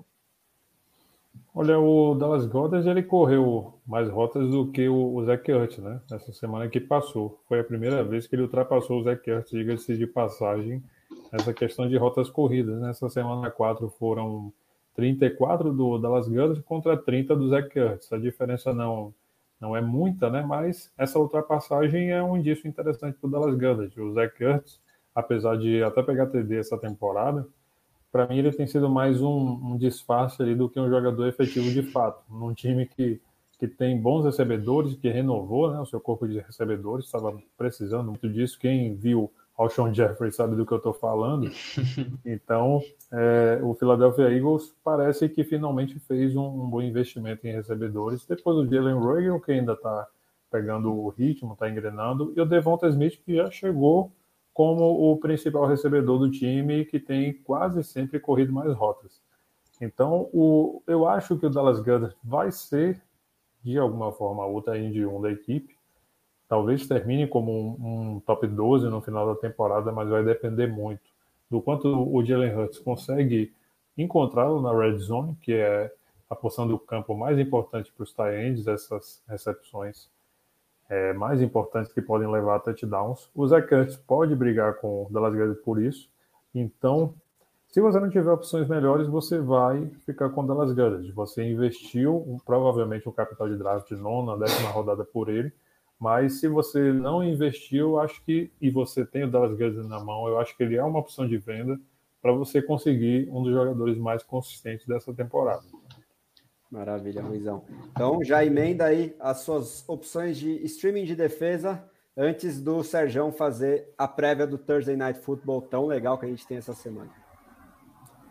Olha, o Dallas Goedert, ele correu mais rotas do que o, o Zach Ertz, né? Nessa semana que passou. Foi a primeira vez que ele ultrapassou o Zach Ertz, diga-se de passagem, nessa questão de rotas corridas. Nessa semana quatro foram trinta e quatro do Dallas Goedert contra trinta do Zach Ertz. A diferença não, não é muita, né? Mas essa ultrapassagem é um indício interessante para o Dallas Goedert. O Zach Ertz, apesar de até pegar T D essa temporada, para mim ele tem sido mais um, um disfarce ali do que um jogador efetivo de fato. Num time que, que tem bons recebedores, que renovou, né, o seu corpo de recebedores, estava precisando muito disso. Quem viu Alshon Jeffrey sabe do que eu estou falando. Então, é, o Philadelphia Eagles parece que finalmente fez um, um bom investimento em recebedores. Depois o Jalen Reagor, que ainda está pegando o ritmo, está engrenando, e o Devonta Smith, que já chegou como o principal recebedor do time, que tem quase sempre corrido mais rotas. Então, o, eu acho que o Dallas Goedert vai ser, de alguma forma, o tight end um da equipe. Talvez termine como um, um top doze no final da temporada, mas vai depender muito do quanto o Jalen Hurts consegue encontrá-lo na red zone, que é a porção do campo mais importante para os tight ends, essas recepções É, mais importantes que podem levar a touchdowns. O Zach Ertz pode brigar com o Dallas Goedert por isso. Então, se você não tiver opções melhores, você vai ficar com o Dallas Goedert. Você investiu um, provavelmente um capital de draft de nona, décima rodada por ele, mas se você não investiu, acho que, e você tem o Dallas Goedert na mão, eu acho que ele é uma opção de venda para você conseguir um dos jogadores mais consistentes dessa temporada. Maravilha, Ruizão. Então, já emenda aí as suas opções de streaming de defesa antes do Serjão fazer a prévia do Thursday Night Football tão legal que a gente tem essa semana.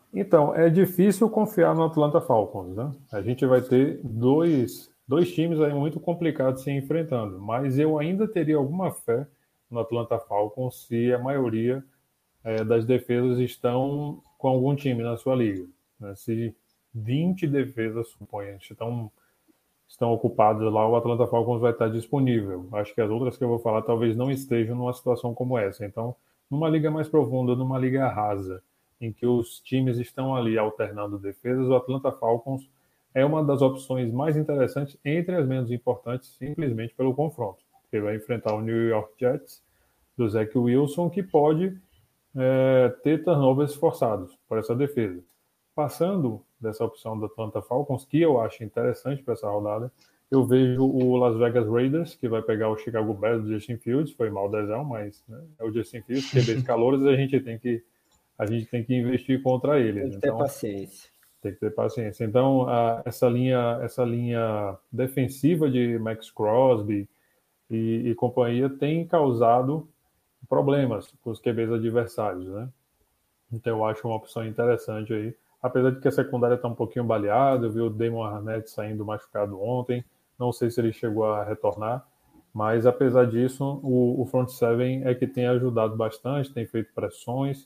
Então, é difícil confiar no Atlanta Falcons, né? A gente vai ter dois, dois times aí muito complicados se enfrentando, mas eu ainda teria alguma fé no Atlanta Falcons se a maioria é, das defesas estão com algum time na sua liga, né? Se vinte defesas, suponho, estão, estão ocupadas lá, o Atlanta Falcons vai estar disponível. Acho que as outras que eu vou falar talvez não estejam numa situação como essa. Então, numa liga mais profunda, numa liga rasa, em que os times estão ali alternando defesas, o Atlanta Falcons é uma das opções mais interessantes entre as menos importantes, simplesmente pelo confronto. Ele vai enfrentar o New York Jets, do Zach Wilson, que pode é, ter turnovers forçados por essa defesa. Passando dessa opção do Atlanta Falcons, que eu acho interessante para essa rodada, eu vejo o Las Vegas Raiders, que vai pegar o Chicago Bears do Justin Fields, foi mal dezão, mas né, é o Justin Fields, Q Bs calouros, a gente tem que a gente tem que investir contra eles. Tem que ter então, paciência. Tem que ter paciência. Então, a, essa, linha, essa linha defensiva de Max Crosby e, e companhia tem causado problemas com os Q Bs adversários, né? Então, eu acho uma opção interessante aí. Apesar de que a secundária está um pouquinho baleada, eu vi o Damon Arnett saindo machucado ontem, não sei se ele chegou a retornar, mas apesar disso, o, o front seven é que tem ajudado bastante, tem feito pressões,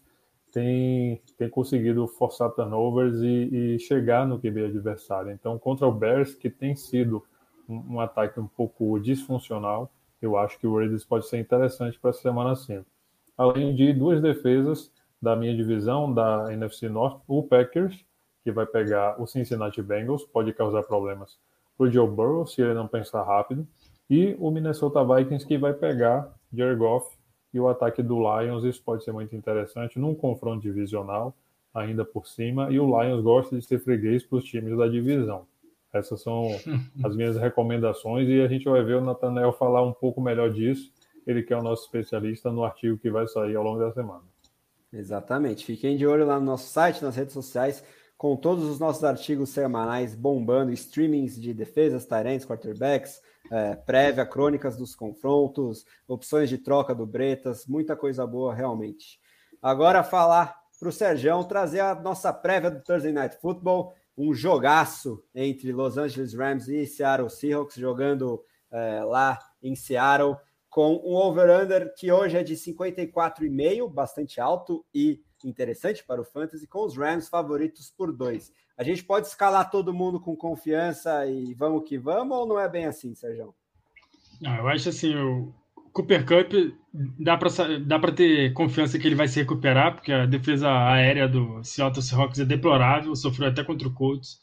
Tem, tem conseguido forçar turnovers e, e chegar no Q B adversário. Então, contra o Bears, que tem sido um, um ataque um pouco disfuncional, eu acho que o Raiders pode ser interessante para essa semana sim. Além de duas defesas da minha divisão, da N F C North, o Packers, que vai pegar o Cincinnati Bengals, pode causar problemas para o Joe Burrow, se ele não pensar rápido, e o Minnesota Vikings, que vai pegar Jared Goff, e o ataque do Lions, isso pode ser muito interessante, num confronto divisional, ainda por cima, e o Lions gosta de ser freguês para os times da divisão. Essas são as minhas recomendações, e a gente vai ver o Nathanael falar um pouco melhor disso, ele que é o nosso especialista, no artigo que vai sair ao longo da semana. Exatamente, fiquem de olho lá no nosso site, nas redes sociais, com todos os nossos artigos semanais bombando, streamings de defesas, tight ends, quarterbacks, É, prévia, crônicas dos confrontos, opções de troca do Bretas, muita coisa boa realmente. Agora falar para o Sergião, trazer a nossa prévia do Thursday Night Football, um jogaço entre Los Angeles Rams e Seattle Seahawks, jogando é, lá em Seattle, com um over-under que hoje é de cinquenta e quatro vírgula cinco, bastante alto e interessante para o Fantasy, com os Rams favoritos por dois. A gente pode escalar todo mundo com confiança e vamos que vamos, ou não é bem assim, Sérgio? Ah, eu acho assim, o Cooper Kupp dá para dá para ter confiança que ele vai se recuperar, porque a defesa aérea do Seattle Seahawks é deplorável, sofreu até contra o Colts.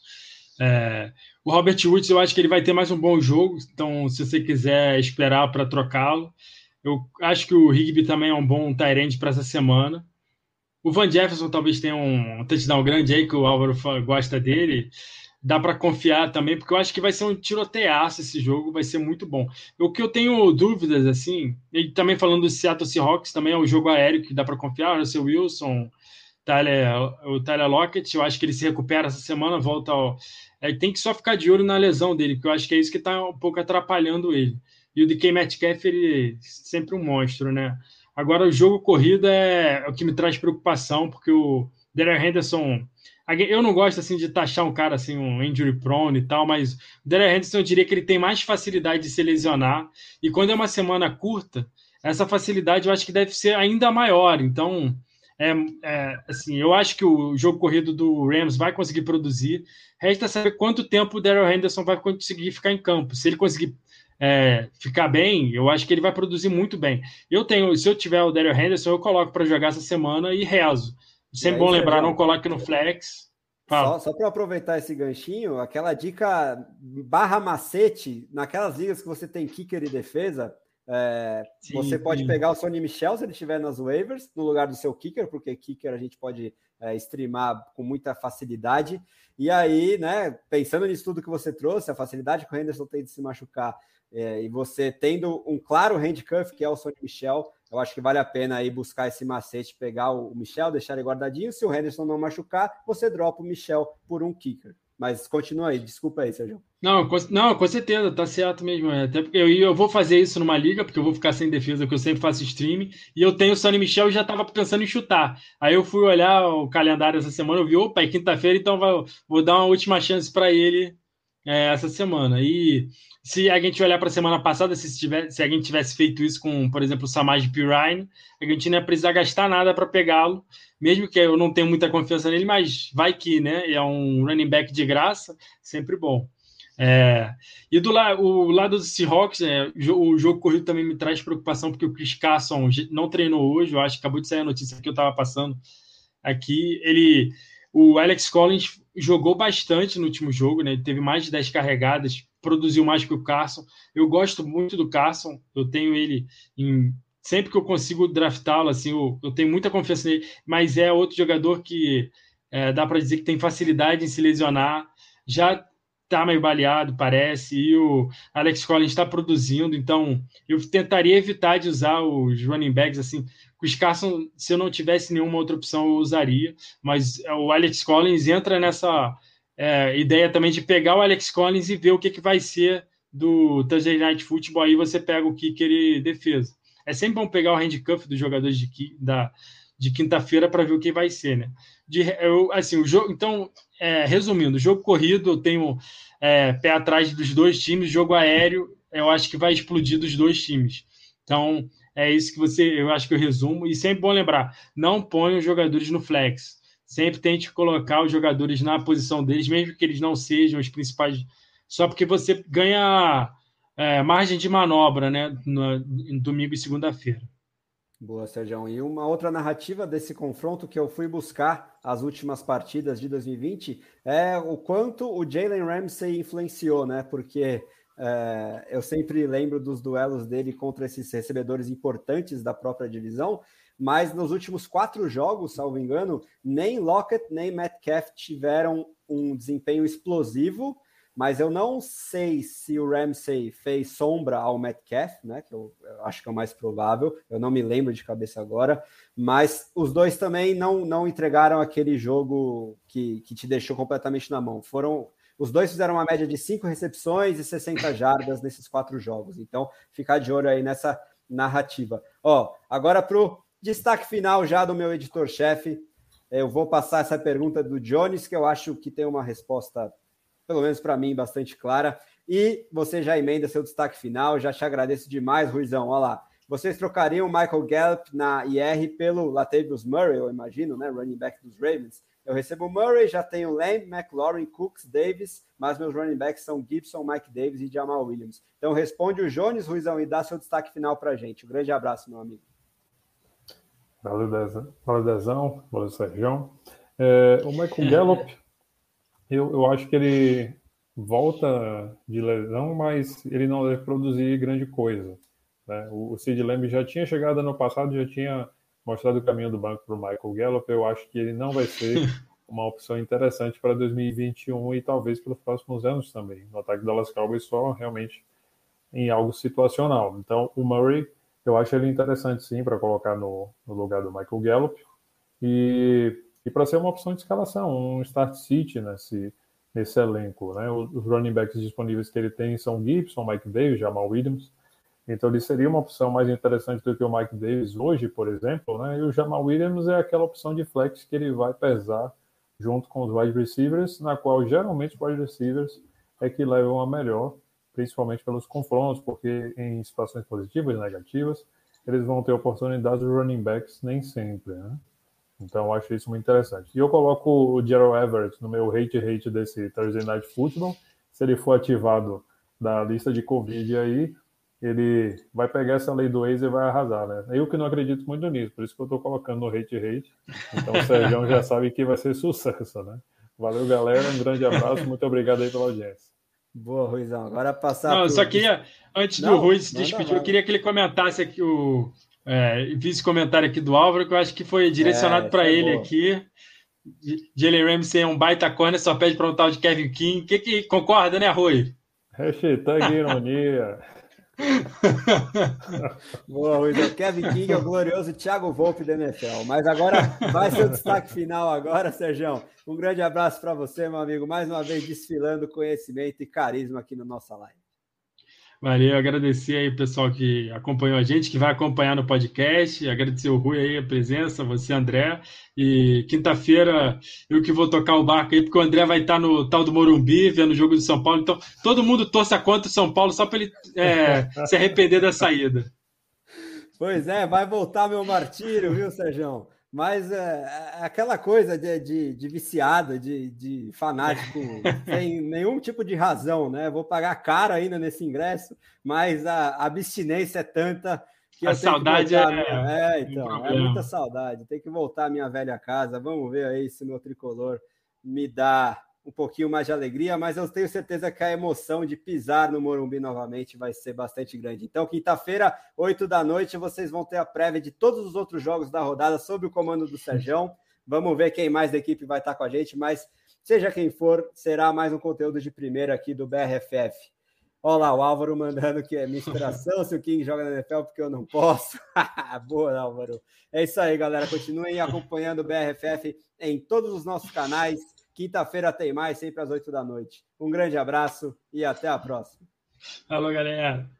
É, o Robert Woods, eu acho que ele vai ter mais um bom jogo, então se você quiser esperar para trocá-lo, eu acho que o Higbee também é um bom tight end para essa semana. O Van Jefferson talvez tenha um touchdown grande aí, que o Álvaro gosta dele. Dá para confiar também, porque eu acho que vai ser um tiroteaço esse jogo, vai ser muito bom. O que eu tenho dúvidas, assim, e também falando do Seattle Seahawks, também é um jogo aéreo que dá para confiar, o Russell Wilson, Tyler, o Tyler Lockett, eu acho que ele se recupera essa semana, volta ao... É, tem que só ficar de olho na lesão dele, porque eu acho que é isso que está um pouco atrapalhando ele. E o D K Metcalf, ele sempre um monstro, né? Agora, o jogo corrido é o que me traz preocupação, porque o Darrell Henderson... Eu não gosto assim de taxar um cara assim, um injury prone e tal, mas o Darrell Henderson eu diria que ele tem mais facilidade de se lesionar, e quando é uma semana curta, essa facilidade eu acho que deve ser ainda maior. Então, é, é, assim, eu acho que o jogo corrido do Rams vai conseguir produzir. Resta saber quanto tempo o Darrell Henderson vai conseguir ficar em campo. Se ele conseguir é, ficar bem, eu acho que ele vai produzir muito bem. Eu tenho, se eu tiver o Darrell Henderson, eu coloco para jogar essa semana e rezo. Sempre aí, bom lembrar, Sérgio, não coloque no flex. Só, só para aproveitar esse ganchinho, aquela dica barra macete, naquelas ligas que você tem kicker e defesa, é, sim, você sim. pode pegar o Sonny Michel se ele estiver nas waivers, no lugar do seu kicker, porque kicker a gente pode é, streamar com muita facilidade. E aí, né, pensando nisso tudo que você trouxe, a facilidade que o Henderson tem de se machucar, é, e você tendo um claro handcuff, que é o Sonny Michel, eu acho que vale a pena aí buscar esse macete, pegar o Michel, deixar ele guardadinho. Se o Henderson não machucar, você dropa o Michel por um kicker. Mas continua aí, desculpa aí, Sérgio. Não, com, não, com certeza, tá certo mesmo. É. Até porque eu, eu vou fazer isso numa liga, porque eu vou ficar sem defesa, que eu sempre faço streaming, e eu tenho o Sonny Michel e já tava pensando em chutar. Aí eu fui olhar o calendário essa semana, eu vi, opa, é quinta-feira, então vou, vou dar uma última chance para ele é, essa semana. E se a gente olhar para a semana passada, se, tivesse, se a gente tivesse feito isso com, por exemplo, o Samaje Perine, a gente não ia precisar gastar nada para pegá-lo, mesmo que eu não tenha muita confiança nele, mas vai que, né? É um running back de graça, sempre bom. É, e do la, o lado do Seahawks, é, o jogo corrido também me traz preocupação, porque o Chris Carson não treinou hoje, eu acho que acabou de sair a notícia que eu estava passando aqui. Ele, o Alex Collins jogou bastante no último jogo, né? Ele teve mais de dez carregadas, produziu mais que o Carson. Eu gosto muito do Carson, eu tenho ele em, sempre que eu consigo draftá-lo, assim, eu, eu tenho muita confiança nele, mas é outro jogador que é, dá para dizer que tem facilidade em se lesionar, já está meio baleado, parece, e o Alex Collins está produzindo, então eu tentaria evitar de usar os running backs, assim, os Carson, se eu não tivesse nenhuma outra opção, eu usaria, mas o Alex Collins entra nessa é, ideia também de pegar o Alex Collins e ver o que, que vai ser do Thursday Night Football, aí você pega o kicker e defesa. É sempre bom pegar o handcuff dos jogadores de, da, de quinta-feira para ver o que vai ser, né? De, eu, assim, o jogo, então, é, resumindo, jogo corrido, eu tenho é, pé atrás dos dois times, jogo aéreo, eu acho que vai explodir dos dois times. Então, é isso que você, eu acho que eu resumo. E sempre bom lembrar, não ponha os jogadores no flex. Sempre tente colocar os jogadores na posição deles, mesmo que eles não sejam os principais, só porque você ganha é, margem de manobra, né, no, no domingo e segunda-feira. Boa, Sérgio. E uma outra narrativa desse confronto que eu fui buscar as últimas partidas de dois mil e vinte é o quanto o Jalen Ramsey influenciou, né? Porque é, eu sempre lembro dos duelos dele contra esses recebedores importantes da própria divisão, mas nos últimos quatro jogos, salvo engano, nem Lockett nem Metcalf tiveram um desempenho explosivo. Mas eu não sei se o Ramsey fez sombra ao Metcalf, né? Que eu, eu acho que é o mais provável. Eu não me lembro de cabeça agora. Mas os dois também não, não entregaram aquele jogo que, que te deixou completamente na mão. Foram, os dois fizeram uma média de cinco recepções e sessenta jardas nesses quatro jogos. Então, ficar de olho aí nessa narrativa. Ó, agora para o destaque final já do meu editor-chefe. Eu vou passar essa pergunta do Jones, que eu acho que tem uma resposta, pelo menos para mim, bastante clara. E você já emenda seu destaque final, já te agradeço demais, Ruizão. Olha lá, vocês trocariam o Michael Gallup na I R pelo Latavius Murray, eu imagino, né, running back dos Ravens. Eu recebo o Murray, já tenho Lamb, McLaurin, Cooks, Davis, mas meus running backs são Gibson, Mike Davis e Jamal Williams. Então responde o Jones, Ruizão, e dá seu destaque final para a gente. Um grande abraço, meu amigo. Valeu, Dezão. Valeu, Dezão. Valeu, Sérgio. É, o Michael Gallup, Eu, eu acho que ele volta de lesão, mas ele não deve produzir grande coisa, né? O, o Sid Lamb já tinha chegado ano passado, já tinha mostrado o caminho do banco para o Michael Gallup. Eu acho que ele não vai ser uma opção interessante para dois mil e vinte e um e talvez pelos próximos anos também. No ataque do Dallas Cowboys só realmente em algo situacional. Então, o Murray, eu acho ele interessante sim para colocar no, no lugar do Michael Gallup. E... E para ser uma opção de escalação, um start sit nesse, nesse elenco, né? Os running backs disponíveis que ele tem são Gibson, Mike Davis, Jamal Williams. Então ele seria uma opção mais interessante do que o Mike Davis hoje, por exemplo, né? E o Jamal Williams é aquela opção de flex que ele vai pesar junto com os wide receivers, na qual geralmente os wide receivers é que levam a melhor, principalmente pelos confrontos, porque em situações positivas e negativas, eles vão ter oportunidades dos running backs nem sempre, né? Então, eu acho isso muito interessante. E eu coloco o Gerald Everett no meu hate-hate desse Thursday Night Football. Se ele for ativado da lista de Covid aí, ele vai pegar essa lei do ex e vai arrasar, né? Eu que não acredito muito nisso, por isso que eu estou colocando no hate-hate. Então, o Sérgio já sabe que vai ser sucesso, né? Valeu, galera. Um grande abraço. Muito obrigado aí pela audiência. Boa, Ruizão. Agora passar... Não, eu pro... só queria, antes não, do Rui se despedir, eu queria que ele comentasse aqui o... É, fiz comentário aqui do Álvaro, que eu acho que foi direcionado é, para ele boa. Aqui. Jalen Ramsey é um baita corner, só pede para um tal de Kevin King. Que, que concorda, né, Rui? Hashtag ironia. Boa, Luiz. O Kevin King é o glorioso Thiago Volpe da N F L. Mas agora vai ser o destaque final agora, Sergião. Um grande abraço para você, meu amigo. Mais uma vez desfilando conhecimento e carisma aqui no nossa live. Valeu, agradecer aí o pessoal que acompanhou a gente, que vai acompanhar no podcast, agradecer o Rui aí a presença, você, André, e quinta-feira eu que vou tocar o barco aí, porque o André vai estar no tal do Morumbi, vendo o jogo do São Paulo, então todo mundo torça contra o São Paulo só para ele é, se arrepender da saída. Pois é, vai voltar meu martírio, viu, Sergião? Mas é, aquela coisa de, de, de viciado, de, de fanático, sem nenhum tipo de razão, né? Vou pagar caro ainda nesse ingresso, mas a, a abstinência é tanta que a eu tenho saudade que voltar. é, minha... é, então, um é muita saudade. Tem que voltar à minha velha casa. Vamos ver aí se meu tricolor me dá um pouquinho mais de alegria, mas eu tenho certeza que a emoção de pisar no Morumbi novamente vai ser bastante grande. Então, quinta-feira, oito da noite, vocês vão ter a prévia de todos os outros jogos da rodada sob o comando do Sergião. Vamos ver quem mais da equipe vai estar com a gente, mas seja quem for, será mais um conteúdo de primeira aqui do B R F F. Olha lá, o Álvaro mandando que é minha inspiração, se o King joga na N F L porque eu não posso. Boa, Álvaro. É isso aí, galera. Continuem acompanhando o B R F F em todos os nossos canais. Quinta-feira tem mais, sempre às oito da noite. Um grande abraço e até a próxima. Falou, galera.